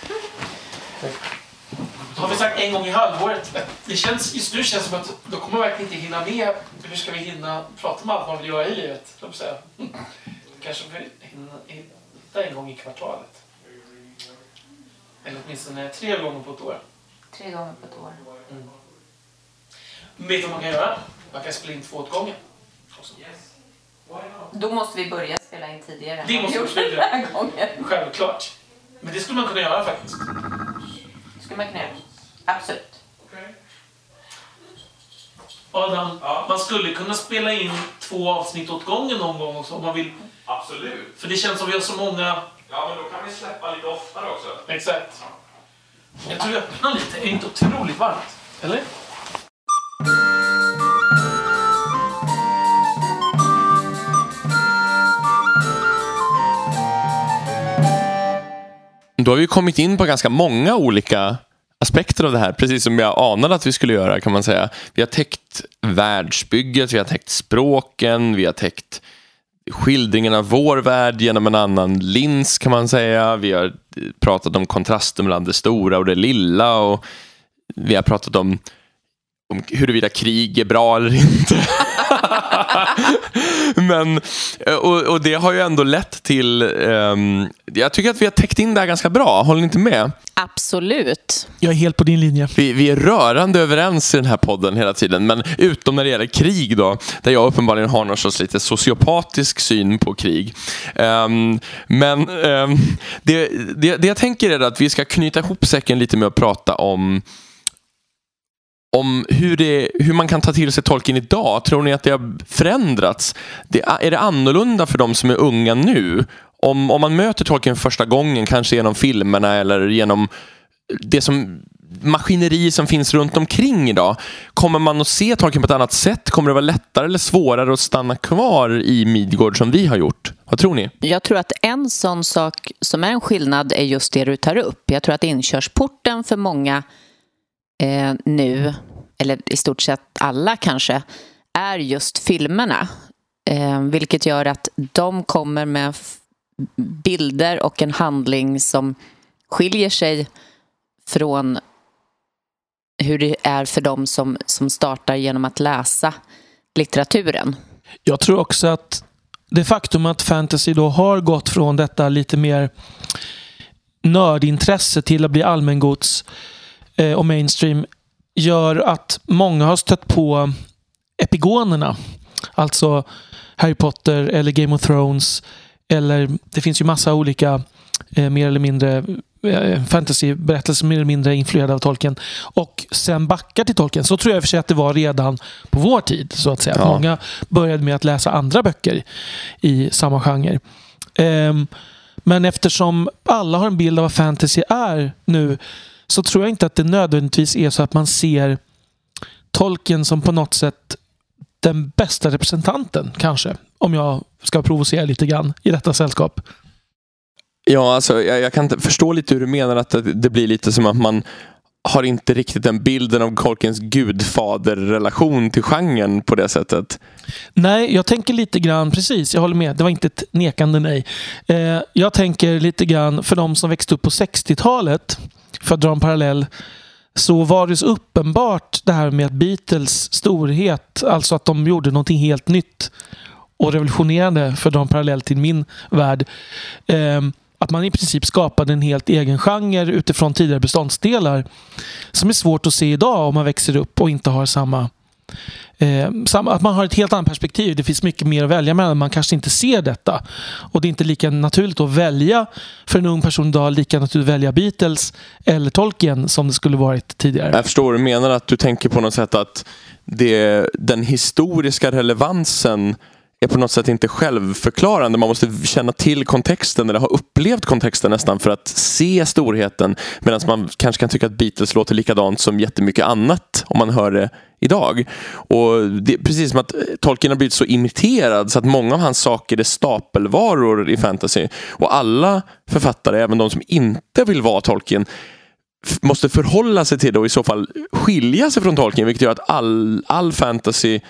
Har vi sagt en gång i halvåret. Det känns, just nu känns det som att då kommer vi verkligen inte hinna med. Hur ska vi hinna prata om allt vad vi vill göra i livet? Jag säga. Kanske vi hinna hitta en gång i kvartalet. Eller åtminstone tre gånger på ett år. Tre gånger på ett år. Mm. Vet du vad man kan göra? Man kan spela in två åt gången. Då måste vi börja spela in tidigare. Det måste vi spela in. Självklart. Men det skulle man kunna göra faktiskt. Det skulle man kunna göra. Absolut. Okay. Adam, ja. Man skulle kunna spela in två avsnitt åt gången någon gång också om man vill. Absolut. För det känns som vi har så många. Ja, men då kan vi släppa lite oftare också. Exakt. Jag tror jag öppnar lite. Det är inte otroligt varmt. Eller? Då har vi kommit in på ganska många olika aspekter av det här, precis som jag anade att vi skulle göra, kan man säga. Vi har täckt världsbygget, vi har täckt språken, vi har täckt skildringen av vår värld genom en annan lins, kan man säga. Vi har pratat om kontrasten mellan det stora och det lilla, och vi har pratat om, om huruvida krig är bra eller inte. Men, och, och det har ju ändå lett till um, jag tycker att vi har täckt in det här ganska bra. Håller ni inte med? Absolut. Jag är helt på din linje. Vi, vi är rörande överens i den här podden hela tiden. Men utom när det gäller krig då, där jag uppenbarligen har någon sorts lite sociopatisk syn på krig. Um, men um, det, det, det jag tänker är att vi ska knyta ihop säcken lite med att prata om om hur, det, hur man kan ta till sig Tolkien idag. Tror ni att det har förändrats? Det, är det annorlunda för de som är unga nu? Om, om man möter Tolkien första gången, kanske genom filmerna eller genom det som maskineri som finns runt omkring idag, kommer man att se Tolkien på ett annat sätt? Kommer det vara lättare eller svårare att stanna kvar i Midgård som vi har gjort? Vad tror ni? Jag tror att en sån sak som är en skillnad är just det du tar upp. Jag tror att inkörsporten för många Eh, nu, eller i stort sett alla kanske, är just filmerna. Eh, vilket gör att de kommer med f- bilder och en handling som skiljer sig från hur det är för dem som, som startar genom att läsa litteraturen. Jag tror också att det faktum att fantasy då har gått från detta lite mer nördintresse till att bli allmängods eh, och mainstream gör att många har stött på epigonerna. Alltså Harry Potter eller Game of Thrones, eller det finns ju massa olika eh, mer eller mindre eh, fantasyberättelser mer eller mindre influerade av Tolkien, och sen backar till Tolkien. Så tror jag för sig att det var redan på vår tid, så att säga. Ja. Att många började med att läsa andra böcker i samma genre. Eh, men eftersom alla har en bild av vad fantasy är nu, så tror jag inte att det nödvändigtvis är så att man ser Tolkien som på något sätt den bästa representanten, kanske. Om jag ska provocera lite grann i detta sällskap. Ja, alltså jag, jag kan inte förstå lite hur du menar att det, det blir lite som att man har inte riktigt den bilden av Tolkiens gudfaderrelation till genren på det sättet. Nej, jag tänker lite grann, precis, jag håller med. Det var inte ett nekande nej. Eh, jag tänker lite grann för de som växte upp på sextiotalet, för att dra en parallell, så var det så uppenbart det här med Beatles storhet, alltså att de gjorde någonting helt nytt och revolutionerande, för att dra en parallell till min värld. Eh, att man i princip skapade en helt egen genre utifrån tidigare beståndsdelar som är svårt att se idag om man växer upp och inte har samma, eh, samma att man har ett helt annat perspektiv. Det finns mycket mer att välja mellan. Man kanske inte ser detta. Och det är inte lika naturligt att välja för en ung person idag, lika naturligt att välja Beatles eller Tolkien som det skulle varit tidigare. Jag förstår, du menar att du tänker på något sätt att det, den historiska relevansen är på något sätt inte självförklarande. Man måste känna till kontexten eller ha upplevt kontexten nästan för att se storheten, medan man kanske kan tycka att Beatles låter likadant som jättemycket annat om man hör det idag. Och det är precis som att Tolkien har blivit så imiterad så att många av hans saker är stapelvaror i fantasy. Och alla författare, även de som inte vill vara Tolkien, måste förhålla sig till det och i så fall skilja sig från Tolkien, vilket gör att all, all fantasy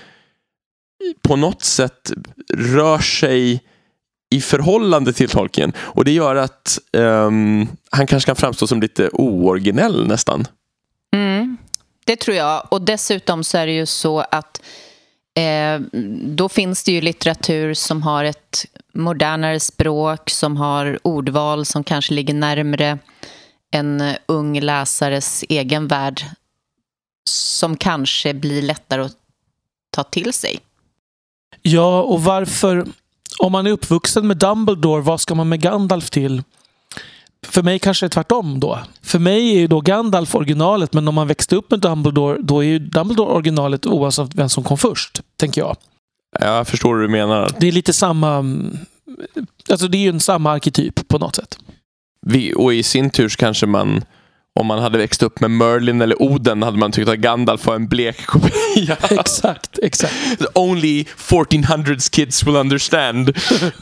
på något sätt rör sig i förhållande till Tolkien. Och det gör att um, han kanske kan framstå som lite ooriginell nästan. Mm, det tror jag. Och dessutom så är det ju så att eh, då finns det ju litteratur som har ett modernare språk, som har ordval som kanske ligger närmare en ung läsares egen värld, som kanske blir lättare att ta till sig. Ja, och varför, om man är uppvuxen med Dumbledore, vad ska man med Gandalf till? För mig kanske det är tvärtom då. För mig är ju då Gandalf originalet, men om man växte upp med Dumbledore, då är ju Dumbledore originalet oavsett vem som kom först, tänker jag. Jag förstår hur du menar. Det är lite samma, alltså det är ju en samma arketyp på något sätt. Vi, och i sin tur kanske man, om man hade växt upp med Merlin eller Oden, hade man tyckt att Gandalf var en blek kopia. Exakt, exakt. Only fourteen hundreds kids will understand.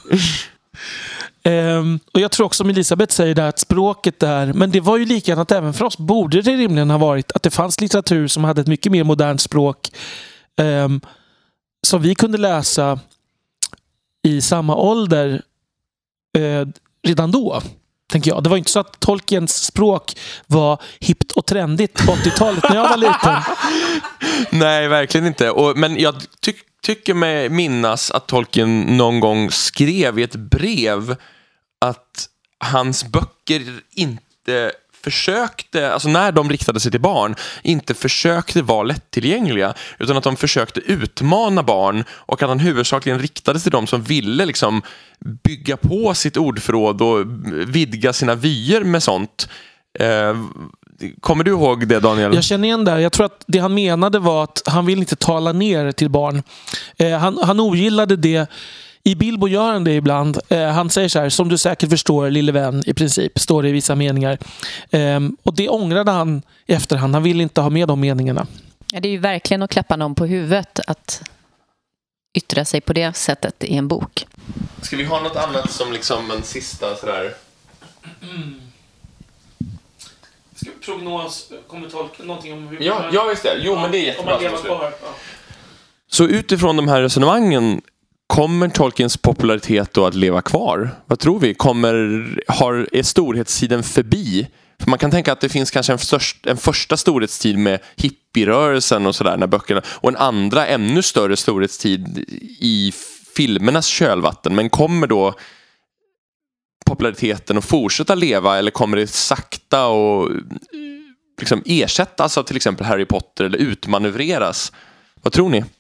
um, och jag tror också som Elisabeth säger där att språket där, men det var ju likadant även för oss. Borde det rimligen ha varit att det fanns litteratur som hade ett mycket mer modernt språk um, som vi kunde läsa i samma ålder uh, redan då, tänker jag. Det var inte så att Tolkiens språk var hippt och trendigt på åttiotalet när jag var liten. Nej, verkligen inte. Och, men jag ty- tycker mig minnas att Tolkien någon gång skrev i ett brev att hans böcker inte försökte, alltså när de riktade sig till barn, inte försökte vara lättillgängliga, utan att de försökte utmana barn, och att han huvudsakligen riktade sig till dem som ville liksom bygga på sitt ordförråd och vidga sina vyer med sånt. Eh, kommer du ihåg det, Daniel? Jag känner igen det. Jag tror att det han menade var att han vill inte tala ner till barn. Eh, han, han ogillade det. I Bilbo gör han det ibland. Eh, han säger så här: som du säkert förstår, lille vän, i princip, står det i vissa meningar. Eh, och det ångrade han i efterhand. Han ville inte ha med de meningarna. Ja, det är ju verkligen att klappa någon på huvudet att yttra sig på det sättet i en bok. Ska vi ha något annat som liksom en sista sådär? Mm. Ska vi prognos, kommer tolka någonting om hur... Ja, ja, just det. Jo, ja, men det är jättebra. Ja. Så utifrån de här resonemangen, kommer Tolkiens popularitet då att leva kvar? Vad tror vi? Kommer, har, är storhetstiden förbi? För man kan tänka att det finns kanske en, störst, en första storhetstid med hippierörelsen och sådär, när böckerna, och en andra ännu större storhetstid i filmernas kölvatten, men kommer då populariteten att fortsätta leva, eller kommer det sakta och liksom ersättas av till exempel Harry Potter eller utmanövreras? Vad tror ni?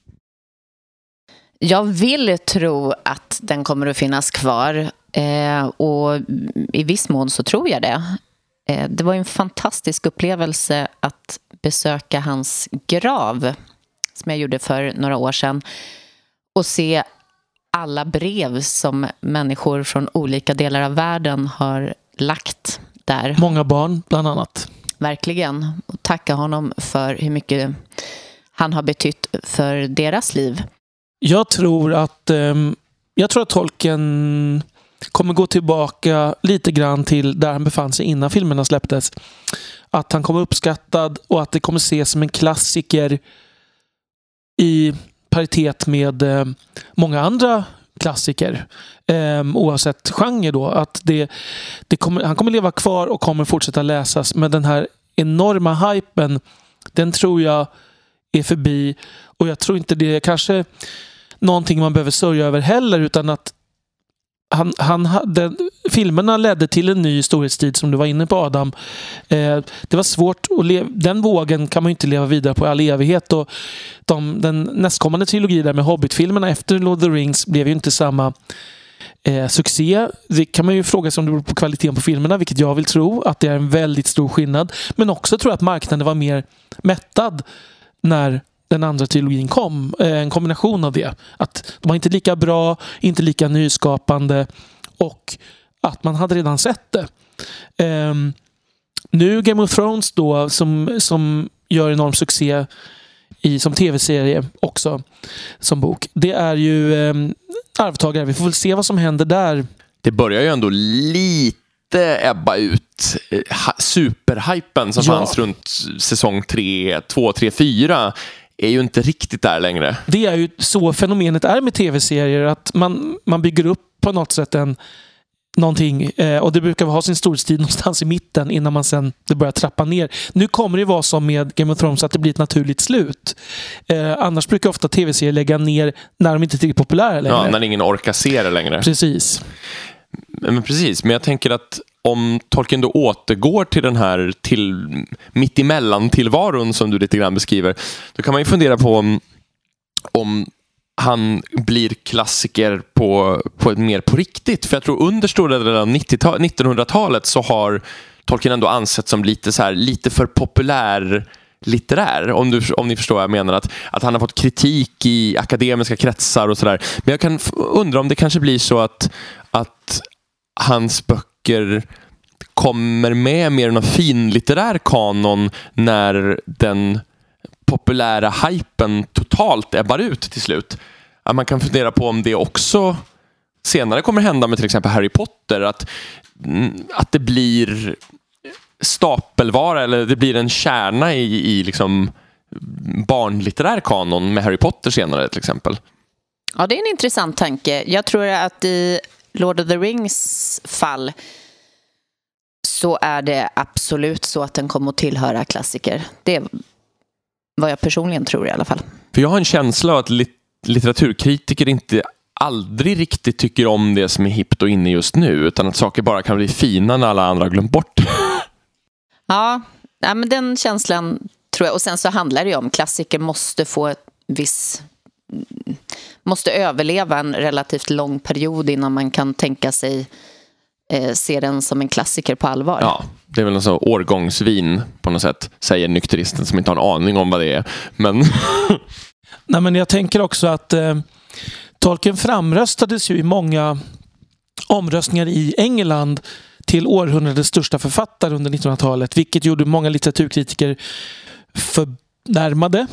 Jag vill tro att den kommer att finnas kvar, eh, och i viss mån så tror jag det. Eh, det var en fantastisk upplevelse att besöka hans grav som jag gjorde för några år sedan och se alla brev som människor från olika delar av världen har lagt där. Många barn bland annat. Verkligen. Och tacka honom för hur mycket han har betytt för deras liv. Jag tror att eh, jag tror att Tolkien kommer gå tillbaka lite grann till där han befann sig innan filmerna släpptes. Att han kommer uppskattad och att det kommer ses som en klassiker i paritet med eh, många andra klassiker, eh, oavsett genre då. Att det, det kommer, han kommer leva kvar och kommer fortsätta läsas, men den här enorma hypen, den tror jag är förbi, och jag tror inte det är kanske någonting man behöver sörja över heller, utan att han, han hade, filmerna ledde till en ny storhetstid som du var inne på, Adam. Eh, det var svårt att leva, den vågen kan man ju inte leva vidare på i all evighet, och de, den nästkommande trilogin där med Hobbit-filmerna efter Lord of the Rings blev ju inte samma eh, succé. Det kan man ju fråga sig om det beror på kvaliteten på filmerna, vilket jag vill tro att det är en väldigt stor skillnad, men också tror jag att marknaden var mer mättad när den andra trilogin kom. En kombination av det. Att de var inte lika bra, inte lika nyskapande, och att man hade redan sett det. Um, nu Game of Thrones då, som, som gör enorm succé i, som tv-serie också, som bok. Det är ju um, arvtagare. Vi får väl se vad som händer där. Det börjar ju ändå lite ebba ut. Superhypen som ja. fanns runt säsong tre, två, tre, fyra är ju inte riktigt där längre. Det är ju så fenomenet är med tv-serier, att man, man bygger upp på något sätt en någonting, eh, och det brukar ha sin storhetstid någonstans i mitten innan man sen det börjar trappa ner. Nu kommer det vara som med Game of Thrones, att det blir ett naturligt slut. Eh, annars brukar ofta tv-serier lägga ner när de inte är tillräckligt populära längre. Ja, när ingen orkar se det längre. Precis. Men precis, men jag tänker att om Tolkien då återgår till den här till, mittemellan tillvaron som du lite grann beskriver, då kan man ju fundera på om, om han blir klassiker på, på ett mer på riktigt. För jag tror under stora delar av nittonhundratalet så har Tolkien ändå ansett som lite, så här, lite för populär litterär, om, du, om ni förstår vad jag menar, att, att han har fått kritik i akademiska kretsar och sådär. Men jag kan undra om det kanske blir så att, att hans böcker kommer med mer någon finlitterär kanon när den populära hypen totalt ebbar ut till slut. Att man kan fundera på om det också senare kommer hända med till exempel Harry Potter, att, att det blir stapelvara, eller det blir en kärna i, i liksom barnlitterär kanon med Harry Potter senare till exempel. Ja, det är en intressant tanke. Jag tror att i Lord of the Rings fall så är det absolut så att den kommer att tillhöra klassiker. Det är vad jag personligen tror i alla fall. För jag har en känsla av att lit- litteraturkritiker inte aldrig riktigt tycker om det som är hippt och inne just nu, utan att saker bara kan bli fina när alla andra har glömt bort. Ja, ja, men den känslan tror jag. Och sen så handlar det ju om klassiker måste få ett viss måste överleva en relativt lång period innan man kan tänka sig eh, se den som en klassiker på allvar. Ja, det är väl en sån årgångsvin på något sätt, säger nykteristen som inte har en aning om vad det är. Men Nej, men jag tänker också att eh, Tolkien framröstades ju i många omröstningar i England till århundradets största författare under nittonhundratalet, vilket gjorde många litteraturkritiker förnärmade.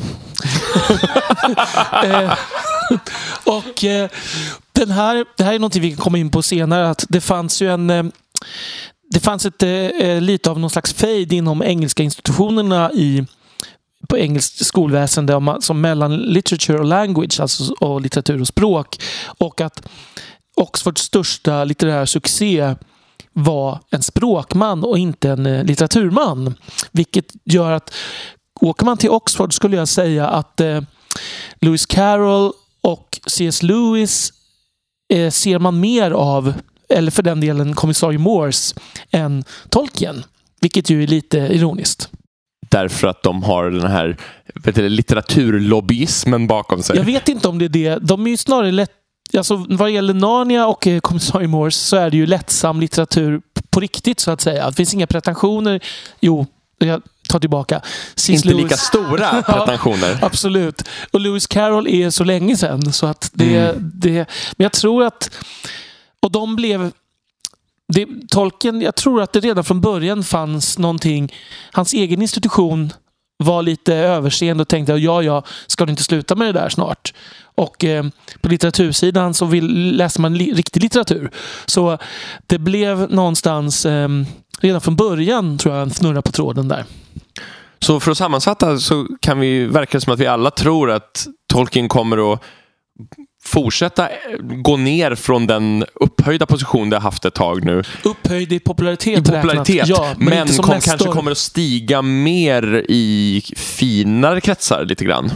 eh, och eh, den här, det här är någonting vi kan komma in på senare, att det fanns ju en eh, det fanns ett, eh, lite av någon slags fade inom engelska institutionerna i på engelskt skolväsende som mellan literature och language, alltså och litteratur och språk, och att Oxfords största litterära succé var en språkman och inte en eh, litteraturman, vilket gör att åker man till Oxford skulle jag säga att eh, Lewis Carroll och C S Lewis eh, ser man mer av, eller för den delen kommissarie Morse, än Tolkien. Vilket ju är lite ironiskt. Därför att de har den här vet du, litteraturlobbyismen bakom sig. Jag vet inte om det är det. De är ju snarare lätt... Alltså, vad gäller Narnia och eh, kommissarie Morse så är det ju lättsam litteratur på riktigt, så att säga. Det finns inga pretensioner. Jo, jag tar tillbaka. C S. Inte Lewis... lika stora pretensioner. Ja, absolut. Och Lewis Carroll är så länge sedan. Så att det, Mm. det... Men jag tror att... Och de blev... Det, Tolkien, jag tror att det redan från början fanns någonting. Hans egen institution var lite överseende och tänkte, ja, ja, ska du inte sluta med det där snart? Och eh, på litteratursidan så vill, läser man li, riktig litteratur. Så det blev någonstans eh, redan från början, tror jag, en fnurra på tråden där. Så för att sammanfatta så kan vi verka som att vi alla tror att Tolkien kommer att fortsätta gå ner från den upphöjda position det har haft ett tag nu. Upphöjd i popularitet, I popularitet ja, men, men inte som kom, nästor. kanske kommer att stiga mer i finare kretsar lite grann.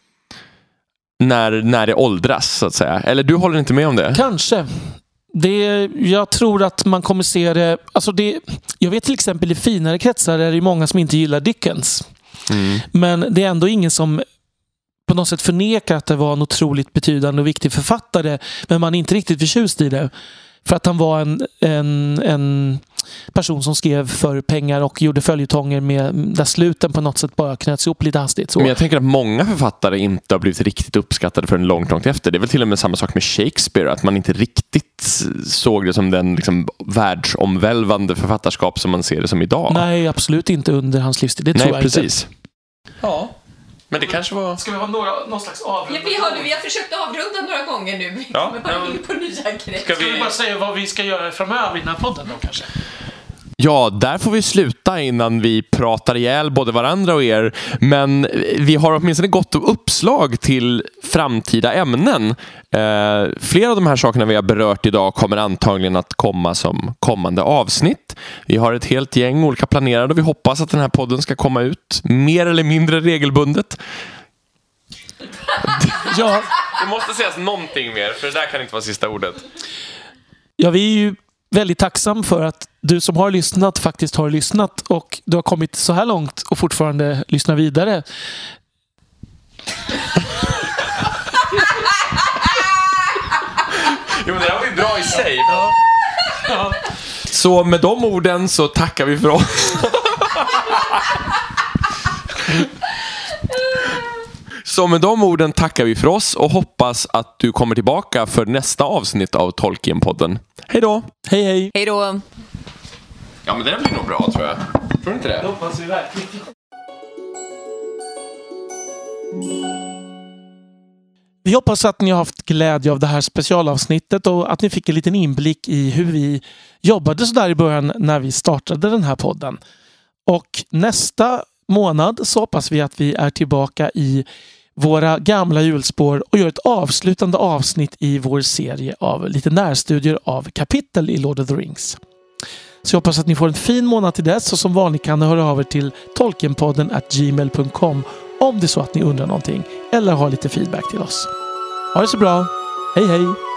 När, när det åldras, så att säga. Eller du håller inte med om det? Kanske. Det, jag tror att man kommer se det, alltså det... Jag vet till exempel i finare kretsar är det många som inte gillar Dickens. Mm. Men det är ändå ingen som på något sätt förnekar att det var en otroligt betydande och viktig författare, men man är inte riktigt förtjust i det. För att han var en, en, en person som skrev för pengar och gjorde följetonger med där sluten på något sätt bara knöts ihop lite hastigt. Så. Men jag tänker att många författare inte har blivit riktigt uppskattade för en långt, långt efter. Det är väl till och med samma sak med Shakespeare, att man inte riktigt såg det som den liksom världsomvälvande författarskap som man ser det som idag. Nej, absolut inte under hans livstid. Det Nej, tror jag precis. inte. Ja. Men det kanske var... Ska vi ha några, någon slags avrunda? Ja, vi, har, vi har försökt avrunda några gånger nu. Vi Ja, kommer bara ja. in på nya grejer. Ska vi bara säga vad vi ska göra framöver i den här podden då kanske? Ja, där får vi sluta innan vi pratar ihjäl både varandra och er. Men vi har åtminstone gott uppslag till framtida ämnen. Eh, flera av de här sakerna vi har berört idag kommer antagligen att komma som kommande avsnitt. Vi har ett helt gäng olika planerade och vi hoppas att den här podden ska komma ut mer eller mindre regelbundet. Ja, Det måste sägas någonting mer, för det där kan inte vara sista ordet. ja, vi är ju väldigt tacksam för att du som har lyssnat faktiskt har lyssnat och du har kommit så här långt och fortfarande lyssnar vidare. Jo, men det här var ju bra i sig. Ja. Ja. Så med de orden så tackar vi för oss. Så med de orden tackar vi för oss och hoppas att du kommer tillbaka för nästa avsnitt av Tolkien-podden. Hej då! Hej hej! Hej då! Ja, men det blir nog bra, tror jag. Tror du inte det? Det hoppas vi verkligen. Vi hoppas att ni har haft glädje av det här specialavsnittet och att ni fick en liten inblick i hur vi jobbade så där i början när vi startade den här podden. Och nästa månad så hoppas vi att vi är tillbaka i våra gamla hjulspår och gör ett avslutande avsnitt i vår serie av lite närstudier av kapitel i Lord of the Rings. Så jag hoppas att ni får en fin månad till dess och som vanligt kan ni höra av er till tolkienpodden at gmail dot com om det är så att ni undrar någonting eller har lite feedback till oss. Ha det så bra. Hej hej!